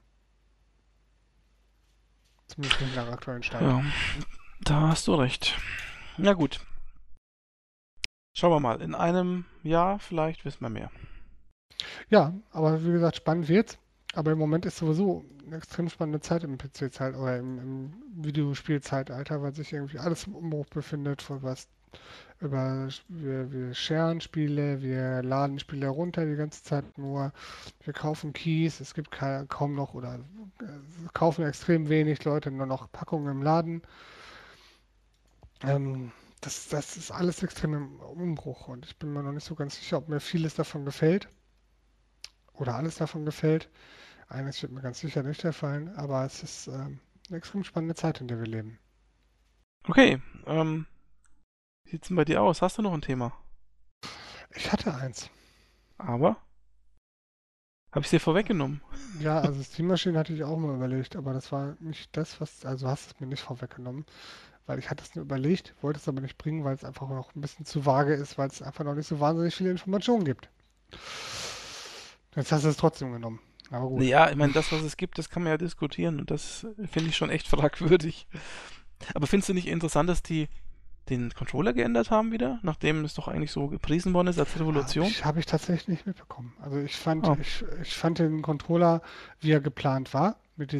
Zumindest nicht nach aktuellen Stand. Ja, da hast du recht. Na gut, schauen wir mal. In einem Jahr vielleicht wissen wir mehr. Ja, aber wie gesagt, spannend wird's. Aber im Moment ist sowieso eine extrem spannende Zeit im PC-Zeit oder im Videospielzeitalter, weil sich irgendwie alles im Umbruch befindet, von was wir sharen Spiele, wir laden Spiele runter die ganze Zeit nur, wir kaufen Keys, es gibt kaum noch oder kaufen extrem wenig Leute nur noch Packungen im Laden. Ähm, das ist alles extrem im Umbruch und ich bin mir noch nicht so ganz sicher, ob mir vieles davon gefällt oder alles davon gefällt. Eines wird mir ganz sicher nicht gefallen, aber es ist eine extrem spannende Zeit, in der wir leben. Okay, wie sieht's denn bei dir aus? Hast du noch ein Thema? Ich hatte eins. Aber habe ich dir vorweggenommen? Ja, also Steam Machine hatte ich auch mal überlegt, aber das war nicht das, also hast es mir nicht vorweggenommen, weil ich hatte es nur überlegt, wollte es aber nicht bringen, weil es einfach noch ein bisschen zu vage ist, weil es einfach noch nicht so wahnsinnig viele Informationen gibt. Jetzt hast du es trotzdem genommen. Aber gut. Ja, ich meine, das, was es gibt, das kann man ja diskutieren und das finde ich schon echt fragwürdig. Aber findest du nicht interessant, dass die den Controller geändert haben wieder, nachdem es doch eigentlich so gepriesen worden ist als Revolution? Habe ich tatsächlich nicht mitbekommen. Also Ah, ich fand den Controller, wie er geplant war,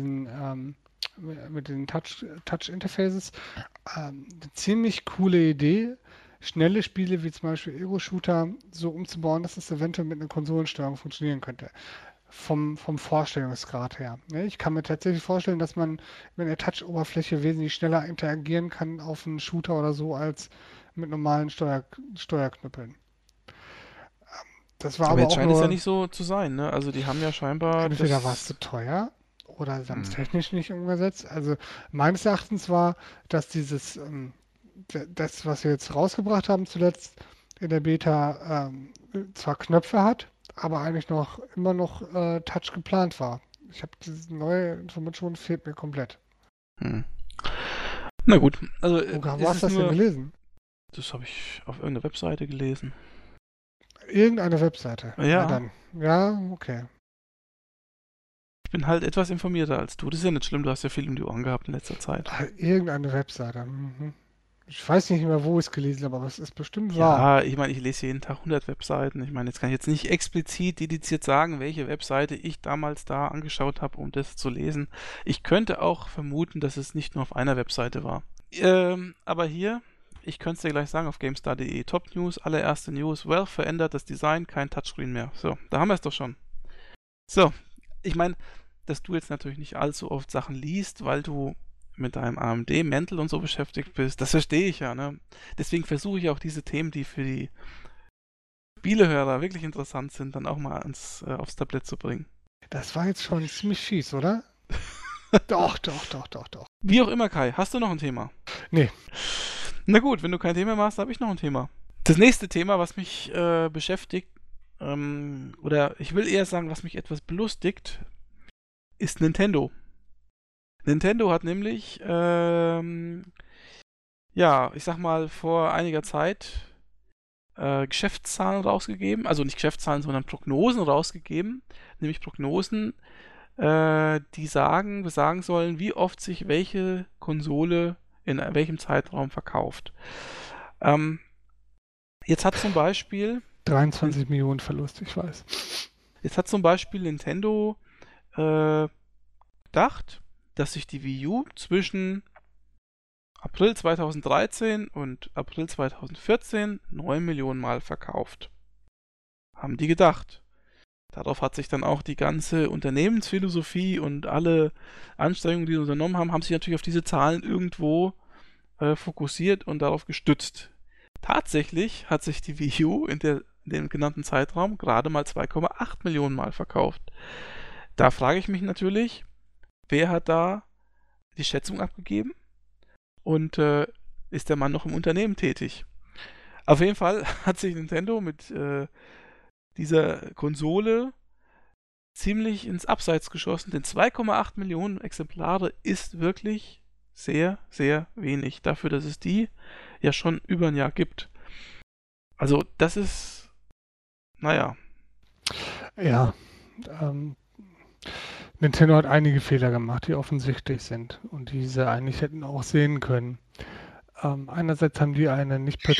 mit den Touch-Interfaces, eine ziemlich coole Idee, schnelle Spiele wie zum Beispiel Ego-Shooter so umzubauen, dass es eventuell mit einer Konsolensteuerung funktionieren könnte. Vom Vorstellungsgrad her. Ne? Ich kann mir tatsächlich vorstellen, dass man mit der Touch-Oberfläche wesentlich schneller interagieren kann auf einen Shooter oder so als mit normalen Steuerknüppeln. Das war aber aber jetzt auch scheint es ja nur, nicht so zu sein, ne? Also die haben ja scheinbar entweder war es zu das. teuer oder sie haben es Hm. technisch nicht umgesetzt. Also meines Erachtens war, dass das, was wir jetzt rausgebracht haben zuletzt in der Beta, zwar Knöpfe hat, aber eigentlich immer noch Touch geplant war. Ich habe diese neue Information fehlt mir komplett. Hm. Na gut, also Wo ist hast es du das denn nur, gelesen? das habe ich auf irgendeiner Webseite gelesen. Irgendeine Webseite. Na Ja, dann. Ja, okay. ich bin halt etwas informierter als du. Das ist ja nicht schlimm, du hast ja viel um die Ohren gehabt in letzter Zeit. Irgendeine Webseite. Mhm. Ich weiß nicht mehr, wo ich es gelesen habe, aber es ist bestimmt wahr. Ja, ich meine, ich lese jeden Tag 100 Webseiten. Ich meine, jetzt kann ich jetzt nicht explizit dediziert sagen, welche Webseite ich damals da angeschaut habe, um das zu lesen. Ich könnte auch vermuten, dass es nicht nur auf einer Webseite war. Aber hier, ich könnte es dir gleich sagen, auf GameStar.de. Top News, allererste News. Valve verändert das Design, kein Touchscreen mehr. So, da haben wir es doch schon. So, ich meine, dass du jetzt natürlich nicht allzu oft Sachen liest, weil du mit deinem AMD-Mantel und so beschäftigt bist, das verstehe ich ja, ne? Deswegen versuche ich auch diese Themen, die für die Spielehörer wirklich interessant sind, dann auch mal aufs Tablett zu bringen. Das war jetzt schon ziemlich fies, oder? Doch, doch, doch, doch, doch. Wie auch immer, Kai, hast du noch ein Thema? Nee, Na gut, wenn du kein Thema machst, habe ich noch ein Thema. Das nächste Thema, was mich beschäftigt, oder ich will eher sagen, was mich etwas belustigt, ist Nintendo. Nintendo hat nämlich, ja, ich sag mal, vor einiger Zeit Geschäftszahlen rausgegeben, also nicht Geschäftszahlen, sondern Prognosen rausgegeben, nämlich Prognosen, die besagen sollen, wie oft sich welche Konsole in welchem Zeitraum verkauft. Ähm, jetzt hat zum Beispiel, 23 Millionen Verlust, ich weiß. jetzt hat zum Beispiel Nintendo äh, gedacht, dass sich die Wii U zwischen April 2013 und April 2014 9 Millionen Mal verkauft. Haben die gedacht. Darauf hat sich dann auch die ganze Unternehmensphilosophie und alle Anstrengungen, die sie unternommen haben, haben sich natürlich auf diese Zahlen irgendwo fokussiert und darauf gestützt. Tatsächlich hat sich die Wii U in dem genannten Zeitraum gerade mal 2,8 Millionen Mal verkauft. Da frage ich mich natürlich, wer hat da die Schätzung abgegeben und ist der Mann noch im Unternehmen tätig? Auf jeden Fall hat sich Nintendo mit dieser Konsole ziemlich ins Abseits geschossen, denn 2,8 Millionen Exemplare ist wirklich sehr, sehr wenig dafür, dass es die ja schon über ein Jahr gibt. Also das ist, naja, Ja, ähm, Nintendo hat einige Fehler gemacht, die offensichtlich sind und die sie eigentlich hätten auch sehen können. Einerseits haben die eine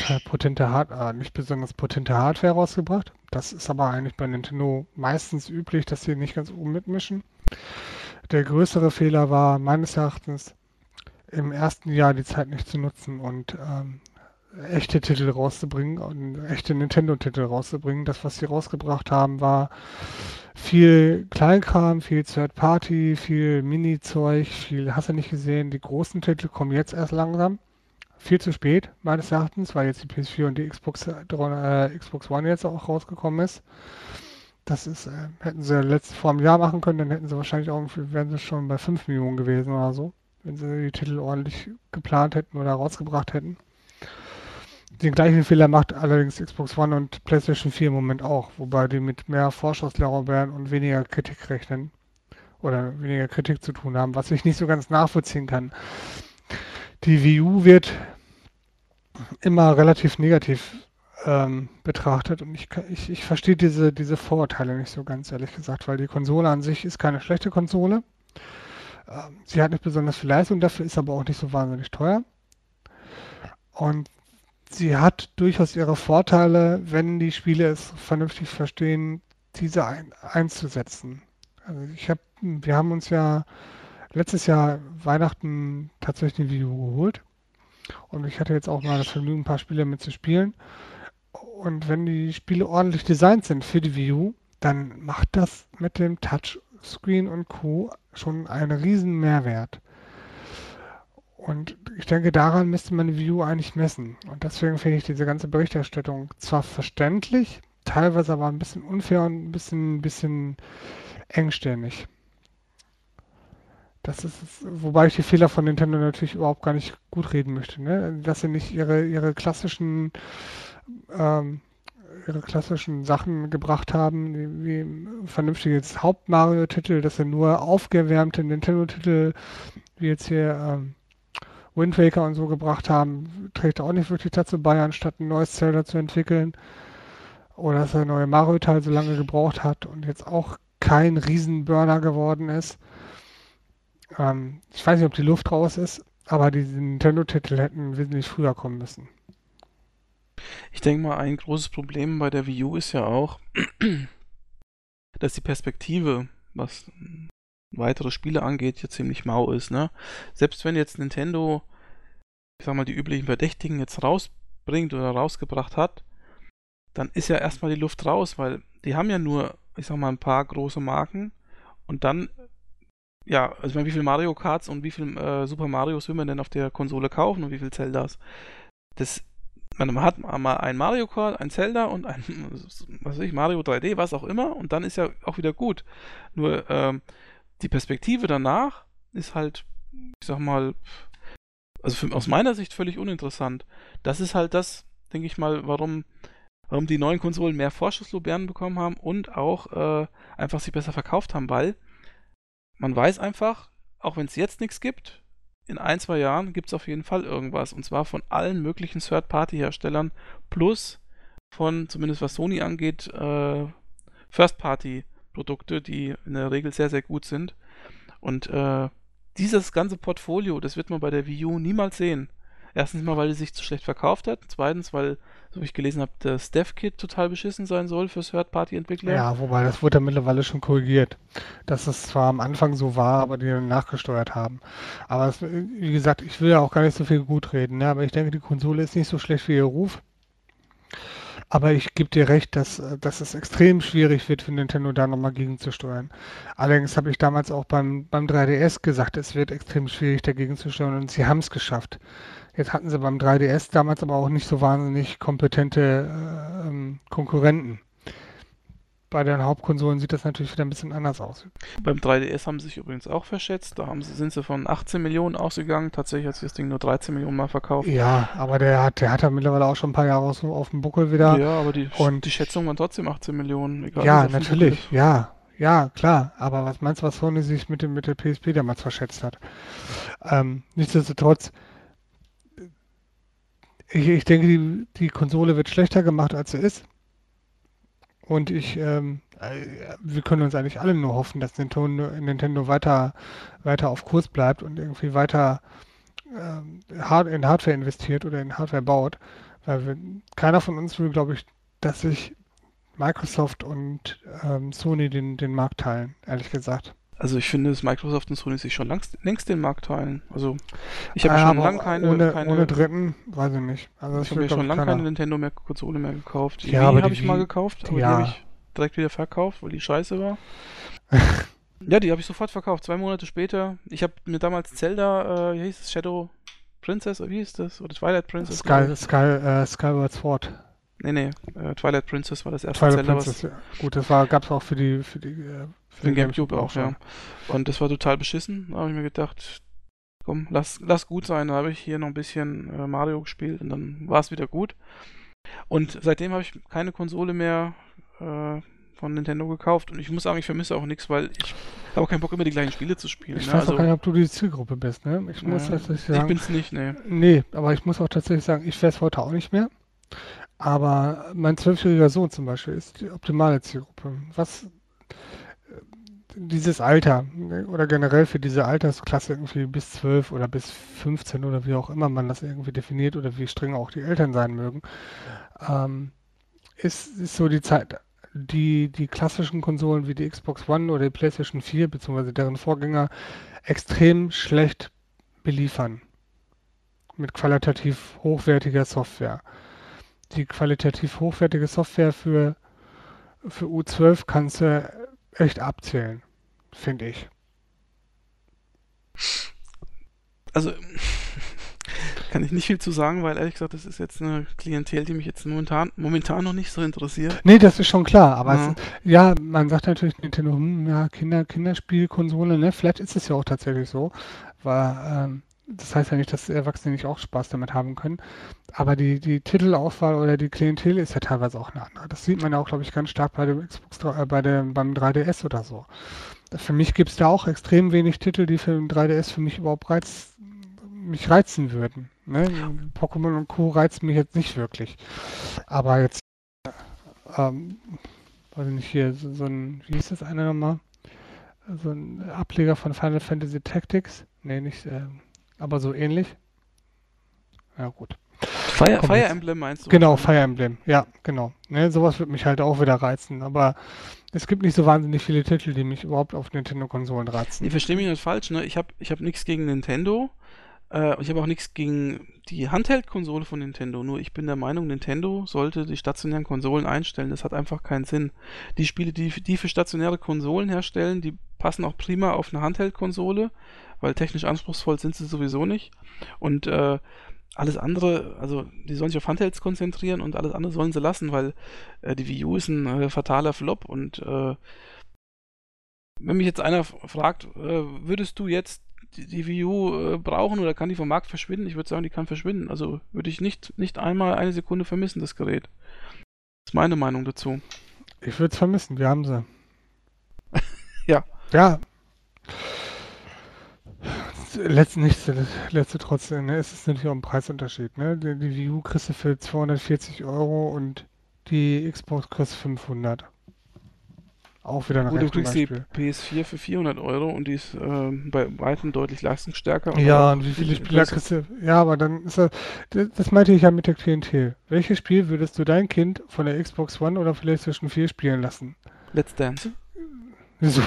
nicht besonders potente Hardware rausgebracht. Das ist aber eigentlich bei Nintendo meistens üblich, dass sie nicht ganz oben mitmischen. Der größere Fehler war meines Erachtens im ersten Jahr die Zeit nicht zu nutzen und echte Titel rauszubringen und echte Nintendo-Titel rauszubringen. Das, was sie rausgebracht haben, war viel Kleinkram, viel Third Party, viel Mini-Zeug, viel hast du nicht gesehen. Die großen Titel kommen jetzt erst langsam. viel zu spät, meines Erachtens, weil jetzt die PS4 und die Xbox One jetzt auch rausgekommen ist. Das ist, hätten sie vor einem Jahr machen können, dann hätten sie wahrscheinlich auch, wären sie schon bei 5 Millionen gewesen oder so, wenn sie die Titel ordentlich geplant hätten oder rausgebracht hätten. Den gleichen Fehler macht allerdings Xbox One und PlayStation 4 im Moment auch, wobei die mit mehr Vorschusslorbeeren und weniger Kritik rechnen oder weniger Kritik zu tun haben, was ich nicht so ganz nachvollziehen kann. Die Wii U wird immer relativ negativ betrachtet und ich verstehe diese Vorurteile nicht so ganz, ehrlich gesagt, weil die Konsole an sich ist keine schlechte Konsole. Sie hat nicht besonders viel Leistung, dafür ist aber auch nicht so wahnsinnig teuer. Und sie hat durchaus ihre Vorteile, wenn die Spiele es vernünftig verstehen, diese einzusetzen. Also wir haben uns ja letztes Jahr Weihnachten tatsächlich eine Wii U geholt und ich hatte jetzt auch mal das Vergnügen, ein paar Spiele mitzuspielen. Und wenn die Spiele ordentlich designt sind für die Wii U, dann macht das mit dem Touchscreen und Co. schon einen riesen Mehrwert. Und ich denke, daran müsste man die Wii U eigentlich messen. Und deswegen finde ich diese ganze Berichterstattung zwar verständlich, teilweise aber ein bisschen unfair und ein bisschen engstirnig. Das ist, wobei ich die Fehler von Nintendo natürlich überhaupt gar nicht gut reden möchte, ne? Dass sie nicht ähm, ihre klassischen Sachen gebracht haben, wie ein vernünftiges Haupt-Mario-Titel, dass sie nur aufgewärmte Nintendo-Titel, wie jetzt hier Wind Waker und so gebracht haben, trägt auch nicht wirklich dazu bei, anstatt ein neues Zelda zu entwickeln. Oder dass der neue Mario-Teil so lange gebraucht hat und jetzt auch kein Riesenburner geworden ist. Ich weiß nicht, ob die Luft raus ist, aber diese Nintendo-Titel hätten wesentlich früher kommen müssen. Ich denke mal, ein großes Problem bei der Wii U ist ja auch, dass die Perspektive, was weitere Spiele angeht, ja ziemlich mau ist, ne? Selbst wenn jetzt Nintendo, ich sag mal, die üblichen Verdächtigen jetzt rausbringt oder rausgebracht hat, dann ist ja erstmal die Luft raus, weil die haben ja nur, ich sag mal, ein paar große Marken und dann, ja, also ich meine, wie viel Mario Karts und wie viel Super Marios will man denn auf der Konsole kaufen und wie viel Zeldas? Das, man hat mal ein Mario Kart, ein Zelda und ein, was weiß ich, Mario 3D, was auch immer und dann ist ja auch wieder gut. Nur, die Perspektive danach ist halt, ich sag mal, also aus meiner Sicht völlig uninteressant. Das ist halt das, denke ich mal, warum die neuen Konsolen mehr Vorschusslorbeeren bekommen haben und auch einfach sich besser verkauft haben, weil man weiß einfach, auch wenn es jetzt nichts gibt, in ein, zwei Jahren gibt es auf jeden Fall irgendwas. Und zwar von allen möglichen Third-Party-Herstellern plus von, zumindest was Sony angeht, First-Party-Produkte, die in der Regel sehr, sehr gut sind. Und dieses ganze Portfolio, das wird man bei der Wii U niemals sehen. Erstens mal, weil sie sich zu schlecht verkauft hat. Zweitens, weil, so wie ich gelesen habe, das Dev-Kit total beschissen sein soll für Third-Party-Entwickler. Ja, wobei das wurde ja mittlerweile schon korrigiert, dass es zwar am Anfang so war, aber die dann nachgesteuert haben. Aber es, wie gesagt, ich will ja auch gar nicht so viel gut reden, ne? Aber ich denke, die Konsole ist nicht so schlecht wie ihr Ruf. Aber ich gebe dir recht, dass es extrem schwierig wird für Nintendo da nochmal gegenzusteuern. Allerdings habe ich damals auch beim 3DS gesagt, es wird extrem schwierig dagegen zu steuern und sie haben es geschafft. Jetzt hatten sie beim 3DS damals aber auch nicht so wahnsinnig kompetente Konkurrenten. Bei den Hauptkonsolen sieht das natürlich wieder ein bisschen anders aus. Beim 3DS haben sie sich übrigens auch verschätzt. Sind sie von 18 Millionen ausgegangen. Tatsächlich hat sich das Ding nur 13 Millionen Mal verkauft. Ja, aber der hat ja mittlerweile auch schon ein paar Jahre so auf dem Buckel wieder. Ja, aber die Und Schätzung waren trotzdem 18 Millionen. Egal, ja, was auf dem Buckel natürlich, ist. ja, ja, klar. Aber was meinst du, was Sony sich mit der PSP damals verschätzt hat? Nichtsdestotrotz, ich denke, die Konsole wird schlechter gemacht, als sie ist. Und wir können uns eigentlich alle nur hoffen, dass Nintendo weiter auf Kurs bleibt und irgendwie weiter in Hardware investiert oder in Hardware baut. Weil keiner von uns will, glaube ich, dass sich Microsoft und Sony den Markt teilen, ehrlich gesagt. Also ich finde, dass Microsoft und Sony sich schon längst den Markt teilen. Also ich habe ja schon Aber lange ohne Dritten, weiß ich nicht. Also ich das habe will, mir glaube schon ich, lange keiner. keine Nintendo-Konsole mehr gekauft. Die Ja, Wii aber habe die ich mal Wii, gekauft, aber die habe ja, ich direkt wieder verkauft, weil die scheiße war. Ja, die habe ich sofort verkauft. 2 Monate später. Ich habe mir damals Zelda, wie hieß es, Princess, oder wie ist das? Oder Twilight Princess, glaube ich. Skyward Sword. Nee, Twilight Princess war das erste Twilight Zelda, Princess, was ja. Gut, das gab es auch für für den den GameCube GameCube auch auch, ja. schon. Und das war total beschissen. Da habe ich mir gedacht, komm, lass gut sein. Da habe ich hier noch ein bisschen Mario gespielt und dann war es wieder gut. Und seitdem habe ich keine Konsole mehr von Nintendo gekauft. Und ich muss sagen, ich vermisse auch nichts, weil ich habe auch keinen Bock, immer die gleichen Spiele zu spielen. Ich Ne? weiß auch gar Also, nicht, ob du die Zielgruppe bist, ne? Ich muss tatsächlich ich sagen, bin's nicht, ne. nee, aber ich muss auch tatsächlich sagen, ich wäre es heute auch nicht mehr. Aber mein 12-jähriger Sohn zum Beispiel ist die optimale Zielgruppe. Dieses Alter, ne, oder generell für diese Altersklasse irgendwie bis 12 oder bis 15 oder wie auch immer man das irgendwie definiert oder wie streng auch die Eltern sein mögen, ähm, ist so die Zeit, die klassischen Konsolen wie die Xbox One oder die PlayStation 4 beziehungsweise deren Vorgänger extrem schlecht beliefern mit qualitativ hochwertiger Software. Die qualitativ hochwertige Software für U12 kannst du echt abzählen, finde ich. Also, kann ich nicht viel zu sagen, weil ehrlich gesagt, das ist jetzt eine Klientel, die mich jetzt momentan noch nicht so interessiert. Nee, das ist schon klar, aber Ja. ja, man sagt natürlich Nintendo, ja, Kinderspielkonsole, ne? Vielleicht ist es ja auch tatsächlich so, weil das heißt ja nicht, dass Erwachsene nicht auch Spaß damit haben können, aber die Titelauswahl oder die Klientel ist ja teilweise auch eine andere. Das sieht man ja auch, glaube ich, ganz stark bei dem beim 3DS oder so. Für mich gibt es da auch extrem wenig Titel, die für den 3DS für mich überhaupt mich reizen würden. Ne? Pokémon und Co. reizen mich jetzt nicht wirklich. Aber jetzt, ähm, weiß ich nicht, hier so ein, wie hieß das eine nochmal? So ein Ableger von Final Fantasy Tactics? Nee, nicht, aber so ähnlich. Ja, gut. Komm Fire jetzt. Emblem meinst du Genau, wahrscheinlich. Fire Emblem. Ja, genau. Ne, sowas wird mich halt auch wieder reizen. Aber es gibt nicht so wahnsinnig viele Titel, die mich überhaupt auf Nintendo-Konsolen Nee, reizen. versteh mich nicht falsch, ne? Ich hab nichts gegen Nintendo. Ich habe auch nichts gegen die Handheld-Konsole von Nintendo. Nur ich bin der Meinung, Nintendo sollte die stationären Konsolen einstellen. Das hat einfach keinen Sinn. Die Spiele, die für stationäre Konsolen herstellen, die passen auch prima auf eine Handheld-Konsole, weil technisch anspruchsvoll sind sie sowieso nicht. Und alles andere, also die sollen sich auf Handhelds konzentrieren und alles andere sollen sie lassen, weil die Wii U ist ein fataler Flop. Und wenn mich jetzt einer fragt, würdest du jetzt die Wii U brauchen oder kann die vom Markt verschwinden? Ich würde sagen, die kann verschwinden. Also würde ich nicht einmal eine Sekunde vermissen, das Gerät. Das ist meine Meinung dazu. Ich würde es vermissen, wir haben sie. Ja. Ja, letzte trotzdem, ne? Es ist natürlich auch ein Preisunterschied, ne? Die Wii U kriegst du für 240 Euro und die Xbox kriegst du 500. Auch wieder ein Gut, du kriegst die Rechenbeispiel. PS4 für 400 Euro und die ist bei weitem deutlich leistungsstärker und hat Ja, auch und wie viele Spieler größere. kriegst du? Ja, aber dann ist das meinte ich ja mit der Klientel. Welches Spiel würdest du dein Kind von der Xbox One oder PlayStation 4 spielen lassen? Let's Dance. So.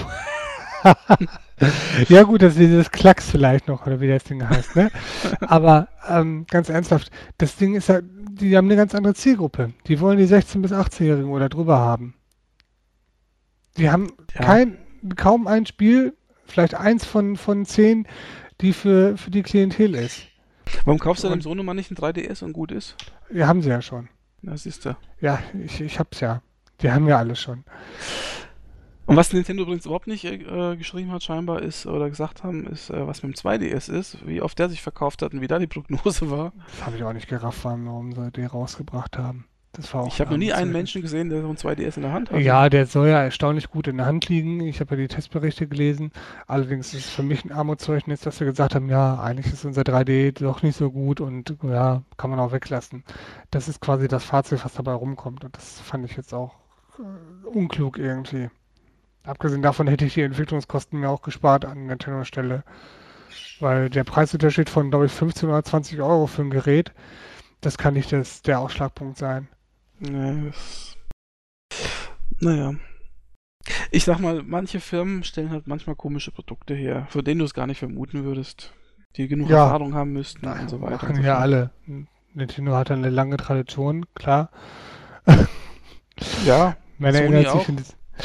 Ja gut, das ist dieses Klacks vielleicht noch, oder wie das Ding heißt, ne? Aber ganz ernsthaft, das Ding ist ja, die haben eine ganz andere Zielgruppe. Die wollen die 16- bis 18-Jährigen oder drüber haben. Die haben Ja. kaum ein Spiel, vielleicht eins von 10, die für die Klientel ist. Warum kaufst du deinem Und Sohn mal nicht ein 3DS und gut ist? ja, haben sie ja schon. Ja, siehst du. Ja, ich hab's ja. Die haben ja alles schon. Und was Nintendo übrigens überhaupt nicht geschrieben hat, scheinbar, ist, oder gesagt haben, ist, was mit dem 2DS ist, wie oft der sich verkauft hat und wie da die Prognose war. Das habe ich auch nicht gerafft, warum sie die rausgebracht haben. Das war auch Ich ein habe noch nie einen Armutszeugnis. Menschen gesehen, der so ein 2DS in der Hand hatte. Ja, der soll ja erstaunlich gut in der Hand liegen. Ich habe ja die Testberichte gelesen. Allerdings ist es für mich ein Armutszeugnis, dass sie gesagt haben, ja, eigentlich ist unser 3D doch nicht so gut und ja, kann man auch weglassen. Das ist quasi das Fazit, was dabei rumkommt. Und das fand ich jetzt auch unklug irgendwie. Abgesehen davon hätte ich die Entwicklungskosten mir auch gespart an Nintendo Stelle, weil der Preisunterschied von, glaube ich, 15 oder 20 Euro für ein Gerät, das kann nicht der Ausschlagpunkt sein. Nee, naja. Ich sag mal, manche Firmen stellen halt manchmal komische Produkte her, von denen du es gar nicht vermuten würdest, die genug Ja, Erfahrung haben müssten und so weiter und machen so ja fort. alle. Nintendo hat eine lange Tradition, klar. Ja, Man Sony erinnert sich auch.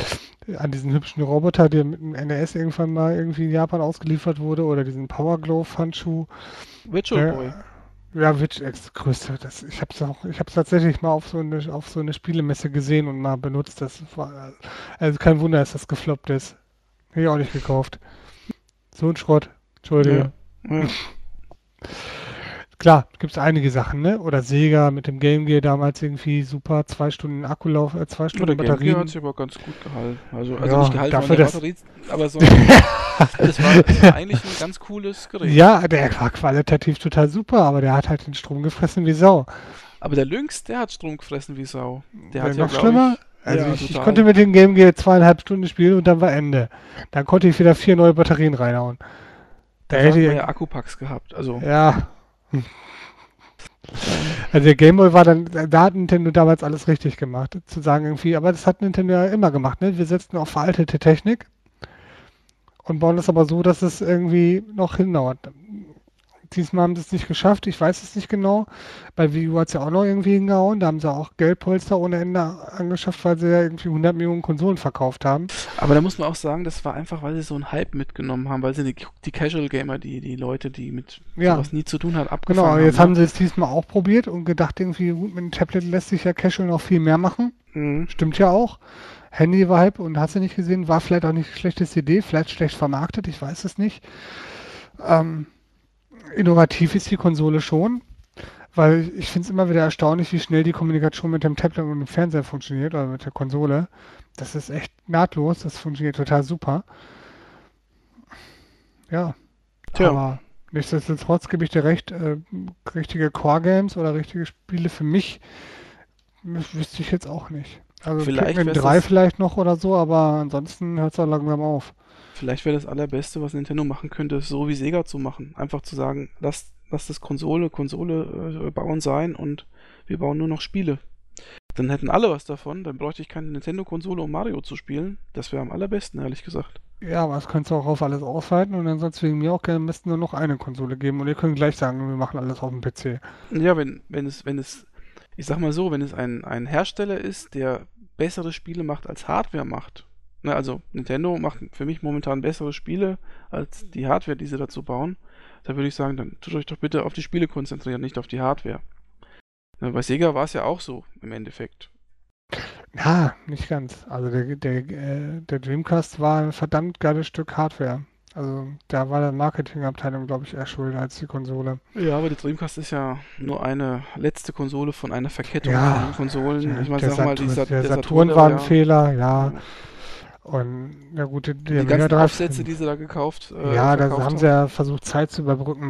an diesen hübschen Roboter, der mit dem NES irgendwann mal irgendwie in Japan ausgeliefert wurde, oder diesen Power Glove Handschuh. Virtual Boy. Der, ja, Witch X größte. Ich hab's tatsächlich mal auf so eine Spielemesse gesehen und mal benutzt. Also kein Wunder, dass das gefloppt ist. Hätte ich auch nicht gekauft. So ein Schrott. Ja, Entschuldige. ja. Klar, gibt es einige Sachen, ne? Oder Sega mit dem Game Gear damals irgendwie super, 2 Stunden Akkulauf, 2 Stunden Oder Game Gear hat Batterien. sich aber ganz gut gehalten. Also nicht Ja, gehalten von dafür der das. Batterie, aber sondern das war eigentlich ein ganz cooles Gerät. Ja, der war qualitativ total super, aber der hat halt den Strom gefressen wie Sau. Aber der Lynx, der hat Strom gefressen wie Sau. Der hat ja, Noch glaube schlimmer, ich, also ja, ich konnte total. mit dem Game Gear 2,5 Stunden spielen und dann war Ende. Dann konnte ich wieder 4 neue Batterien reinhauen. Da Dafür hätte hat man ja ich, Akkupacks gehabt. Also, ja, ähm, also der Game Boy war dann, da hat Nintendo damals alles richtig gemacht, zu sagen irgendwie, aber das hat Nintendo ja immer gemacht, ne? Wir setzen auf veraltete Technik und bauen das aber so, dass es irgendwie noch hindauert. Diesmal haben sie es nicht geschafft, ich weiß es nicht genau. Bei Wii U hat es ja auch noch irgendwie hingehauen, da haben sie auch Geldpolster ohne Ende angeschafft, weil sie ja irgendwie 100 Millionen Konsolen verkauft haben. aber da muss man auch sagen, das war einfach, weil sie so einen Hype mitgenommen haben, weil sie die Casual Gamer, die Leute, die mit Ja, sowas nie zu tun hat, genau, aber abgefangen haben, jetzt ne? haben sie es diesmal auch probiert und gedacht, irgendwie, gut, mit dem Tablet lässt sich ja Casual noch viel mehr machen. Mhm. Stimmt ja auch. Handy war Hype und hast du nicht gesehen, war vielleicht auch nicht die schlechteste Idee, vielleicht schlecht vermarktet, ich weiß es nicht. Ähm, Innovativ ist die Konsole schon, weil ich finde es immer wieder erstaunlich, wie schnell die Kommunikation mit dem Tablet und dem Fernseher funktioniert oder mit der Konsole. Das ist echt nahtlos, das funktioniert total super. Ja, Tja, aber nichtsdestotrotz gebe ich dir recht, richtige Core-Games oder richtige Spiele für mich wüsste ich jetzt auch nicht. Also vielleicht Pikmin wäre es 3 das, vielleicht noch oder so, aber ansonsten hört es auch langsam auf. vielleicht wäre das Allerbeste, was Nintendo machen könnte, so wie Sega zu machen. Einfach zu sagen, lasst das Konsole bauen sein und wir bauen nur noch Spiele. Dann hätten alle was davon, dann bräuchte ich keine Nintendo-Konsole, um Mario zu spielen. Das wäre am allerbesten, ehrlich gesagt. Ja, aber das könntest du auch auf alles ausweiten und dann soll es wegen mir auch gerne am besten nur noch eine Konsole geben und ihr könnt gleich sagen, wir machen alles auf dem PC. Ja, wenn es, ich sag mal so, wenn es ein Hersteller ist, der bessere Spiele macht als Hardware macht. Ne, also Nintendo macht für mich momentan bessere Spiele als die Hardware, die sie dazu bauen. Da würde ich sagen, dann tut euch doch bitte auf die Spiele konzentrieren, nicht auf die Hardware. Ne, bei Sega war es ja auch so im Endeffekt. Ja, nicht ganz. Also der Dreamcast war ein verdammt geiles Stück Hardware. Also da war der Marketingabteilung, glaube ich, eher schuld als die Konsole. Ja, aber die Dreamcast ist ja nur eine letzte Konsole von einer Verkettung Ja, von Konsolen. Ich meine, der sag mal, Der Der Saturn, Saturn der war war ein ja. Fehler, ja. Ja. Und ja gut, Und der die Mega ganzen Drive, Aufsätze, die sie da ja, da verkauft haben sie haben. ja versucht, Zeit zu überbrücken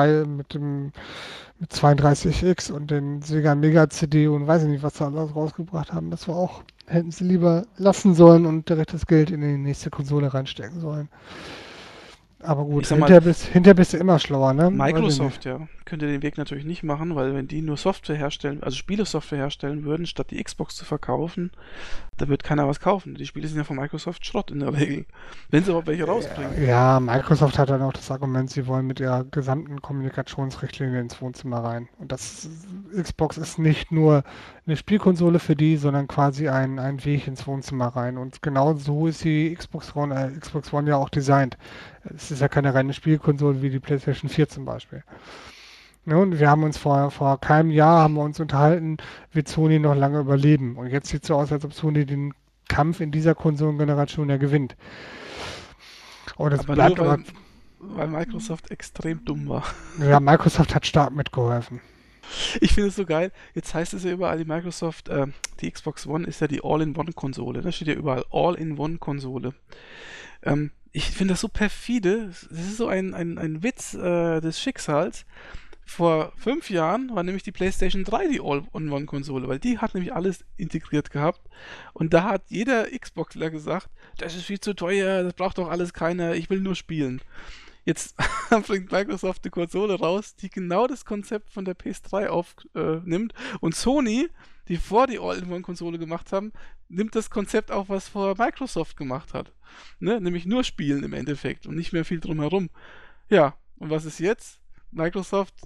mit 32X und den Sega Mega CD und weiß ich nicht, was sie alles rausgebracht haben. Das war auch, hätten sie lieber lassen sollen und direkt das Geld in die nächste Konsole reinstecken sollen. Aber Ich gut, sag mal, hinterher bist du immer schlauer, ne? Weiß ich nicht. Microsoft, ja, könnte den Weg natürlich nicht machen, weil wenn die nur Software herstellen, also Spielesoftware herstellen würden, statt die Xbox zu verkaufen, da wird keiner was kaufen. Die Spiele sind ja von Microsoft Schrott in der Regel. Wenn sie überhaupt welche rausbringen. Ja, Microsoft hat dann auch das Argument, sie wollen mit ihrer gesamten Kommunikationsrichtlinie ins Wohnzimmer rein. Und Xbox ist nicht nur eine Spielkonsole für die, sondern quasi ein Weg ins Wohnzimmer rein. Und genau so ist die Xbox One ja auch designt. Es ist ja keine reine Spielkonsole wie die PlayStation 4 zum Beispiel. Ne, und wir haben uns vor keinem Jahr haben wir uns unterhalten, wird Sony noch lange überleben. Und jetzt sieht es so aus, als ob Sony den Kampf in dieser Konsolengeneration ja gewinnt. Und es Aber nur bleibt aber, weil Microsoft extrem dumm war. ja, Microsoft hat stark mitgeholfen. Ich finde es so geil. Jetzt heißt es ja überall, die Xbox One ist ja die All-in-One-Konsole. Da steht ja überall All-in-One-Konsole. Ich finde das so perfide. Das ist so ein Witz des Schicksals. Vor 5 Jahren war nämlich die PlayStation 3 die All-in-One-Konsole, weil die hat nämlich alles integriert gehabt. Und da hat jeder Xboxler gesagt, das ist viel zu teuer, das braucht doch alles keiner, ich will nur spielen. Jetzt bringt Microsoft eine Konsole raus, die genau das Konzept von der PS3 aufnimmt. Und Sony, die vor die All-in-One-Konsole gemacht haben, nimmt das Konzept auf, was vorher Microsoft gemacht hat. Ne? Nämlich nur spielen im Endeffekt und nicht mehr viel drumherum. Ja, und was ist jetzt? Microsoft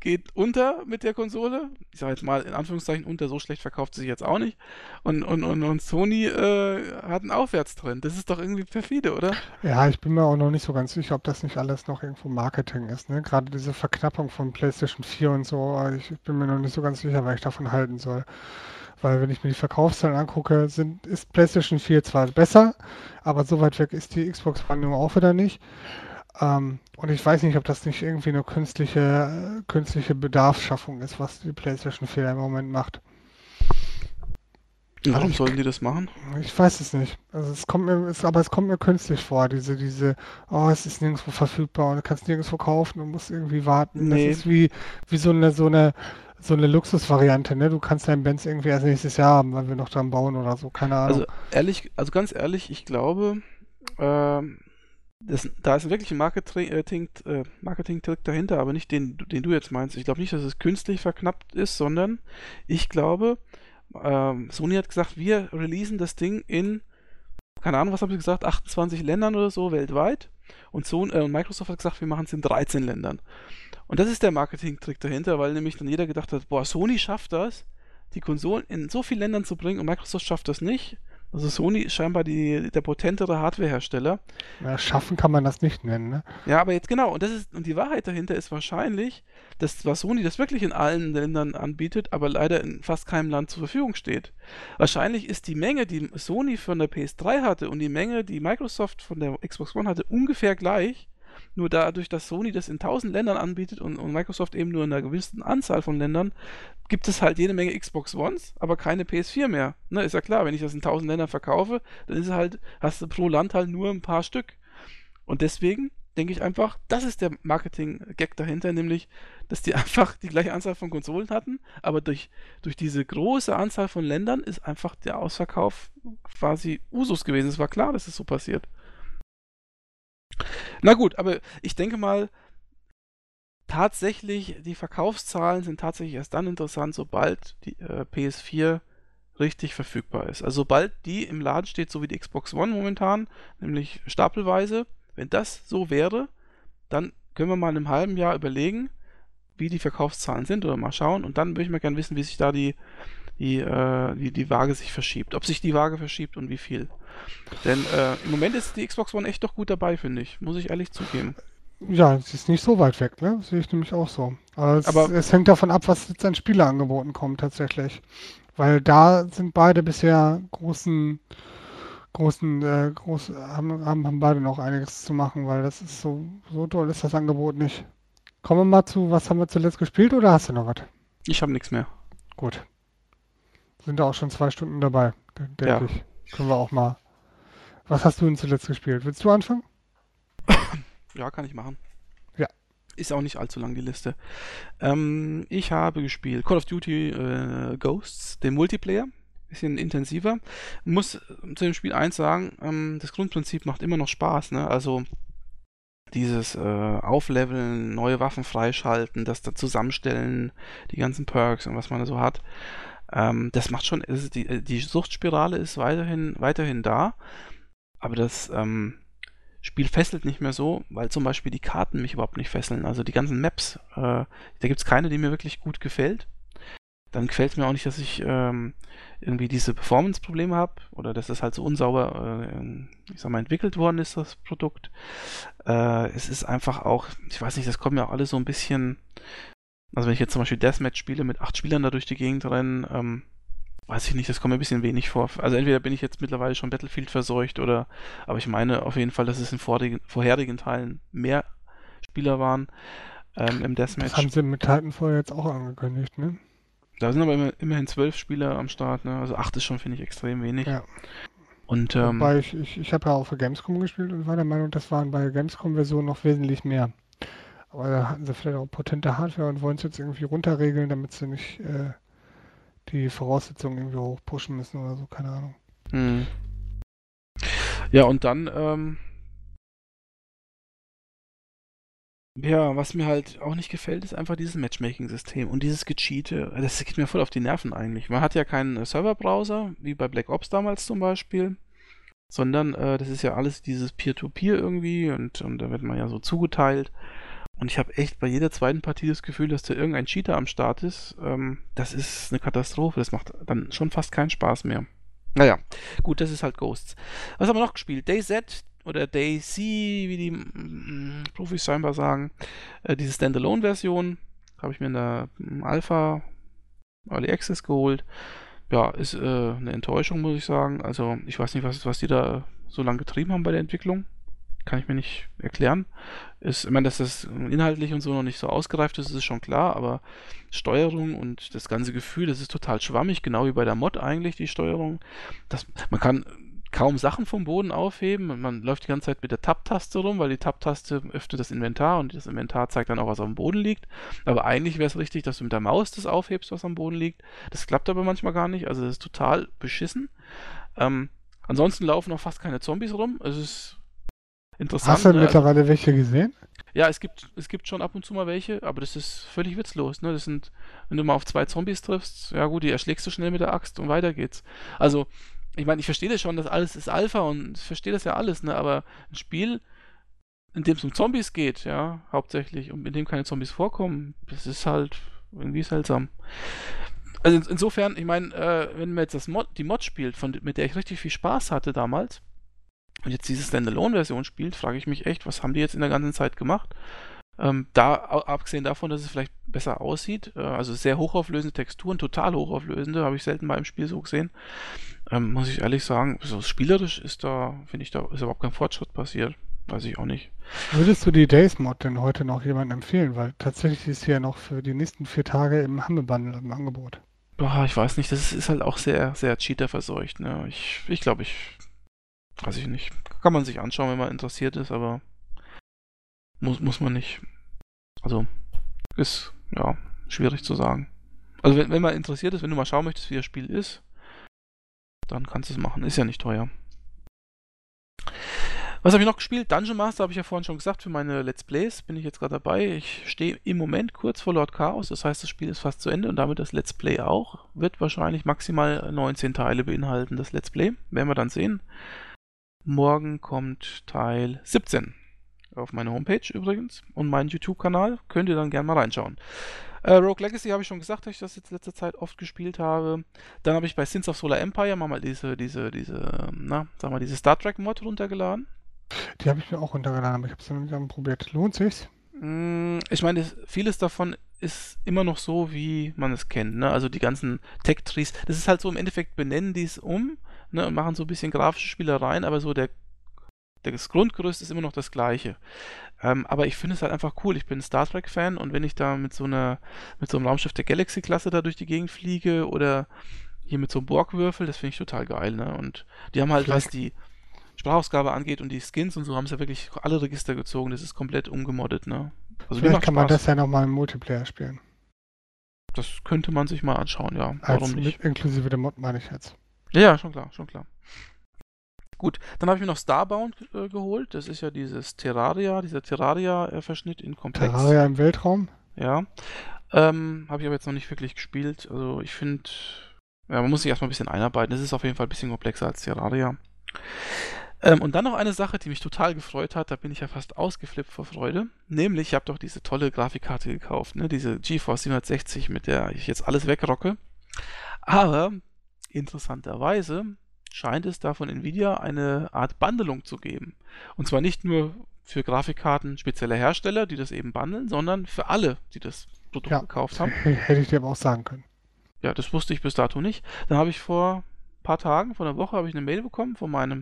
geht unter mit der Konsole. Ich sage jetzt mal in Anführungszeichen unter, so schlecht verkauft sie sich jetzt auch nicht. Und Sony hat einen Aufwärtstrend. Das ist doch irgendwie perfide, oder? Ja, ich bin mir auch noch nicht so ganz sicher, ob das nicht alles noch irgendwo Marketing ist, ne? Gerade diese Verknappung von PlayStation 4 und so, ich bin mir noch nicht so ganz sicher, was ich davon halten soll. Weil wenn ich mir die Verkaufszahlen angucke, ist PlayStation 4 zwar besser, aber so weit weg ist die Xbox One nun auch wieder nicht. Und ich weiß nicht, ob das nicht irgendwie eine künstliche Bedarfsschaffung ist, was die PlayStation 4 im Moment macht. Also Warum sollen die das machen? ich weiß es nicht. Also aber es kommt mir künstlich vor, oh, es ist nirgendwo verfügbar und du kannst nirgendwo kaufen und musst irgendwie warten. Das Nee, ist wie so eine Luxusvariante, ne? Du kannst deinen Benz irgendwie erst nächstes Jahr haben, weil wir noch dran bauen oder so, keine Ahnung. also ganz ehrlich, ich glaube, ähm, da ist wirklich ein Marketing-Trick dahinter, aber nicht den du jetzt meinst. Ich glaube nicht, dass es künstlich verknappt ist, sondern ich glaube, Sony hat gesagt, wir releasen das Ding in, keine Ahnung, was haben sie gesagt, 28 Ländern oder so weltweit. Und Microsoft hat gesagt, wir machen es in 13 Ländern. Und das ist der Marketing-Trick dahinter, weil nämlich dann jeder gedacht hat, boah, Sony schafft das, die Konsolen in so viele Ländern zu bringen und Microsoft schafft das nicht. Also Sony ist scheinbar der potentere Hardwarehersteller. Ja, schaffen kann man das nicht nennen, ne? Ja, aber jetzt genau, und die Wahrheit dahinter ist wahrscheinlich, dass zwar Sony das wirklich in allen Ländern anbietet, aber leider in fast keinem Land zur Verfügung steht. Wahrscheinlich ist die Menge, die Sony von der PS3 hatte und die Menge, die Microsoft von der Xbox One hatte, ungefähr gleich. Nur dadurch, dass Sony das in 1000 Ländern anbietet und Microsoft eben nur in einer gewissen Anzahl von Ländern, gibt es halt jede Menge Xbox Ones, aber keine PS4 mehr. Ne, ist ja klar, wenn ich das in 1000 Ländern verkaufe, dann ist es halt, hast du pro Land halt nur ein paar Stück. Und deswegen denke ich einfach, das ist der Marketing-Gag dahinter, nämlich, dass die einfach die gleiche Anzahl von Konsolen hatten, aber durch diese große Anzahl von Ländern ist einfach der Ausverkauf quasi Usus gewesen. Es war klar, dass es so passiert. Na gut, aber ich denke mal, tatsächlich, die Verkaufszahlen sind tatsächlich erst dann interessant, sobald die PS4 richtig verfügbar ist. Also sobald die im Laden steht, so wie die Xbox One momentan, nämlich stapelweise, wenn das so wäre, dann können wir mal in einem halben Jahr überlegen, wie die Verkaufszahlen sind oder mal schauen. Und dann würde ich mal gerne wissen, wie sich da die Waage sich verschiebt. Ob sich die Waage verschiebt und wie viel. Denn im Moment ist die Xbox One echt doch gut dabei, finde ich. Muss ich ehrlich zugeben. Ja, es ist nicht so weit weg, ne? Sehe ich nämlich auch so. Aber Aber es hängt davon ab, was jetzt an Spieleangeboten kommt tatsächlich. Weil da sind beide bisher haben beide noch einiges zu machen, weil das ist so toll ist das Angebot nicht. Kommen wir mal zu, was haben wir zuletzt gespielt oder hast du noch was? ich habe nichts mehr. Gut, sind da auch schon 2 Stunden dabei, denke Ja. ich. Können wir auch mal. Was hast du denn zuletzt gespielt? Willst du anfangen? Ja, kann ich machen. Ja. Ist auch nicht allzu lang die Liste. Ich habe gespielt Call of Duty Ghosts, den Multiplayer. Bisschen intensiver. Muss zu dem Spiel eins sagen, das Grundprinzip macht immer noch Spaß, ne? Also dieses Aufleveln, neue Waffen freischalten, das da zusammenstellen, die ganzen Perks und was man da so hat. Das macht schon, die Suchtspirale ist weiterhin da, aber das Spiel fesselt nicht mehr so, weil zum Beispiel die Karten mich überhaupt nicht fesseln. Also die ganzen Maps, da gibt es keine, die mir wirklich gut gefällt. Dann gefällt es mir auch nicht, dass ich irgendwie diese Performance-Probleme habe oder dass das halt so unsauber, ich sag mal, entwickelt worden ist, das Produkt. Es ist einfach auch, ich weiß nicht, das kommt mir auch alles so ein bisschen, also wenn ich jetzt zum Beispiel Deathmatch spiele mit 8 Spielern da durch die Gegend rennen, weiß ich nicht, das kommt mir ein bisschen wenig vor. Also entweder bin ich jetzt mittlerweile schon Battlefield verseucht oder, aber ich meine auf jeden Fall, dass es in vorherigen Teilen mehr Spieler waren im Das haben Deathmatch. sie mit Titanfall jetzt auch angekündigt, ne? Da sind aber immerhin 12 Spieler am Start, ne? Also 8 ist schon, finde ich, extrem wenig. Ja. Und Wobei ich habe ja auch für Gamescom gespielt und war der Meinung, das waren bei der Gamescom-Version noch wesentlich mehr. Aber da hatten sie vielleicht auch potente Hardware und wollen es jetzt irgendwie runterregeln, damit sie nicht die Voraussetzungen irgendwie hochpushen müssen oder so, keine Ahnung. hm. Ja, und dann, ja, was mir halt auch nicht gefällt, ist einfach dieses Matchmaking-System und dieses Gecheate. Das geht mir voll auf die Nerven eigentlich. Man hat ja keinen Serverbrowser, wie bei Black Ops damals zum Beispiel, sondern das ist ja alles dieses Peer-to-Peer irgendwie und da wird man ja so zugeteilt. Und ich habe echt bei jeder zweiten Partie das Gefühl, dass da irgendein Cheater am Start ist. Das ist eine Katastrophe. Das macht dann schon fast keinen Spaß mehr. Naja, gut, das ist halt Ghosts. Was haben wir noch gespielt? DayZ oder DayZ, wie die Profis scheinbar sagen. Diese Standalone-Version habe ich mir in der Alpha Early Access geholt. Ja, ist eine Enttäuschung, muss ich sagen. Also, ich weiß nicht, was die da so lange getrieben haben bei der Entwicklung. Kann ich mir nicht erklären. Ich meine, dass das inhaltlich und so noch nicht so ausgereift ist, ist schon klar, aber Steuerung und das ganze Gefühl, das ist total schwammig, genau wie bei der Mod eigentlich, die Steuerung. Man kann kaum Sachen vom Boden aufheben. Man läuft die ganze Zeit mit der Tab-Taste rum, weil die Tab-Taste öffnet das Inventar und das Inventar zeigt dann auch, was auf dem Boden liegt. Aber eigentlich wäre es richtig, dass du mit der Maus das aufhebst, was am Boden liegt. Das klappt aber manchmal gar nicht, also das ist total beschissen. Ansonsten laufen auch fast keine Zombies rum. Es ist Hast interessant, du ne? Also, mittlerweile welche gesehen? ja, es gibt schon ab und zu mal welche, aber das ist völlig witzlos, ne? Das sind, wenn du mal auf zwei Zombies triffst, ja gut, die erschlägst du schnell mit der Axt und weiter geht's. Also, ich meine, ich verstehe das schon, dass alles ist Alpha und ich verstehe das ja alles, ne? Aber ein Spiel, in dem es um Zombies geht, ja, hauptsächlich, und in dem keine Zombies vorkommen, das ist halt irgendwie seltsam. Also insofern, ich meine, wenn man jetzt die Mod spielt, mit der ich richtig viel Spaß hatte damals, und jetzt diese Standalone-Version spielt, frage ich mich echt, was haben die jetzt in der ganzen Zeit gemacht? Abgesehen davon, dass es vielleicht besser aussieht, also sehr hochauflösende Texturen, total hochauflösende, habe ich selten mal im Spiel so gesehen, muss ich ehrlich sagen, so spielerisch finde ich, da ist überhaupt kein Fortschritt passiert. Weiß ich auch nicht. Würdest du die Days Mod denn heute noch jemandem empfehlen? Weil tatsächlich ist sie ja noch für die nächsten 4 Tage im Humble Bundle im Angebot. Boah, ich weiß nicht, das ist halt auch sehr, sehr Cheater-verseucht, ne? Ich glaube, weiß ich nicht. Kann man sich anschauen, wenn man interessiert ist, aber muss man nicht. Also, ist, ja, schwierig zu sagen. Also, wenn man interessiert ist, wenn du mal schauen möchtest, wie das Spiel ist, dann kannst du es machen. Ist ja nicht teuer. Was habe ich noch gespielt? Dungeon Master habe ich ja vorhin schon gesagt, für meine Let's Plays bin ich jetzt gerade dabei. Ich stehe im Moment kurz vor Lord Chaos, das heißt, das Spiel ist fast zu Ende und damit das Let's Play auch. Wird wahrscheinlich maximal 19 Teile beinhalten, das Let's Play. Werden wir dann sehen. Morgen kommt Teil 17 auf meine Homepage übrigens und meinen YouTube-Kanal. Könnt ihr dann gerne mal reinschauen. Rogue Legacy habe ich schon gesagt, dass ich das jetzt letzte Zeit oft gespielt habe. Dann habe ich bei Sins of Solar Empire mal diese Star Trek Mod runtergeladen. Die habe ich mir auch runtergeladen, aber ich habe es noch nicht probiert. Lohnt sich's? Ich meine, vieles davon ist immer noch so, wie man es kennt, ne? Also die ganzen Tech-Trees, das ist halt so im Endeffekt, benennen die es um, ne, und machen so ein bisschen grafische Spielereien, aber so das Grundgerüst ist immer noch das gleiche. Aber ich finde es halt einfach cool. Ich bin Star Trek-Fan und wenn ich da mit so einem Raumschiff der Galaxy-Klasse da durch die Gegend fliege oder hier mit so einem Borgwürfel, das finde ich total geil, ne? Und die haben halt, was Vielleicht, die Sprachausgabe angeht und die Skins und so, haben sie ja wirklich alle Register gezogen. Das ist komplett umgemoddet, ne? Also mir vielleicht macht kann man Spaß. das ja nochmal im Multiplayer spielen. Das könnte man sich mal anschauen, ja. Warum Als nicht? mit inklusive der Mod meine ich jetzt. Ja, ja, schon klar, schon klar. Gut, dann habe ich mir noch Starbound geholt. Das ist ja dieser Terraria-Verschnitt in Komplex. Terraria im Weltraum? Ja. Habe ich aber jetzt noch nicht wirklich gespielt. Also ich finde, ja, man muss sich erstmal ein bisschen einarbeiten. Es ist auf jeden Fall ein bisschen komplexer als Terraria. Und dann noch eine Sache, die mich total gefreut hat, da bin ich ja fast ausgeflippt vor Freude. Nämlich, ich habe doch diese tolle Grafikkarte gekauft, ne? Diese GeForce 760, mit der ich jetzt alles wegrocke. Aber interessanterweise scheint es da von Nvidia eine Art Bundelung zu geben. Und zwar nicht nur für Grafikkarten spezieller Hersteller, die das eben bundeln, sondern für alle, die das Produkt Ja, gekauft haben. hätte ich dir aber auch sagen können. Ja, das wusste ich bis dato nicht. Dann habe ich vor ein paar Tagen, vor einer Woche, habe ich eine Mail bekommen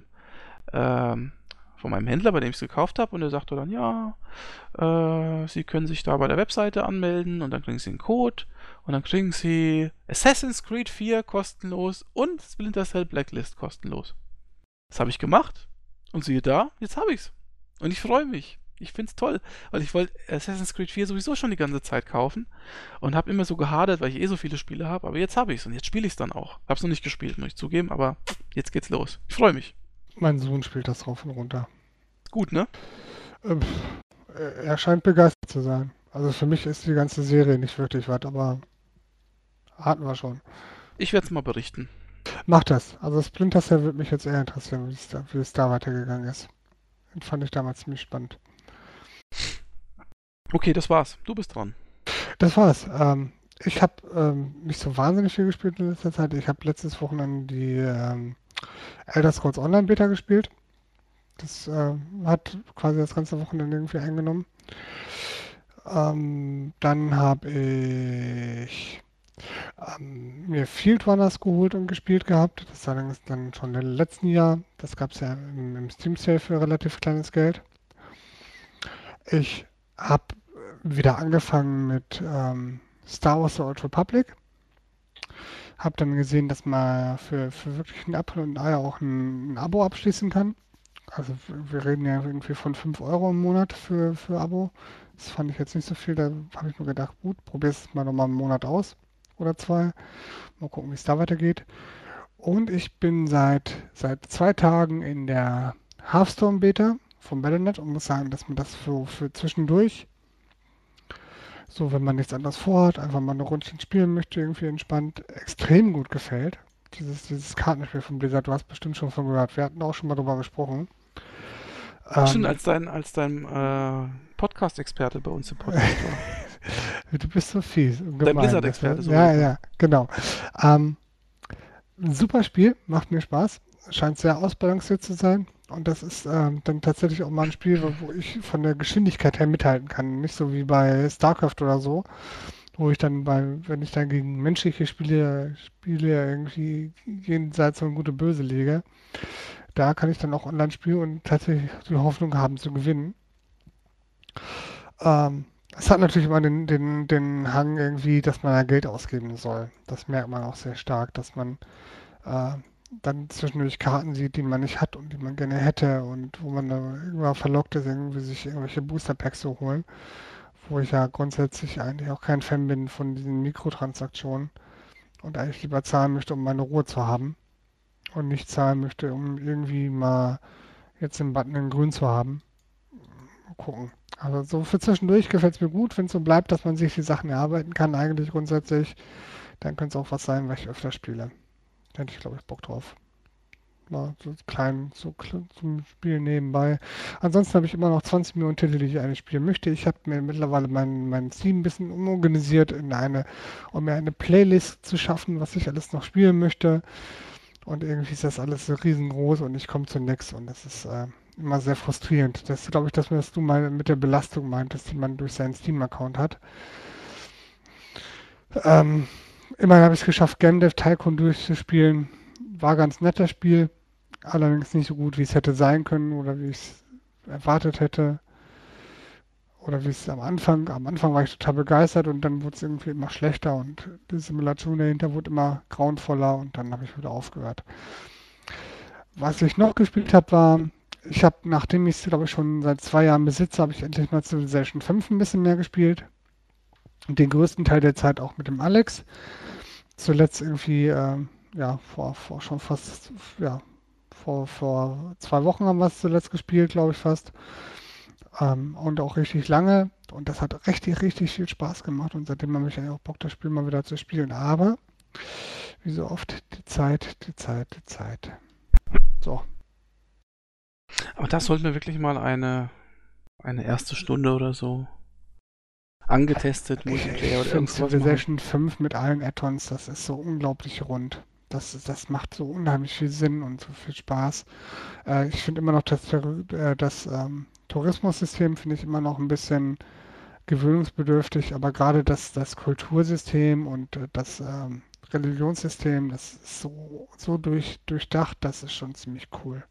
ähm, von meinem Händler, bei dem ich es gekauft habe, und er sagte dann, ja, Sie können sich da bei der Webseite anmelden und dann kriegen Sie einen Code und dann kriegen Sie Assassin's Creed 4 kostenlos und Splinter Cell Blacklist kostenlos. Das habe ich gemacht und siehe da, jetzt habe ich's. Und ich freue mich. Ich finde es toll, weil ich wollte Assassin's Creed 4 sowieso schon die ganze Zeit kaufen und habe immer so gehadert, weil ich so viele Spiele habe, aber jetzt habe ich's und jetzt spiele ich es dann auch. Habe es noch nicht gespielt, muss ich zugeben, aber jetzt geht's los. Ich freue mich. Mein Sohn spielt das rauf und runter. Gut, ne? Ähm, Er scheint begeistert zu sein. Also für mich ist die ganze Serie nicht wirklich was, aber hatten wir schon. Ich werde es mal berichten. Mach das. Also Splinter Cell würde mich jetzt eher interessieren, wie es da weitergegangen ist. Den fand ich damals ziemlich spannend. Okay, das war's. Du bist dran. Das war's. Ich habe nicht so wahnsinnig viel gespielt in letzter Zeit. Ich habe letztes Wochenende die Elder Scrolls Online Beta gespielt. Das hat quasi das ganze Wochenende irgendwie eingenommen. Dann habe ich mir Field Runners geholt und gespielt gehabt. Das war dann schon im letzten Jahr. Das gab es ja im Steam Sale für relativ kleines Geld. Ich habe wieder angefangen mit Star Wars The Old Republic. Habe dann gesehen, dass man für wirklich einen Apfel und ein Ei auch ein Abo abschließen kann. Also wir reden ja irgendwie von 5 Euro im Monat für Abo. Das fand ich jetzt nicht so viel. Da habe ich mir gedacht, gut, probier es mal nochmal einen Monat aus oder zwei. Mal gucken, wie es da weitergeht. Und ich bin seit 2 Tagen in der Hearthstone Beta von Battle.net und muss sagen, dass mir das für zwischendurch, so wenn man nichts anderes vorhat, einfach mal eine Rundchen spielen möchte, irgendwie entspannt, extrem gut gefällt. Dieses Kartenspiel von Blizzard, du hast bestimmt schon von gehört. Wir hatten auch schon mal drüber gesprochen. Stimmt, Ähm, als dein Podcast-Experte bei uns im Podcast war. Du bist so fies und Dein gemein. Blizzard-Experte, so Ja, rum. ja, genau. Ähm, ein super Spiel, macht mir Spaß. Scheint sehr ausbalanciert zu sein. Und das ist dann tatsächlich auch mal ein Spiel, wo ich von der Geschwindigkeit her mithalten kann. Nicht so wie bei StarCraft oder so, wo ich dann wenn ich dann gegen menschliche Spiele irgendwie jenseits von Gut und Böse liege. Da kann ich dann auch online spielen und tatsächlich die Hoffnung haben zu gewinnen. Es hat natürlich immer den Hang irgendwie, dass man da Geld ausgeben soll. Das merkt man auch sehr stark, dass man äh, dann zwischendurch Karten sieht, die man nicht hat und die man gerne hätte und wo man da irgendwann verlockt ist, irgendwie sich irgendwelche Booster Packs zu holen, wo ich ja grundsätzlich eigentlich auch kein Fan bin von diesen Mikrotransaktionen und eigentlich lieber zahlen möchte, um meine Ruhe zu haben und nicht zahlen möchte, um irgendwie mal jetzt den Button in grün zu haben. Mal gucken. Also so für zwischendurch gefällt es mir gut, wenn es so bleibt, dass man sich die Sachen erarbeiten kann, eigentlich grundsätzlich, dann könnte es auch was sein, was ich öfter spiele. Da hätte ich, glaube ich, Bock drauf. Mal so klein, zum Spielen nebenbei. Ansonsten habe ich immer noch 20 Millionen Titel, die ich eigentlich spielen möchte. Ich habe mir mittlerweile mein Steam ein bisschen umorganisiert um mir eine Playlist zu schaffen, was ich alles noch spielen möchte. Und irgendwie ist das alles so riesengroß und ich komme zu nichts und das ist immer sehr frustrierend. Das ist, glaube ich, das, was du mal mit der Belastung meintest, die man durch seinen Steam-Account hat. Ähm, Immerhin habe ich es geschafft, Game Dev Tycoon durchzuspielen. War ganz nettes Spiel, allerdings nicht so gut, wie es hätte sein können oder wie ich es erwartet hätte. Oder wie es am Anfang. Am Anfang war ich total begeistert und dann wurde es irgendwie immer schlechter und die Simulation dahinter wurde immer grauenvoller und dann habe ich wieder aufgehört. Was ich noch gespielt habe, ich habe, nachdem ich es, glaube ich, schon seit 2 Jahren besitze, habe ich endlich mal Civilization 5 ein bisschen mehr gespielt. Und den größten Teil der Zeit auch mit dem Alex. Zuletzt irgendwie, ja, vor schon fast, ja, vor 2 Wochen haben wir es zuletzt gespielt, glaube ich fast. Und auch richtig lange. Und das hat richtig, richtig viel Spaß gemacht. Und seitdem habe ich eigentlich auch Bock, das Spiel mal wieder zu spielen. Aber, wie so oft, die Zeit, die Zeit, die Zeit. So. Aber da sollten wir wirklich mal eine erste Stunde oder so angetestet, Ich Multiplayer oder finde irgend sowas machen. Civilization 5 mit allen Add-ons, das ist so unglaublich rund. Das macht so unheimlich viel Sinn und so viel Spaß. Ich finde immer noch das Tourismussystem finde ich immer noch ein bisschen gewöhnungsbedürftig, aber gerade das Kultursystem und das Religionssystem, das ist so durchdacht, das ist schon ziemlich cool.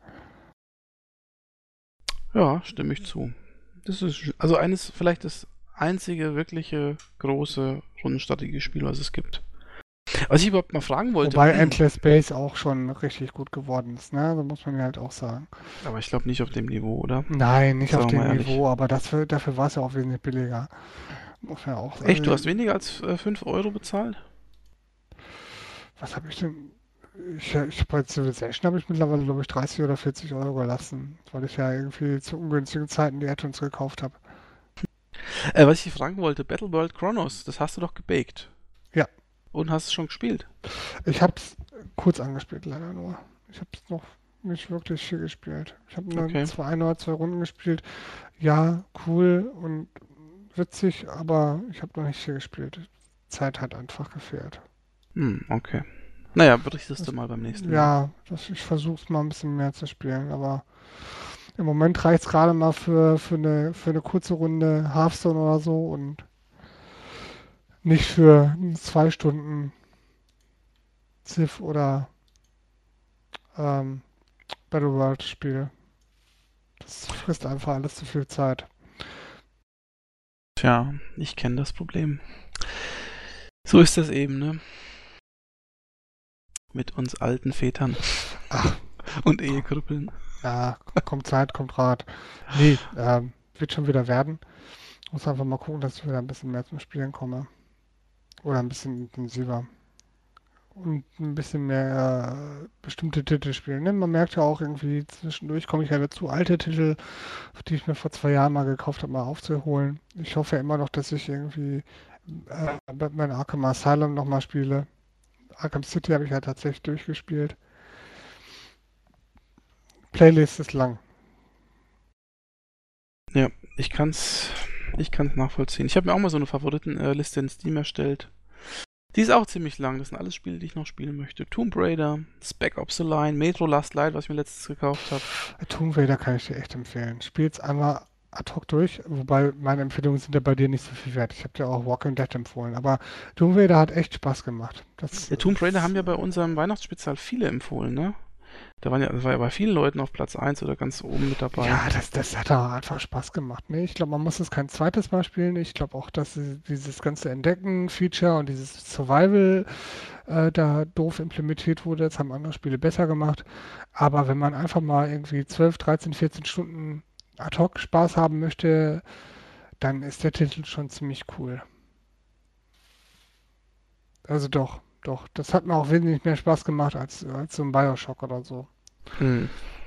Ja, stimme ich zu. Das ist also vielleicht das einzige wirkliche große Rundenstrategiespiel, was es gibt. Was ich überhaupt mal fragen wollte, Wobei Endless Space auch schon richtig gut geworden ist, ne? So muss man ja halt auch sagen. aber ich glaube nicht auf dem Niveau, oder? Nein, nicht auf Sagen wir dem mal ehrlich. Niveau, aber dafür war es ja auch wesentlich billiger. Muss man ja auch Echt, du hast sagen. weniger als 5 Euro bezahlt? Was habe ich denn? Bei Civilization habe ich mittlerweile, glaube ich, 30 oder 40 Euro gelassen, weil ich ja irgendwie zu ungünstigen Zeiten die Add-ons gekauft habe. Was ich dich fragen wollte, Battle World Chronos, das hast du doch gebaked. Ja, Und hast es schon gespielt. ich habe es kurz angespielt, leider nur. Ich habe es noch nicht wirklich viel gespielt. Ich habe nur Okay. ein oder zwei Runden gespielt. Ja, cool und witzig, aber ich habe noch nicht viel gespielt. Zeit hat einfach gefehlt. Okay. Naja, berichtest du Das, mal beim nächsten Mal. ja, ich versuche es mal ein bisschen mehr zu spielen, aber im Moment reicht es gerade mal für eine kurze Runde Hearthstone oder so und nicht für 2 Stunden Civ oder ähm, Battle World Spiel. Das frisst einfach alles zu viel Zeit. Tja, ich kenne das Problem. So ist das eben, ne? Mit uns alten Vätern Ach, und Ehekrüppeln. ja, kommt Zeit, kommt Rat. Nee, wird schon wieder werden. Muss einfach mal gucken, dass ich wieder ein bisschen mehr zum Spielen komme. Oder ein bisschen intensiver. Und ein bisschen mehr bestimmte Titel spielen. Ne? Man merkt ja auch irgendwie, zwischendurch komme ich ja dazu, alte Titel, die ich mir vor 2 Jahren mal gekauft habe, mal aufzuholen. Ich hoffe ja immer noch, dass ich irgendwie Batman Arkham Asylum nochmal spiele. Arkham City habe ich ja tatsächlich durchgespielt. Playlist ist lang. Ja, ich kann's nachvollziehen. Ich habe mir auch mal so eine Favoritenliste in Steam erstellt. Die ist auch ziemlich lang. Das sind alles Spiele, die ich noch spielen möchte. Tomb Raider, Spec Ops The Line, Metro Last Light, was ich mir letztens gekauft habe. Tomb Raider kann ich dir echt empfehlen. Spiel's einmal ad hoc durch, wobei meine Empfehlungen sind ja bei dir nicht so viel wert. Ich habe dir auch Walking Dead empfohlen, aber Tomb Raider hat echt Spaß gemacht. Der Tomb Raider haben ja bei unserem Weihnachtsspezial viele empfohlen, ne? Das war ja bei vielen Leuten auf Platz 1 oder ganz oben mit dabei. Ja, das hat auch einfach Spaß gemacht. Ne? Ich glaube, man muss es kein zweites Mal spielen. Ich glaube auch, dass dieses ganze Entdecken-Feature und dieses Survival da doof implementiert wurde. Das haben andere Spiele besser gemacht. Aber wenn man einfach mal irgendwie 12, 13, 14 Stunden ad hoc Spaß haben möchte, dann ist der Titel schon ziemlich cool. Also doch, doch. Das hat mir auch wesentlich mehr Spaß gemacht als so ein BioShock oder so. Hm.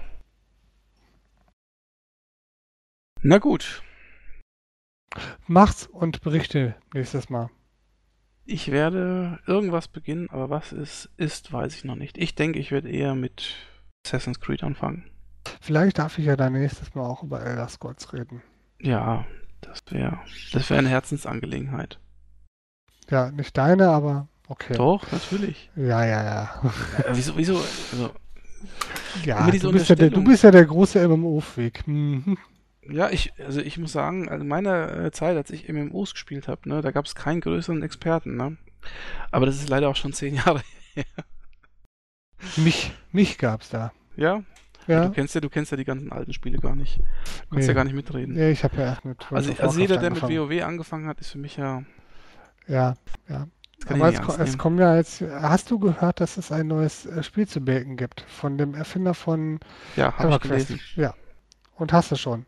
Na gut, Mach's und berichte nächstes Mal. ich werde irgendwas beginnen, aber was es ist, weiß ich noch nicht. Ich denke, ich werde eher mit Assassin's Creed anfangen. Vielleicht darf ich ja dann nächstes Mal auch über Elder Scrolls reden. Ja, das wär eine Herzensangelegenheit. Ja, nicht deine, aber okay. Doch, natürlich. Ja, ja, ja. Wieso, also, immer Ja, diese du Unterstellung. bist ja der große MMO-Freak. Mhm. Ja, ich muss sagen, also meine Zeit, als ich MMOs gespielt habe, ne, da gab es keinen größeren Experten, ne? Aber das ist leider auch schon 10 Jahre her. Mich gab's da. Ja? Ja, Ja? du kennst ja die ganzen alten Spiele gar nicht. Du kannst ja Nee. gar nicht mitreden. Nee, ich habe ja erst mit World Also, of also Warcraft jeder, der mit angefangen. WoW angefangen hat, ist für mich ja, Ja, ja. das kann ich Aber nicht ernst es nehmen. kommen ja jetzt. Hast du gehört, dass es ein neues Spiel zu Bacon gibt? Von dem Erfinder von Ja, habe ich EverQuest. gelesen. Ja. Und hast du schon.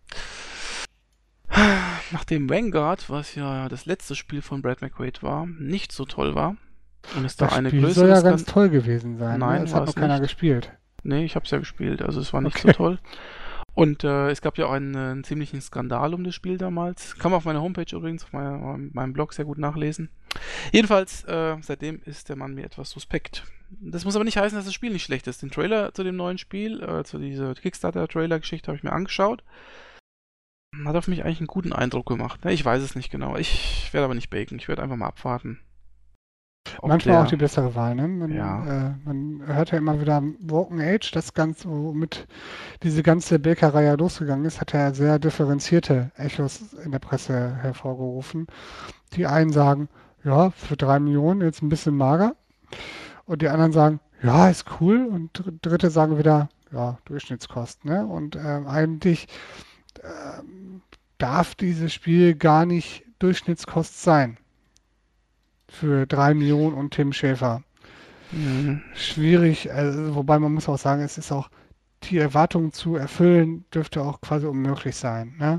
Nachdem Vanguard, was ja das letzte Spiel von Brad McQuaid war, nicht so toll war und es da Das eine Spiel soll größere ja ganz Skandal. toll gewesen sein, ne? Nein, Es war hat noch es keiner nicht. gespielt. Nee, ich habe es ja gespielt, also es war nicht so Okay. toll. Und es gab ja auch einen ziemlichen Skandal um das Spiel damals. Kann man auf meiner Homepage übrigens, auf meinem Blog sehr gut nachlesen. Jedenfalls, seitdem ist der Mann mir etwas suspekt. Das muss aber nicht heißen, dass das Spiel nicht schlecht ist. Den Trailer zu dem neuen Spiel, zu dieser Kickstarter-Trailer-Geschichte habe ich mir angeschaut. Hat auf mich eigentlich einen guten Eindruck gemacht. Ne, ich weiß es nicht genau. Ich werde aber nicht baken. Ich werde einfach mal abwarten, ob Manchmal auch die der. bessere Wahl, ne? Ja. Man hört ja immer wieder Broken Age, das Ganze, womit diese ganze Bäckerei ja losgegangen ist, hat ja sehr differenzierte Echos in der Presse hervorgerufen. Die einen sagen, ja, für 3 Millionen jetzt ein bisschen mager. Und die anderen sagen, ja, ist cool. Und Dritte sagen wieder, ja, Durchschnittskost, ne? Und eigentlich darf dieses Spiel gar nicht Durchschnittskost sein für 3 Millionen und Tim Schäfer. Mhm. Schwierig, wobei man muss auch sagen, es ist auch, die Erwartungen zu erfüllen, dürfte auch quasi unmöglich sein. Ne?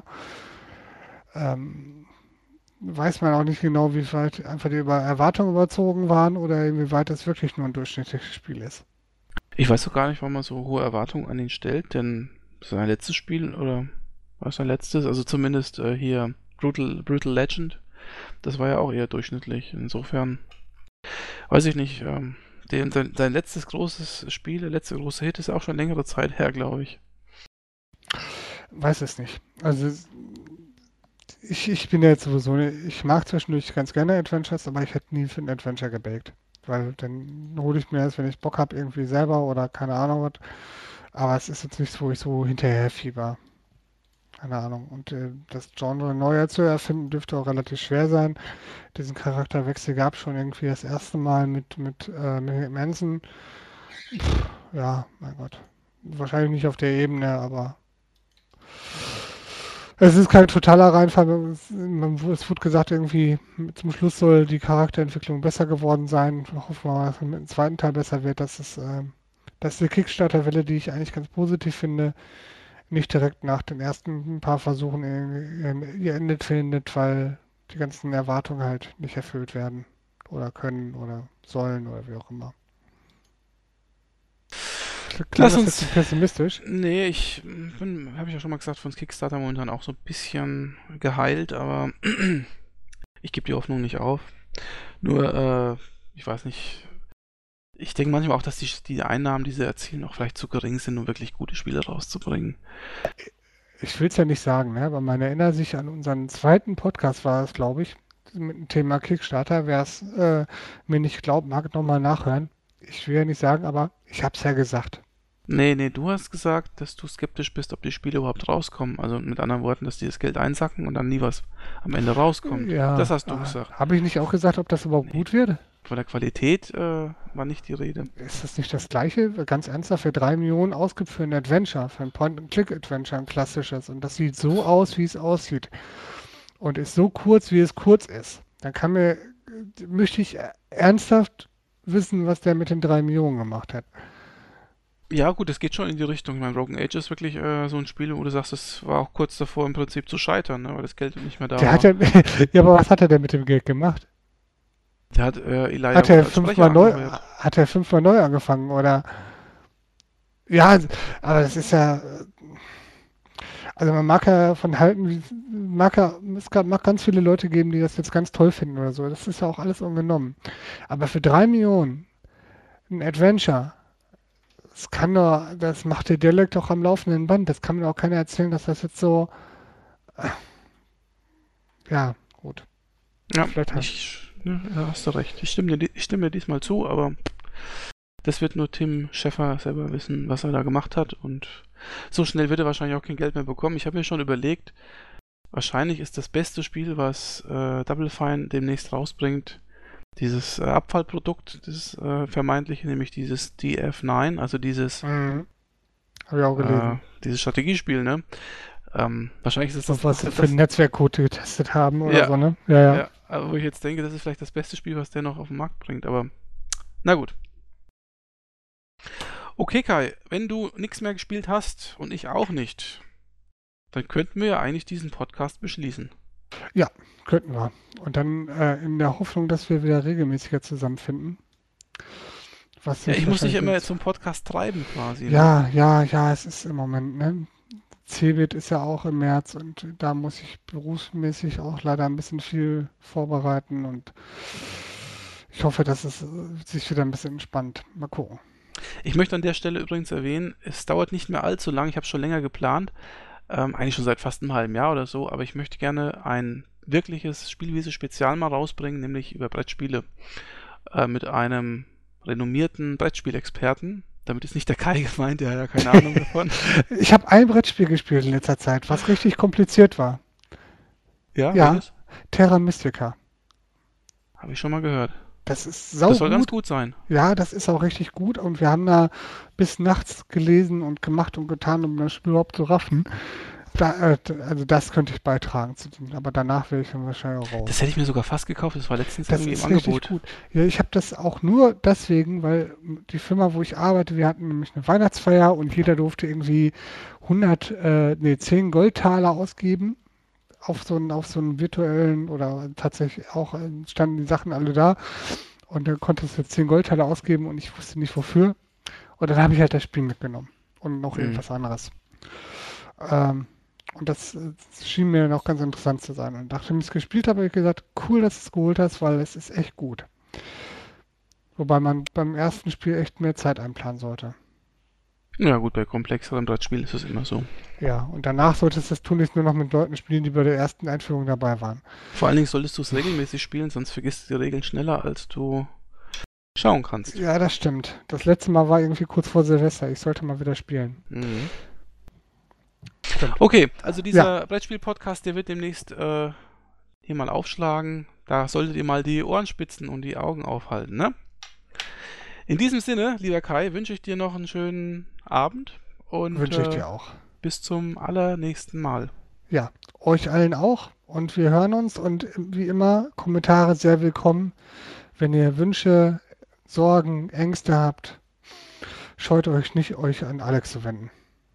Ähm, weiß man auch nicht genau, wie weit einfach die Erwartungen überzogen waren oder inwieweit das wirklich nur ein durchschnittliches Spiel ist. Ich weiß doch gar nicht, warum man so hohe Erwartungen an ihn stellt, denn sein letztes Spiel, oder war es sein letztes? Also zumindest hier Brutal Legend, das war ja auch eher durchschnittlich. Insofern weiß ich nicht. Sein letztes großes Spiel, der letzte große Hit ist auch schon längere Zeit her, glaube ich. Weiß es nicht. Also ich bin ja jetzt sowieso, ich mag zwischendurch ganz gerne Adventures, aber ich hätte nie für ein Adventure gebaked. Weil dann hole ich mir das, wenn ich Bock habe, irgendwie selber oder keine Ahnung was. Aber es ist jetzt nichts, wo ich so hinterher fieber. Keine Ahnung. Und das Genre neu zu erfinden, dürfte auch relativ schwer sein. Diesen Charakterwechsel gab es schon irgendwie das erste Mal mit Manson. Ja, mein Gott. Wahrscheinlich nicht auf der Ebene, aber es ist kein totaler Reinfall. Es wurde gesagt, irgendwie zum Schluss soll die Charakterentwicklung besser geworden sein. Hoffen wir mal, dass es mit dem zweiten Teil besser wird. Das ist die Kickstarter-Welle, die ich eigentlich ganz positiv finde, nicht direkt nach den ersten paar Versuchen ihr Ende findet, weil die ganzen Erwartungen halt nicht erfüllt werden oder können oder sollen oder wie auch immer. Klang Lass das jetzt uns. zu pessimistisch? Nee, ich bin, habe ich ja schon mal gesagt, von Kickstarter momentan auch so ein bisschen geheilt, aber ich gebe die Hoffnung nicht auf. Nur, ich weiß nicht. Ich denke manchmal auch, dass die Einnahmen, die sie erzielen, auch vielleicht zu gering sind, um wirklich gute Spiele rauszubringen. Ich will es ja nicht sagen, ne? Aber man erinnert sich an unseren zweiten Podcast, war es, glaube ich, mit dem Thema Kickstarter. Wer es mir nicht glaubt, mag nochmal nachhören. Ich will ja nicht sagen, aber ich habe es ja gesagt. Nee, nee, du hast gesagt, dass du skeptisch bist, ob die Spiele überhaupt rauskommen. Also mit anderen Worten, dass die das Geld einsacken und dann nie was am Ende rauskommt. Das Ja, hast du gesagt. habe ich nicht auch gesagt, ob das überhaupt Nee, gut wird? von der Qualität war nicht die Rede. Ist das nicht das Gleiche? Ganz ernsthaft, für 3 Millionen ausgibt für ein Adventure, für ein Point-and-Click-Adventure, ein klassisches. Und das sieht so aus, wie es aussieht. Und ist so kurz, wie es kurz ist. Möchte ich ernsthaft wissen, was der mit den 3 Millionen gemacht hat. Ja, gut, es geht schon in die Richtung. Ich meine, Broken Age ist wirklich so ein Spiel, wo du sagst, es war auch kurz davor im Prinzip zu scheitern, ne, weil das Geld nicht mehr da Der hat war. ja, ja, aber was hat er denn mit dem Geld gemacht? Der hat Elijah Wood als Sprecher angeheuert. Hat er fünfmal neu angefangen oder? Ja, aber das ist ja, also man mag ja von halten, mag ganz viele Leute geben, die das jetzt ganz toll finden oder so. Das ist ja auch alles ungenommen. Aber für 3 Millionen ein Adventure, das macht der Dialekt doch am laufenden Band. Das kann mir auch keiner erzählen, dass das jetzt so, ja, gut. Ja, Vielleicht halt. ja, hast du recht. Ich stimme dir diesmal zu, aber das wird nur Tim Schäffer selber wissen, was er da gemacht hat. Und so schnell wird er wahrscheinlich auch kein Geld mehr bekommen. Ich habe mir schon überlegt, wahrscheinlich ist das beste Spiel, was Double Fine demnächst rausbringt, dieses Abfallprodukt, das vermeintliche, nämlich dieses DF9, also Habe ich auch gelesen. dieses Strategiespiel, ne? Wahrscheinlich ist So das was auch sie für das. einen Netzwerkcode getestet haben oder Ja, so, ne? Ja, ja. ja, aber wo ich jetzt denke, das ist vielleicht das beste Spiel, was der noch auf den Markt bringt, aber na gut. Okay, Kai, wenn du nichts mehr gespielt hast und ich auch nicht, dann könnten wir ja eigentlich diesen Podcast beschließen. Ja, könnten wir. Und dann in der Hoffnung, dass wir wieder regelmäßiger zusammenfinden. Was Ja, sich ich muss dich wahrscheinlich immer jetzt. zum Podcast treiben quasi, ne? Ja, ja, ja, es ist im Moment, ne? Cebit ist ja auch im März und da muss ich berufsmäßig auch leider ein bisschen viel vorbereiten und ich hoffe, dass es sich wieder ein bisschen entspannt. Mal gucken. Ich möchte an der Stelle übrigens erwähnen, es dauert nicht mehr allzu lang, ich habe schon länger geplant, eigentlich schon seit fast einem halben Jahr oder so, aber ich möchte gerne ein wirkliches Spielwiese-Spezial mal rausbringen, nämlich über Brettspiele, mit einem renommierten Brettspielexperten. Damit ist nicht der Kai gemeint, der hat ja keine Ahnung davon. Ich habe ein Brettspiel gespielt in letzter Zeit, was richtig kompliziert war. Ja, Ja, welches? Terra Mystica. Habe ich schon mal gehört. Das ist Das soll ganz saugut. gut sein. Ja, das ist auch richtig gut und wir haben da bis nachts gelesen und gemacht und getan, um das Spiel überhaupt zu raffen. Also das könnte ich beitragen zu dem, aber danach wäre ich dann wahrscheinlich auch Das raus. hätte ich mir sogar fast gekauft, das war letztens Das irgendwie im ist richtig Angebot. gut. Ja, ich habe das auch nur deswegen, weil die Firma, wo ich arbeite, wir hatten nämlich eine Weihnachtsfeier und jeder durfte irgendwie 10 Goldtaler ausgeben auf so einen virtuellen oder tatsächlich auch standen die Sachen alle da und dann konntest du 10 Goldtaler ausgeben und ich wusste nicht wofür. Und dann habe ich halt das Spiel mitgenommen und noch Hm. irgendwas anderes. Ähm, und das schien mir noch ganz interessant zu sein. Und nachdem ich es gespielt habe, habe ich gesagt, cool, dass du es geholt hast, weil es ist echt gut. Wobei man beim ersten Spiel echt mehr Zeit einplanen sollte. Ja gut, bei komplexeren Brettspielen ist es immer so. Ja, und danach solltest du das tunlichst nur noch mit Leuten spielen, die bei der ersten Einführung dabei waren. Vor allen Dingen solltest du es regelmäßig spielen, sonst vergisst du die Regeln schneller, als du schauen kannst. Ja, das stimmt. Das letzte Mal war irgendwie kurz vor Silvester. Ich sollte mal wieder spielen. Mhm. Stimmt. Okay, also Ja, dieser Brettspiel-Podcast, der wird demnächst hier mal aufschlagen. Da solltet ihr mal die Ohren spitzen und die Augen aufhalten, ne? In diesem Sinne, lieber Kai, wünsche ich dir noch einen schönen Abend und wünsche ich dir auch. bis zum allernächsten Mal. Ja, euch allen auch. Und wir hören uns. Und wie immer, Kommentare sehr willkommen. Wenn ihr Wünsche, Sorgen, Ängste habt, scheut euch nicht, euch an Alex zu wenden.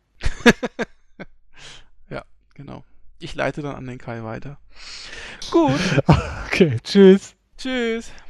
Ja, genau. Ich leite dann an den Kai weiter. Gut, Okay, tschüss. tschüss.